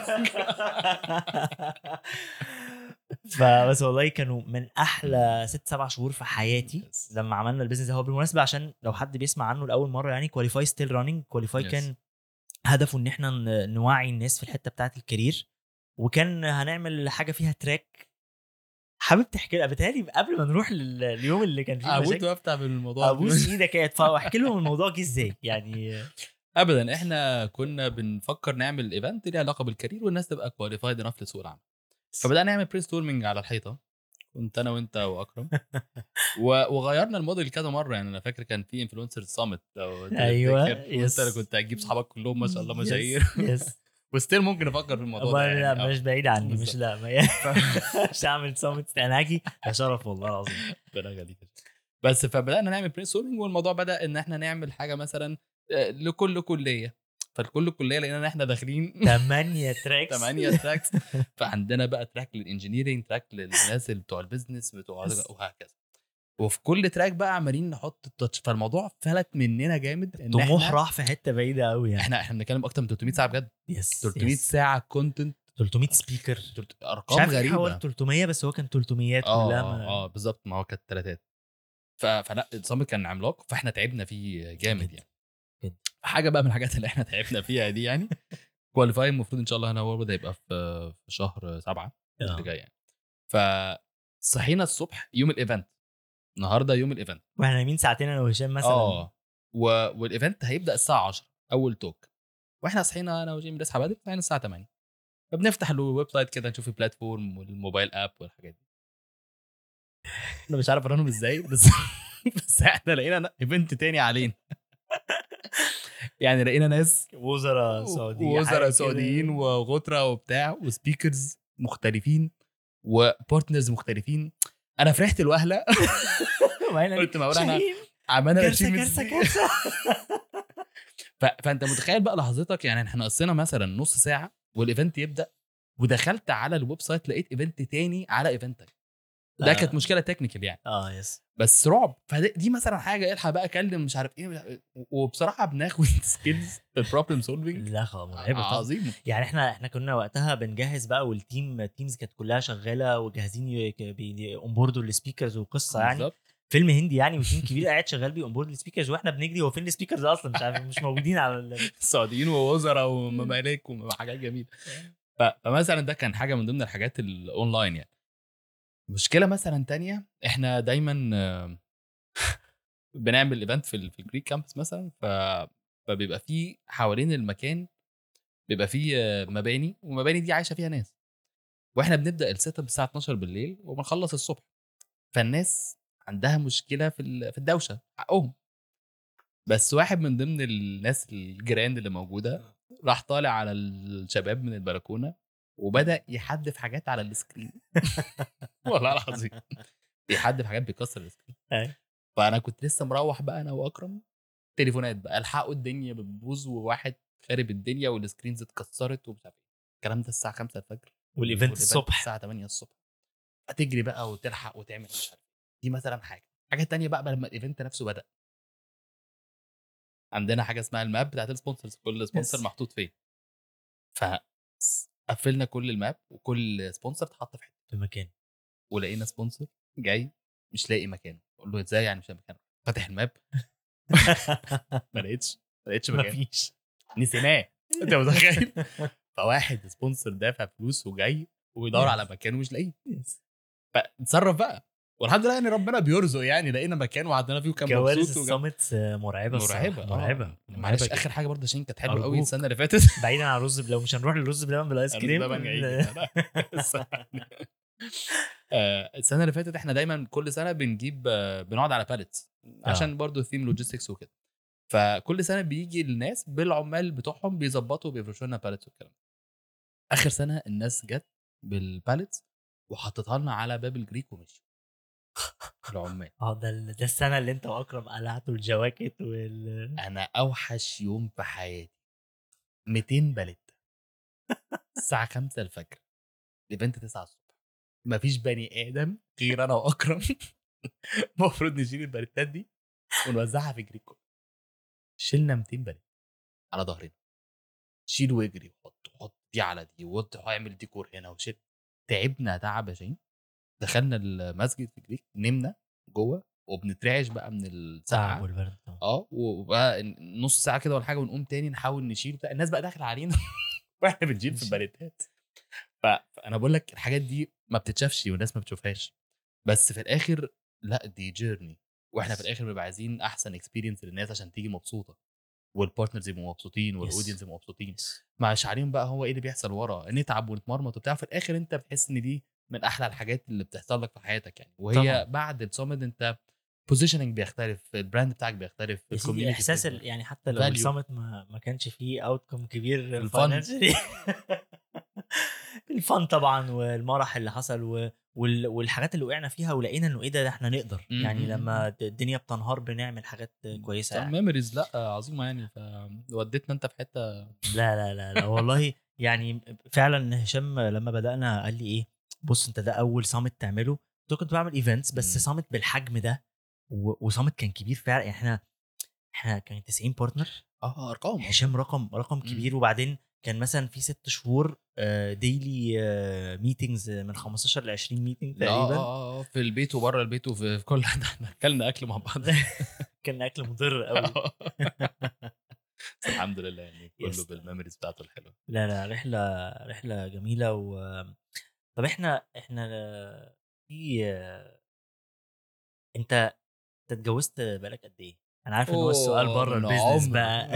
فبس والله كانوا من احلى ست سبع شهور في حياتي Yes. لما عملنا البيزنس ده. هو بالمناسبه عشان لو حد بيسمع عنه لاول مره، يعني كواليفاي ستيل رانينج. كواليفاي Yes. كان هدفه ان احنا ن- نوعي الناس في الحته بتاعه الكارير، وكان هنعمل حاجه فيها تراك. حابب تحكي لها بتهيألي قبل ما نروح لل- اليوم اللي كان فيه اموت مشاكل؟ وافتح بالموضوع. ابوس ايدك يا ادفع واحكي لهم الموضوع جه ازاي يعني. ابدا، احنا كنا بنفكر نعمل ايفنت ليه علاقه بالكارير والناس تبقى كواليفايد انف لسوق العمل. فبدانا نعمل برين ستورمنج على الحيطه، كنت انا وانت واكرم. و- وغيرنا الموديل كذا مره. يعني انا فاكر كان في انفلونسر صامت لو ايوه تفتكر، وانت اللي كنت هتجيب صحابك كلهم ما شاء الله مشاهير. يس. وستيل ممكن نفكر في الموضوع ده أما يعني. لا آه. مش بعيد عني، مش بالظبط. لا ما مش هعمل صامت. انا هاجي ده شرف والله العظيم. ربنا يخليك. بس فبدانا نعمل برين ستورمنج، والموضوع بدا ان احنا نعمل حاجه مثلا آه، لكل كليه. فالكل كليه لقينا ان احنا داخلين ثمانية تراكس. ثمانية تراكس. فعندنا بقى تراك للانجينيرنج، تراك للناس اللي بتوع البيزنس بتوع وهكذا. وفي كل تراك بقى عمالين نحط التاتش. فالموضوع فلت مننا جامد ان طموح احنا راح في حته بعيده قوي يعني. احنا احنا بنتكلم اكتر من تلتمية ساعه بجد. يس تلتمية يس. ساعه كونتنت، ثلاثمية سبيكر. مش ارقام عارف ايه حوالي غريبه. ثلاثمية، بس هو كان ثلاثمية اه كلها اه ما... اه بالظبط، ما هو كانت ثلاثات. ف- فلا الصامت كان عملاق، فاحنا تعبنا فيه جامد جدا. يعني. جدا. حاجه بقى من الحاجات اللي احنا تعبنا فيها دي يعني. كواليفاي المفروض ان شاء الله انا هو بدا يبقى في في شهر سبعة اللي اه جاي يعني. فصحينا الصبح يوم الايفنت، النهارده يوم الايفنت. واحنا نايمين ساعتين انا وهشام مثلا. اه و... والايفنت هيبدا الساعه عشرة اول توك. واحنا صحينا انا وجيم بنصحى بدري، صحينا الساعه تمانية. فبنفتح الويب سايت كده نشوف البلاتفورم والموبايل اب والحاجات دي. احنا مش عارف ارانهم ازاي بس بس احنا لقينا ايفنت تاني علينا. يعني لقينا ناس وزراء سعوديين ووزراء سعوديين وغطرة وبتاع وسبيكرز مختلفين وبارتنرز مختلفين. انا فرحت الوهله قلت ما احنا عملنا كارثه كارثه كارثه. فانت متخيل بقى لحظتك، يعني احنا قصينا مثلا نص ساعه والايفنت يبدا، ودخلت على الويب سايت لقيت ايفنت تاني على ايفنتك. ده كانت مشكله تكنيكال يعني، اه يس بس رعب. فدي مثلا حاجه الحق بقى اكلم مش عارف ايه، وبصراحه بناخد سكيلز في البروبلم سولفينج لا خلاص مرعبه عظيم. يعني احنا احنا كنا وقتها بنجهز بقى، والتيم التيمز كانت كلها شغاله وجاهزين اونبوردوا السبيكرز وقصه يعني بالظبط. فيلم هندي يعني، وتيم كبير قاعد شغال بي اونبورد السبيكرز، واحنا بنجري هو فين السبيكرز اصلا مش عارف، مش موجودين على ال... السعوديين ووزراء وممالك وحاجات جميله. فمثلا ده كان حاجه من ضمن الحاجات الاونلاين يعني. مشكله مثلا تانية، احنا دايما بنعمل ايفنت في في الجريك كامبس مثلا، ف فبيبقى فيه حوالين المكان بيبقى فيه مباني، والمباني دي عايشه فيها ناس، واحنا بنبدا السيت اب الساعه اتناشر بالليل وبنخلص الصبح. فالناس عندها مشكله في في الدوشه، حقهم. بس واحد من ضمن الناس الجيران اللي موجوده راح طالع على الشباب من البلكونه وبدا يحدف حاجات على السكرين. والله العظيم بيحدف حاجات، بيكسر السكرين. فانا كنت لسه مروح بقى انا واكرم، تليفونات بقى الحقوا الدنيا بتبوظ وواحد خارب الدنيا والسكرينز اتكسرت ومش عارف ايه. الكلام ده الساعه خمسة الفجر والايفنت الصبح الساعه تمانية الصبح، هتجري بقى وتلحق وتعمل مش عارف. دي مثلا حاجه حاجه تانية بقى لما الايفنت نفسه بدا، عندنا حاجه اسمها الماب بتاعت السبونسرز، كل سبونسر محطوط فين. فقفلنا كل الماب وكل سبونسر اتحط في حته في مكان، ولقينا سبونسر جاي مش لاقي مكان. اقول له ازاي يعني مش لاقي مكان؟ فاتح الماب ما لقيتش ما لقيتش مكان، مفيش، نسيناه. انت متخيل؟ فواحد سبونسر دافع فلوس وجاي ويدور على مكان ومش لاقيه، فاتصرف بقى. والحمد لله يعني ربنا بيرزق، يعني لقينا مكان وقعدنا فيه وكان مبسوط. الصامت مرعبه مرعبه مرعبه آه. معلش اخر حاجه برضه عشان كانت حلوه قوي السنه اللي فاتت. بعيدا عن الرز بلبن، مش هنروح للرز بلبن بالايس كريم. السنه اللي فاتت احنا دايما كل سنه بنجيب بنقعد على باليتس عشان برضه ثيم لوجيستكس وكده. فكل سنه بيجي الناس بالعمال بتوعهم بيظبطوا بيفرشوا لنا باليتس والكلام. اخر سنه الناس جت بالباليتس وحطتها لنا على باب الجريك ومشي العمال. اه ده ده السنه اللي انت واكرم قلعتوا الجواكت وال انا اوحش يوم في حياتي، ميتين باليت الساعه خمسة الفجر، الايفنت تسعة الصبح، مفيش بني ادم غير انا واكرم. المفروض نشيل الباليتات دي ونوزعها في جريك. شلنا ميتين باليت على ظهرنا، شيل واجري وحط وحط دي على دي واعمل ديكور هنا وشيل. تعبنا تعب عشان دخلنا المسجد في جريك، نمنا جوه وبنترعش بقى من السقعه والبرد. اه وبقى نص ساعه كده ولا حاجه ونقوم تاني نحاول نشيل بقى. الناس بقى داخله علينا واحنا بنشيل في الباليتات. فانا بقول لك الحاجات دي ما بتتشافش والناس ما بتشوفهاش، بس في الاخر لا دي جيرني، واحنا في الاخر بنبقى عايزين احسن اكسبيرينس للناس عشان تيجي مبسوطه والبارتنرز يبقوا مبسوطين والاودينس يبقوا مبسوطين. مش عارفين بقى هو ايه اللي بيحصل ورا، نتعب ونتمرمط وبتاع، في الاخر انت بتحس ان دي من احلى الحاجات اللي بتحصل لك في حياتك يعني. وهي طبعا. بعد الصامد انت بوزيشننج بيختلف، البراند بتاعك بيختلف، الكوميونتي احساس يعني حتى لو الصامت ما, ما كانش فيه اوتكم كبير الفن الفن طبعا والمرح اللي حصل و... وال... والحاجات اللي وقعنا فيها ولقينا انه ايه ده, ده احنا نقدر م- يعني م- لما الدنيا بتنهار بنعمل حاجات كويسه يعني ميموريز لا عظيمه يعني. فوديتنا انت في حته لا لا لا, لا والله يعني فعلا هشام لما بدانا قال لي ايه بص انت ده اول صامت تعمله. كنت بعمل ايفنتس بس م. صامت بالحجم ده و... وصامت كان كبير فعلا يعني. احنا احنا كان تسعين بارتنر اه ارقام هشام رقم رقم كبير. وبعدين كان مثلا في ست شهور ديلي ميتينجز من خمستاشر ل عشرين ميتينج تقريبا اه اه في البيت وبره البيت وفي كل حاجه. احنا اكلنا اكل مع بعض. كان اكل مضر قوي. الحمد لله يعني كله بالميموريز بتاعته الحلوه. لا لا رحله رحله جميله. و طب احنا احنا في انت اتجوزت بقالك قد ايه؟ انا عارف ان هو السؤال أوه بره من البيزنس عمر بقى.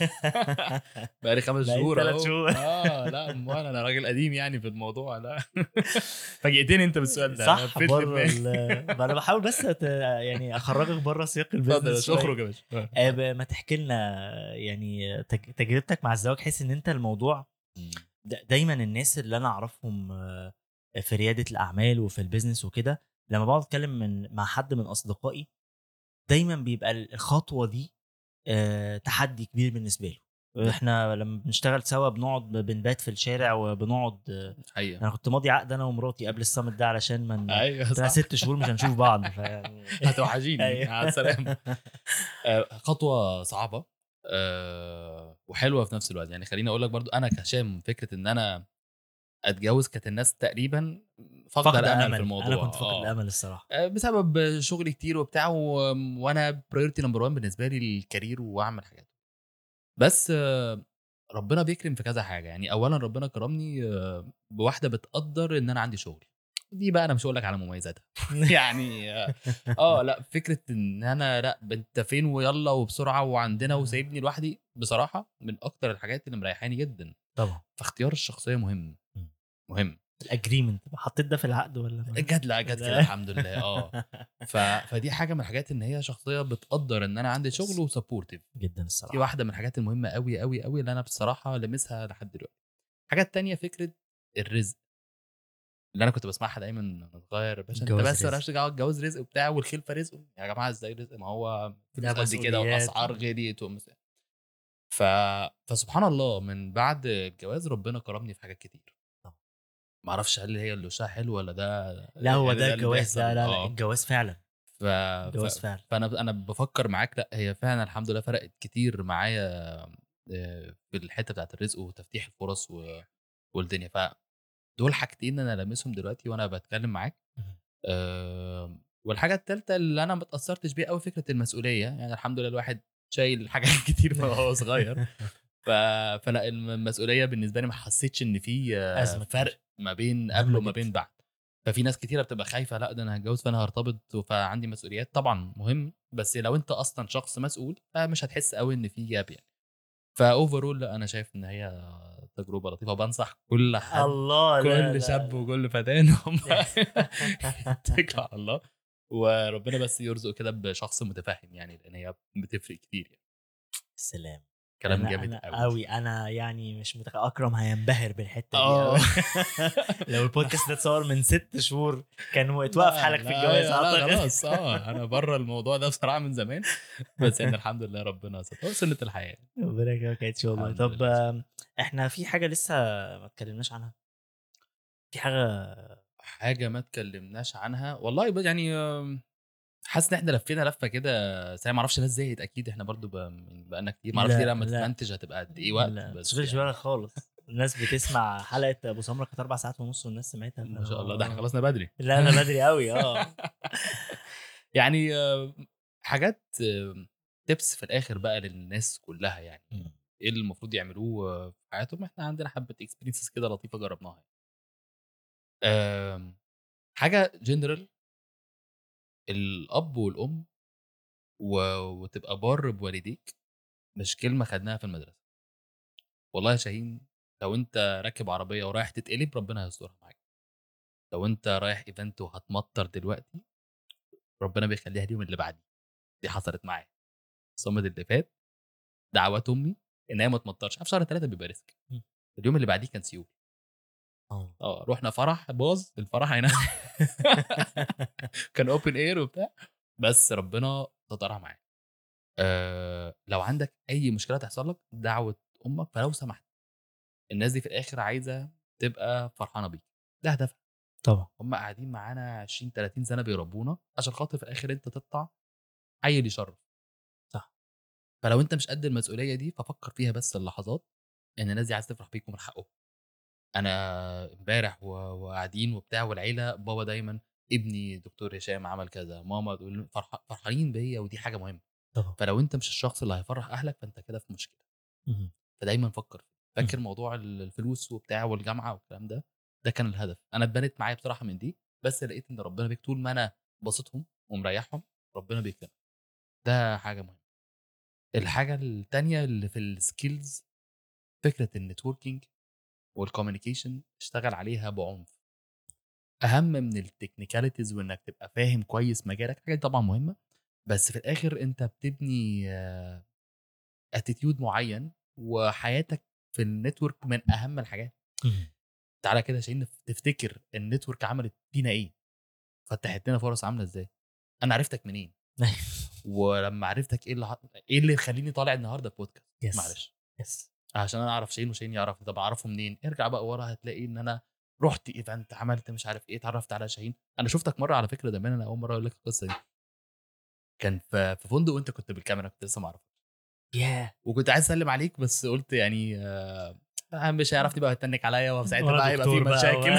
بقى لي خمس بقالي شهور ثلاث اهو شهور. اه لا امال انا راجل قديم يعني في الموضوع لا فاجئتني انت بالسؤال ده صح، لفيت لي بره دماغي ال... ما انا بحاول بس أت... يعني اخرجك بره سياق اتفضل يا البيزنس باشا اخرج شويه. يا باشا آه، ب- ما تحكي لنا يعني تج... تجربتك مع الزواج. حس ان انت الموضوع مم. دا دايما الناس اللي انا اعرفهم آه، في رياده الاعمال وفي البيزنس وكده، لما بقعد اتكلم من مع حد من اصدقائي، دايما بيبقى الخطوه دي آه، تحدي كبير بالنسبه له. ده احنا لما بنشتغل سوا بنقعد بنبات في الشارع وبنقعد آه، حقيقة انا كنت ماضي عقد انا ومراتي قبل الصمت ده علشان من ايوه قلت لها صح ست شهور مش هنشوف بعض فيعني. هتوحشيني ايوه. مع السلامة آه، خطوة صعبة آه، وحلوة في نفس الوقت يعني خليني اقول لك برضو انا كهشام فكرة ان انا اتجوز كانت الناس تقريبا فاقدة فقد الامل في امل، انا الموضوع كنت فاقد اه الامل الصراحه. آه، بسبب شغل كتير وبتاع و... وانا برايورتي نمبر واحد بالنسبة لي الكارير واعمل حاجات بس آه، ربنا بيكرم في كذا حاجة يعني اولا ربنا كرمني آه، بواحدة بتقدر ان انا عندي شغل دي بقى انا مش هقول لك على مميزاتها يعني اه آه، لا فكره ان انا لا انت فين ويلا وبسرعه وعندنا وسايبني لوحدي بصراحه من اكتر الحاجات اللي مريحاني جدا طبعا. فاختيار الشخصيه مهم مهم الاجريمنت حطيت ده في العقد ولا ما؟ جت لا جت كده لا. الحمد لله اه ف... فدي حاجه من الحاجات ان هي شخصيه بتقدر ان انا عندي شغل وسبورتيف جدا دي الصراحه. واحده من الحاجات المهمه قوي قوي قوي اللي انا بصراحه لمسها لحد دلوقتي حاجات تانية فكره الرزق اللي انا كنت باسمعها دايمًا وانا صغير، يا باشا أنت الجواز بس ما رزق، لكش دعوة الجواز رزق وبتاع والخلفة رزق، يا جماعة إزاي رزق؟ ما هو ده فلوس قد كده مسؤوليات. والأسعار غليت ومس ف فسبحان الله من بعد الجواز ربنا كرمني في حاجات كتير، طبعا. ما أعرفش هل هي اللي وشها حلو والّا ده لا هو يعني ده ده اللي الجواز، لا بيحصل لا لا آه، الجواز فعلا. ف ف الجواز فعلا. فأنا أنا بافكر معاك لأ هي فعلًا الحمد لله فرقت كتير معايا آآ، في الحتة بتاعة الرزق وتفتيح الفرص و والدنيا، فدول حاجتين أنا لامسهم دلوقتي وأنا باتكلم معاك. مهم. آآ والحاجة التالتة اللي أنا ما اتأثّرتش بيها أوي فكرة المسؤولية، يعني الحمد لله الواحد شايل حاجات كتير وهو صغير، ف فلأ الم المسؤولية بالنسبة لي ما حسّيتش إن في آه، ازمه فرق كبيره ما بين قبل مهمه وما جدا. بين بعد. ففي ناس كتيرة بتبقى خايفة لأ ده أنا هاتجوّز فأنا هارتبط فعندي مسؤوليات، طبعًا مهم، بس لو أنت أصلًا شخص مسؤول فمش هتحس أوي إن في gap يعني. فoverall لأ أنا شايف إن هي تجربة لطيفة وبانصح كل حد الله، لا كل لا شاب لا. وكل فتاة إن هم يتكلوا على الله، وربنا بس يرزق كده بشخص متفهم يعني، لإن هي بتفرق كتير يعني. سلام. كلام انا جامد انا أوي. قوي، انا يعني مش متخ... اكرم هينبهر بالحته دي آه. قوي. لو البودكاست ده اتصور من ست شهور كان هو اتوقف لأ، حالك في لأ، الجواز أيوه، لأ اعتقد. خلاص آه، أنا برّه الموضوع ده بصراحة من زمان، بس يعني الحمد لله ربنا ستر، هو سنة الحياة. ربنا يكرمك يا اتش والله. الحمد طب لله. آم، احنا في حاجه لسه ما اتكلمناش عنها، في حاجه. حاجة ما اتكلمناش عنها، والله ب يعني آمم، حاسس إن إحنا لفينا لفة كده بس أنا ما أعرفش ناس زهقت أكيد إحنا برضه ب بقى لنا كتير، ما أعرفش دي لا لمّا لا تتمنتج هتبقى قد إيه وقت، لا، ما بس تشغلش يعني بالك خالص. الناس بتسمع حلقه ابو سمره كانت اربع ساعات ونص والناس سمعتها ما شاء الله، ده إحنا فهو. خلصنا بدري. لا لا بدري قوي اه. يعني آه، حاجات tips في الآخر بقى للناس كلّها يعني، مم. إيه اللي المفروض يعملوه آه، في حياتهم، إحنا عندنا حبّة experiences كده لطيفة جرّبناها. آمم، حاجة general الأب والأم و وتبقى بَرّ بوالديك، مش كلمة خدناها في المدرسة. والله يا شاهين لو أنت راكب عربية ورايح تتقلب ربنا هيسترها معاك، لو أنت رايح event وهتمطّر دلوقتي ربنا بيخلّيها اليوم اللي بعديه، دي حصلت معايا. الصامت اللي فات دعوات أمي إن هي ما تمطّرش، عارف شهر تلاتة بيبقى ريسك، مم. اليوم اللي بعديه كان سيول. اه. آه، رُحنا فرح باظ، الفرح هنا كان open air وبتاع، بس ربنا سترها معايا. آآ، لو عندك أي مشكلة تحصل لك دعوة أمك، فلو سمحت الناس دي في الآخر عايزة تبقى فرحانة بيك، ده هدفها. طبعا. هم قاعدين معانا عشرين، تلاتين سنة بيربونا عشان خاطر في الآخر أنت تطلع عيّل يشرّف. صح. فلو أنت مش قد المسؤولية دي ففكّر فيها بس اللحظات إن الناس دي عايزة تفرح بيك ومن حقهم. أنا امبارح و وقاعدين وبتاع والعيلة بابا دايمًا ابني دكتور هشام عمل كذا، ماما تقول له فرح فرحانين بيّا ودي حاجة مهمة. طبعا. فلو أنت مش الشخص اللي هيفرّح أهلك فأنت كده في مشكلة. مهم. فدايمًا فكّر فيه. فاكر مهم. موضوع ال الفلوس وبتاع والجامعة والكلام ده، ده كان الهدف. أنا اتبنت معايا بصراحة من دي، بس لقيت إن ربنا بيك طول ما أنا باسطهم ومريّحهم ربنا بيكرمك. ده حاجة مهمة. الحاجه التانية اللي في السكيلز فكره النتوركينج والكوميونيكيشن اشتغل عليها بعنف. اهم من التكنيكاليتيز وانك تبقى فاهم كويس مجالك، حاجه طبعا مهمه، بس في الاخر انت بتبني اتيتيود معين، وحياتك في النتورك من اهم الحاجات. مم. تعالى كده عشان تفتكر النتورك عملت فينا ايه، فتحت لنا فرص عامله ازاي. انا عرفتك منين؟ ولما عرفتك ايه اللي ح... ايه اللي يخليني طالع النهارده بودكاست؟ يس معلش يس عشان انا اعرف شيء وشيء يعرف. طب اعرفه منين؟ ارجع بقى ورا هتلاقي ان انا رحت ايفنت، عملت مش عارف ايه، اتعرفت على شاهين. انا شفتك مره على فكره زمان، انا اول مره اقول لك القصه دي كان في في فندق وانت كنت بالكاميرا، كنت لسه ما اعرفك ياه وكنت عايز اسلم عليك، بس قلت يعني آه آه، مش هيعرفني بقى، هتنك عليا وساعتها وانا بقى هيبقى في دكتور بقى و... مشاكل.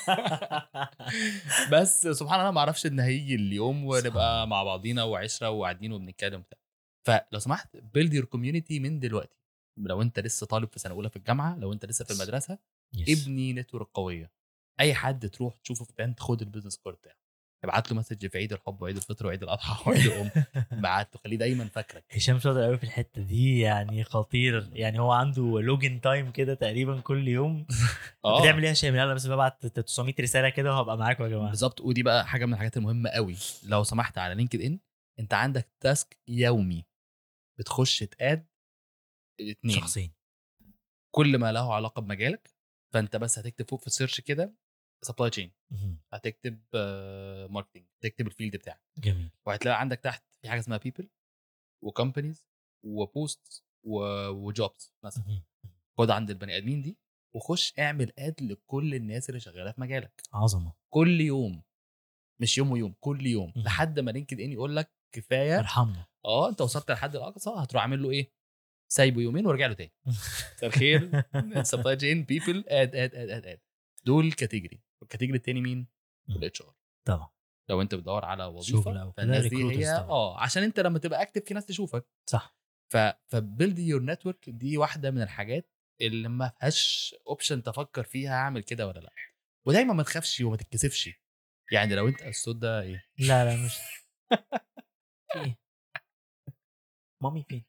بس سبحان الله ما اعرفش ان هيجي اليوم سبحان ونبقى الله. مع بعضينا وعشره وقاعدين وبنتكلم بتاع. فلو سمحت بيلد يور كوميونتي من دلوقتي. لو انت لسه طالب في سنه اولى في الجامعه، لو انت لسه في المدرسه، يس ابني نتورك قويه. اي حد تروح تشوفه في بنت، خد البيزنس كارد بتاعه، ابعت له مسج في عيد الحب وعيد الفطر وعيد الاضحى وعيد الام، بعت له خليه دايما فاكرك. هشام شاطر قوي في الحته دي، يعني خطير. يعني هو عنده لوجن تايم كده تقريبا كل يوم. بتعمل اه ايه يا هشام؟ يلا بس ببعت تسعمية رساله كده وهبقى معاكم يا جماعه. بالظبط. ودي بقى حاجه من الحاجات المهمه قوي. لو سمحت على لينكد ان انت عندك تاسك يومي بتخش تاد اتنين شخصين. كل ما له علاقه بمجالك. فانت بس هتكتب فوق في السيرش كده سبلاي تشين، مهم. هتكتب ماركتنج، تكتب الفيلد بتاعك، جميل. وهتلاقي عندك تحت في حاجه اسمها بيبل وكومبانيز وبوست وجوبز مثلا. مهم. خد عند البني ادمين دي وخش اعمل اد لكل الناس اللي شغاله في مجالك عظمه. كل يوم، مش يوم ويوم، كل يوم، مهم. لحد ما لينكد ان يقول لك كفايه. ارحمنا. اه انت وصلت لحد الاقصى، هتروح عامل له ايه؟ سايبه يومين وارجع له تاني. مساء الخير سبلاي تشين بيبل اد اد اد اد اد دول كاتيجوري. الكاتيجوري التاني مين؟ الاتش ار. طبعا. لو انت بتدور على وظيفه شغل او كده فالناس دي هي ريكروترز طبعا. اه عشان انت لما تبقى اكتف في ناس تشوفك. صح. ف فبيلد يور نتورك دي واحده من الحاجات اللي ما فيهاش اوبشن تفكر فيها هعمل كده ولا لا. ودايما ما تخافش وما تتكسفش. يعني لو انت الصوت ده ايه؟ لا لا مش في ايه. مامي فين؟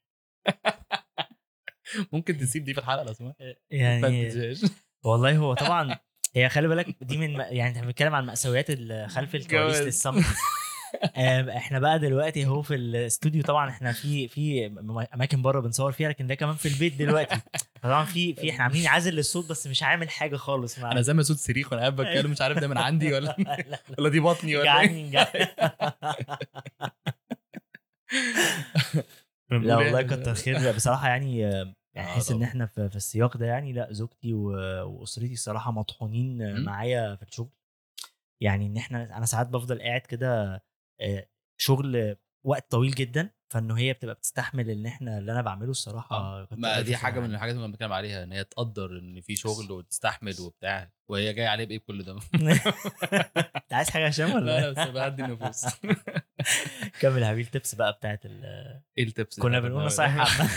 ممكن تسيب دي في الحلقه لو سمحت. يعني فانتجاج. والله هو طبعا هي خلي بالك دي من م- يعني احنا بنتكلم عن مأساويات ال- خلف الكواليس جواز. للسمت. آم، احنا بقى دلوقتي اهو في الاستوديو، طبعا احنا في في م- اماكن بره بنصور فيها، لكن ده كمان في البيت دلوقتي. طبعا في في احنا عاملين عازل للصوت بس مش عامل حاجه خالص مع انا زي ما صوت صريخ وانا قاعد بتكلم، مش عارف ده من عندي ولا لا لا ولا دي بطني ولا ايه. جعانين جعانين. لا بنقول والله ايه كتر عشان- خير بصراحه. يعني آه، يعني اه احس ان طبعا. احنا في, في السياق ده، يعني لا زوجتي و- واسرتي الصراحه مطحونين آه، م? معايا في الشغل. يعني ان احنا انا ساعات بفضل قاعد كده آه، شغل وقت طويل جدا، فانه هي بتبقى بتستحمل ان احنا اللي انا بعمله اه الصراحه. كتر ما الف دي خيرها حاجه من يعني. الحاجات اللي بنتكلم عليها، ان هي تقدر ان في شغل وتستحمل وبتاع، وهي جايه عليه بايه بكل ده. انت عايز حاجه يا هشام ولا لا لا إيه؟ بس بهدي النفوس. كمل يا حبيبي التبس بقى بتاعت ال... ايه التبس كنا بنقول نصايح عامه.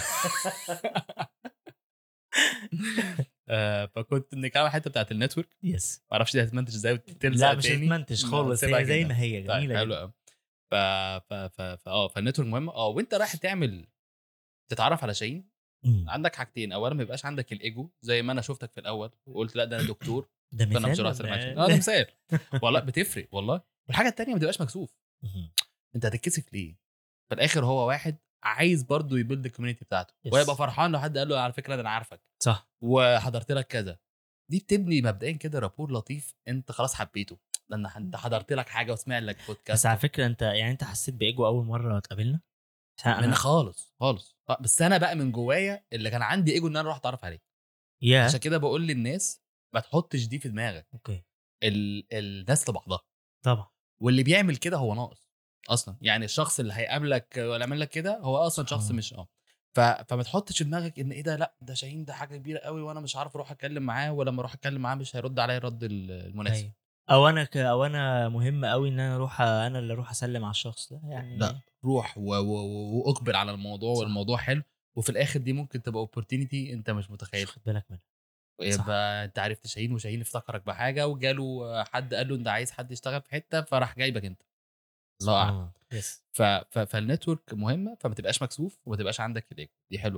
آه، فكنت بنتكلم الحته بتاعت النتورك. يس. ما اعرفش دي هتمنتج ازاي وتلزق لا مش تاني. هتمنتج لا، خالص، سيبها هي زي كده. ما هي طيب جميله حلو جدا. قوي. ف ف ف ف اه فالنتورك مهم. اه وانت رايح تعمل تتعرف على شيء، مم. عندك حاجتين. اولا ما يبقاش عندك الايجو زي ما انا شفتك في الاول وقلت لا ده انا دكتور، ده فانا مش مثال هروح اسلم على شيء. ولا اه ده مثال. والله بتفرق والله. والحاجه التانيه ما تبقاش مكسوف. مهم. انت هتتكسف ليه؟ في الاخر هو واحد عايز برضه يبيلد الكوميونتي بتاعته، يس. ويبقى فرحان لو حد قال له على فكره ده انا عارفك صح. وحضرت لك كذا. دي بتبني مبدئيا كده رابور لطيف، انت خلاص حبيته لان انت حضرت لك حاجه وسمع لك بس بودكاست. على فكره انت يعني انت حسيت بايجو اول مره اتقابلنا؟ عشان من انا خالص خالص. بس انا بقى من جوايا اللي كان عندي ايجو ان انا اروح اتعرف عليك. يا عشان كده بقول للناس ما تحطش دي في دماغك. اوكي. ال... الناس لبعضها، طبعا. واللي بيعمل كده هو ناقص اصلا. يعني الشخص اللي هيقابلك ولا يعمل لك كده هو اصلا سبحان شخص الله. مش اه ف... فما تحطش في دماغك ان ايه ده، لا ده شاهين ده حاجه كبيره قوي وانا مش عارف اروح اتكلم معاه، ولما اروح اتكلم معاه مش هيرد عليا الرد ال- المناسب. ايوه. او انا ك... او انا مهم قوي ان انا اروح انا اللي اروح اسلم على الشخص ده يعني. لا روح و... و... واقبل على الموضوع. صح. والموضوع حلو، وفي الاخر دي ممكن تبقى اوبورتونيتي انت مش مش متخيل. واخد بالك منها. صح. يبقى انت عرفت شاهين وشاهين افتكرك بحاجه وجاله حد قال له انت عايز حد يشتغل في حته فراح جايبك انت. الله اعلم. يس. ف... ف... فالنتورك مهمه، فما تبقاش مكسوف وما تبقاش عندك ايديك، دي حلوه.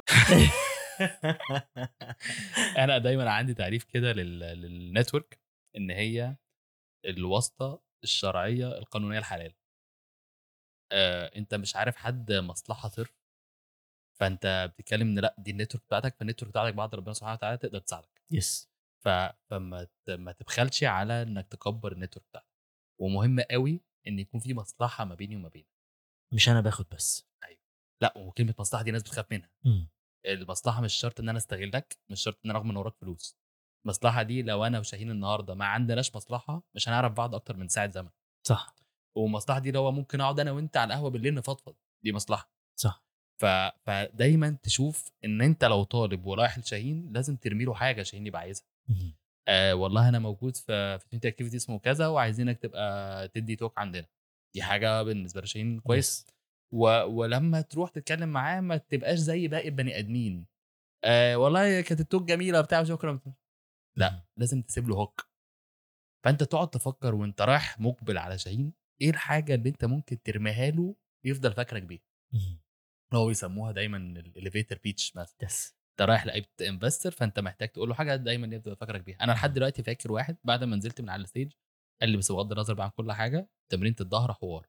انا دايما عندي تعريف كده لل... للنتورك، ان هي الواسطه الشرعيه القانونيه الحلال. آه، انت مش عارف حد مصلحه صرف، فانت بتتكلم ان لا دي النتورك بتاعتك، فالنتورك بتاعتك بعد ربنا سبحانه وتعالى تقدر تساعدك. يس. ف... فما ت... ما تبخلش على انك تكبر النتورك بتاعتك. ومهم قوي ان يكون في مصلحه ما بيني وما بينك. مش انا باخد بس. ايوه. لا، وكلمه مصلحه دي ناس بتخاف منها. مم. المصلحه مش شرط ان انا استغلك، مش شرط ان انا اخد من وراك فلوس. المصلحه دي لو انا وشاهين النهارده ما عندناش مصلحه، مش هنعرف بعض اكتر من ساعه زمن. صح. والمصلحه دي لو ممكن اقعد انا وانت على القهوه بالليل نفضفض، دي مصلحه. صح. ف... فدايما تشوف ان انت لو طالب ورايح لشاهين لازم ترمي له حاجه شاهين يبقى عايزها. مم. آه والله انا موجود في في تيمت اكتيفيتي اسمه كذا وعايزينك تبقى تدي توك عندنا، دي حاجه بالنسبه لشاهين كويس. يس. و... ولما تروح تتكلم معاه ما تبقاش زي باقي البني ادمين، آه والله كانت التوك جميله بتاع شكرا. لا، مم. لازم تسيب له هوك. فانت تقعد تفكر وانت رايح مقبل على شاهين ايه الحاجه اللي انت ممكن ترميها له يفضل فاكرك بيها. مم. هو يسموها دايما الاليفيتر بيتش مثلا. يس. انت رايح لعيبه انفستر، فانت محتاج تقول له حاجه دايما يفضل فاكرك بيها. انا لحد دلوقتي فاكر واحد بعد ما نزلت من على الستيج قال لي بس بغض النظر بقى عن كل حاجه، تمرينه الظهر حوار.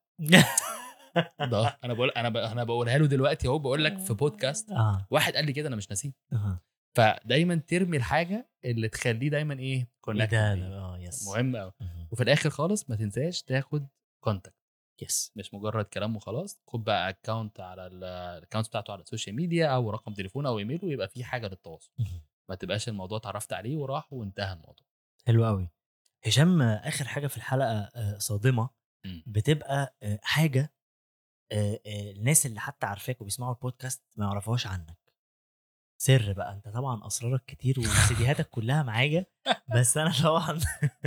ده انا بقول انا ب... انا بقولها له دلوقتي اهو، بقول لك في بودكاست اه. واحد قال لي كده انا مش ناسيه. اه. فدايما ترمي الحاجه اللي تخليه دايما ايه إيه كونكت. ده ده- اه يس. مهم قوي. مم. وفي الاخر خالص ما تنساش تاخد كونتاكت، يس. مش مجرد كلام وخلاص. خد بقى اكونت على الاكونت بتاعته على السوشيال ميديا او رقم تليفون او ايميل، ويبقى في حاجه للتواصل. مم. ما تبقاش الموضوع اتعرفت عليه وراح وانتهى الموضوع. حلو قوي. هشام، آه، اخر حاجه في الحلقه آه، صادمه، مم. بتبقى آه، حاجه آه، آه، الناس اللي حتى عارفاك وبيسمعوا البودكاست ما يعرفوهاش عنك. سر بقى، انت طبعا اسرارك كتير وسيديهاتك كلها معايا، بس انا طبعا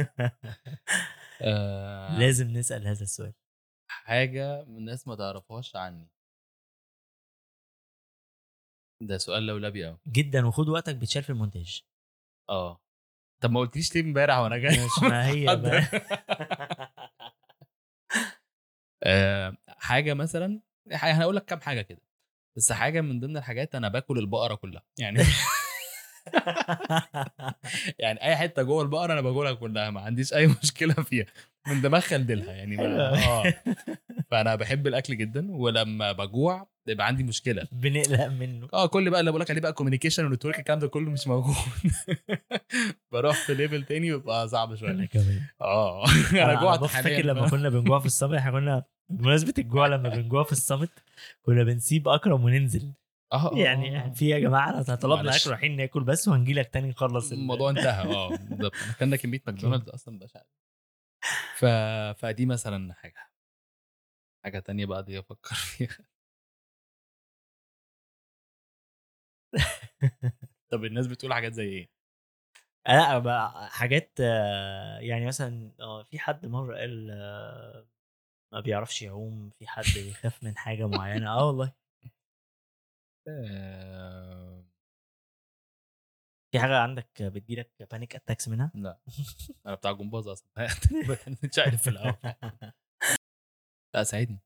آه، لازم نسال هذا السؤال. حاجه من الناس ما تعرفهاش عني، ده سؤال لولبي قوي جدا، وخد وقتك، بتشال في المونتاج. اه. طب ما قلتليش ليه امبارح وانا جاي؟ مش ما هي بقى. آه، حاجه مثلا، انا هقول لك كام حاجه كده، بس حاجه من ضمن الحاجات انا باكل البقره كلها يعني. يعني اي حته جوه البقره انا باكلها كلها، ما عنديش اي مشكله فيها، من دماغها لديلها يعني ما... اه. فانا بحب الاكل جدا، ولما بجوع بيبقى عندي مشكله بنقلق منه. اه كل بقى اللي بقول لك عليه بقى كوميونيكيشن ونتورك الكلام ده كله مش موجود. بروح في ليفل تاني بيبقى صعب انا شويه. كمان. اه. انا انا أنا جوعت بص، حاليا. فاكر لما كنا بنجوع في الصمت، احنا كنا بمناسبه الجوع لما بنجوع في الصمت كنا بنسيب اكرم وننزل. اه يعني في يا جماعه انا طلبنا معلش. اكل رايحين ناكل بس، وهنجي لك تاني نخلص ال- الموضوع انتهى. اه بالظبط، احنا كنا كميه ماكدونالدز اصلا بشعه. ف... فدي مثلا حاجه. حاجه تانية بقى دي افكر فيها. طب الناس بتقول حاجات زي ايه؟ لا بقى حاجات آه، يعني مثلا اه في حد مره قال آه، ما بيعرفش يعوم، في حد بيخاف من حاجه معينه. اه والله. آه... في حاجه عندك بتجيلك بانيك اتاكس منها؟ لا انا بتاع جمباز اصلا. مش عارف في الاول. لا ساعدني.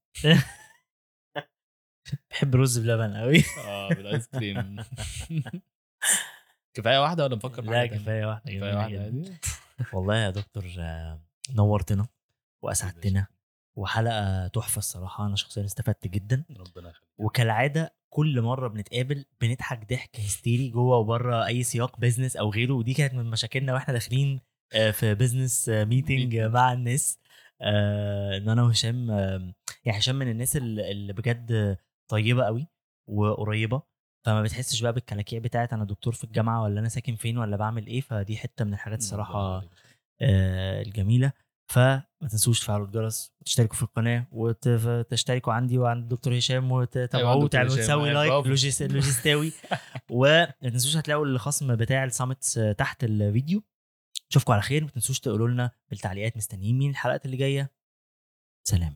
بحب رز بلبن قوي. اه بالايس كريم. كفايه واحده ولا نفكر في لا حاجه تانية؟ كفايه واحده، كفايه جميله واحده جدا. عادي. والله يا دكتور آه، نورتنا واسعدتنا، وحلقه تحفه الصراحه. انا شخصيا استفدت جدا، ربنا يخليك. وكالعاده كل مره بنتقابل بنضحك ضحك هستيري جوه وبره اي سياق بيزنس او غيره، ودي كانت من مشاكلنا واحنا داخلين آه، في بيزنس ميتنج مع الناس. آه، ان انا وهشام آه، يعني هشام من الناس اللي اللي بجد طيبه قوي وقريبه، فما بتحسش بقى بالكلاكيع بتاعت انا دكتور في الجامعه ولا انا ساكن فين ولا بعمل ايه. فدي حته من الحاجات الصراحه آه، الجميله. فما تنسوش تفعلوا الجرس وتشتركوا في القناه وتشتركوا عندي وعند الدكتور هشام وتتابعوه أيوة، دكتور وتعملوا هشام. تسوي أيوة، لايك برافو. لوجيس لوجيستاوي. وما تنسوش هتلاقوا الخصم بتاع السامت تحت الفيديو. اشوفكم على خير. ما تنسوش تقولوا لنا في التعليقات مستنيين مين الحلقات اللي جايه. سلام.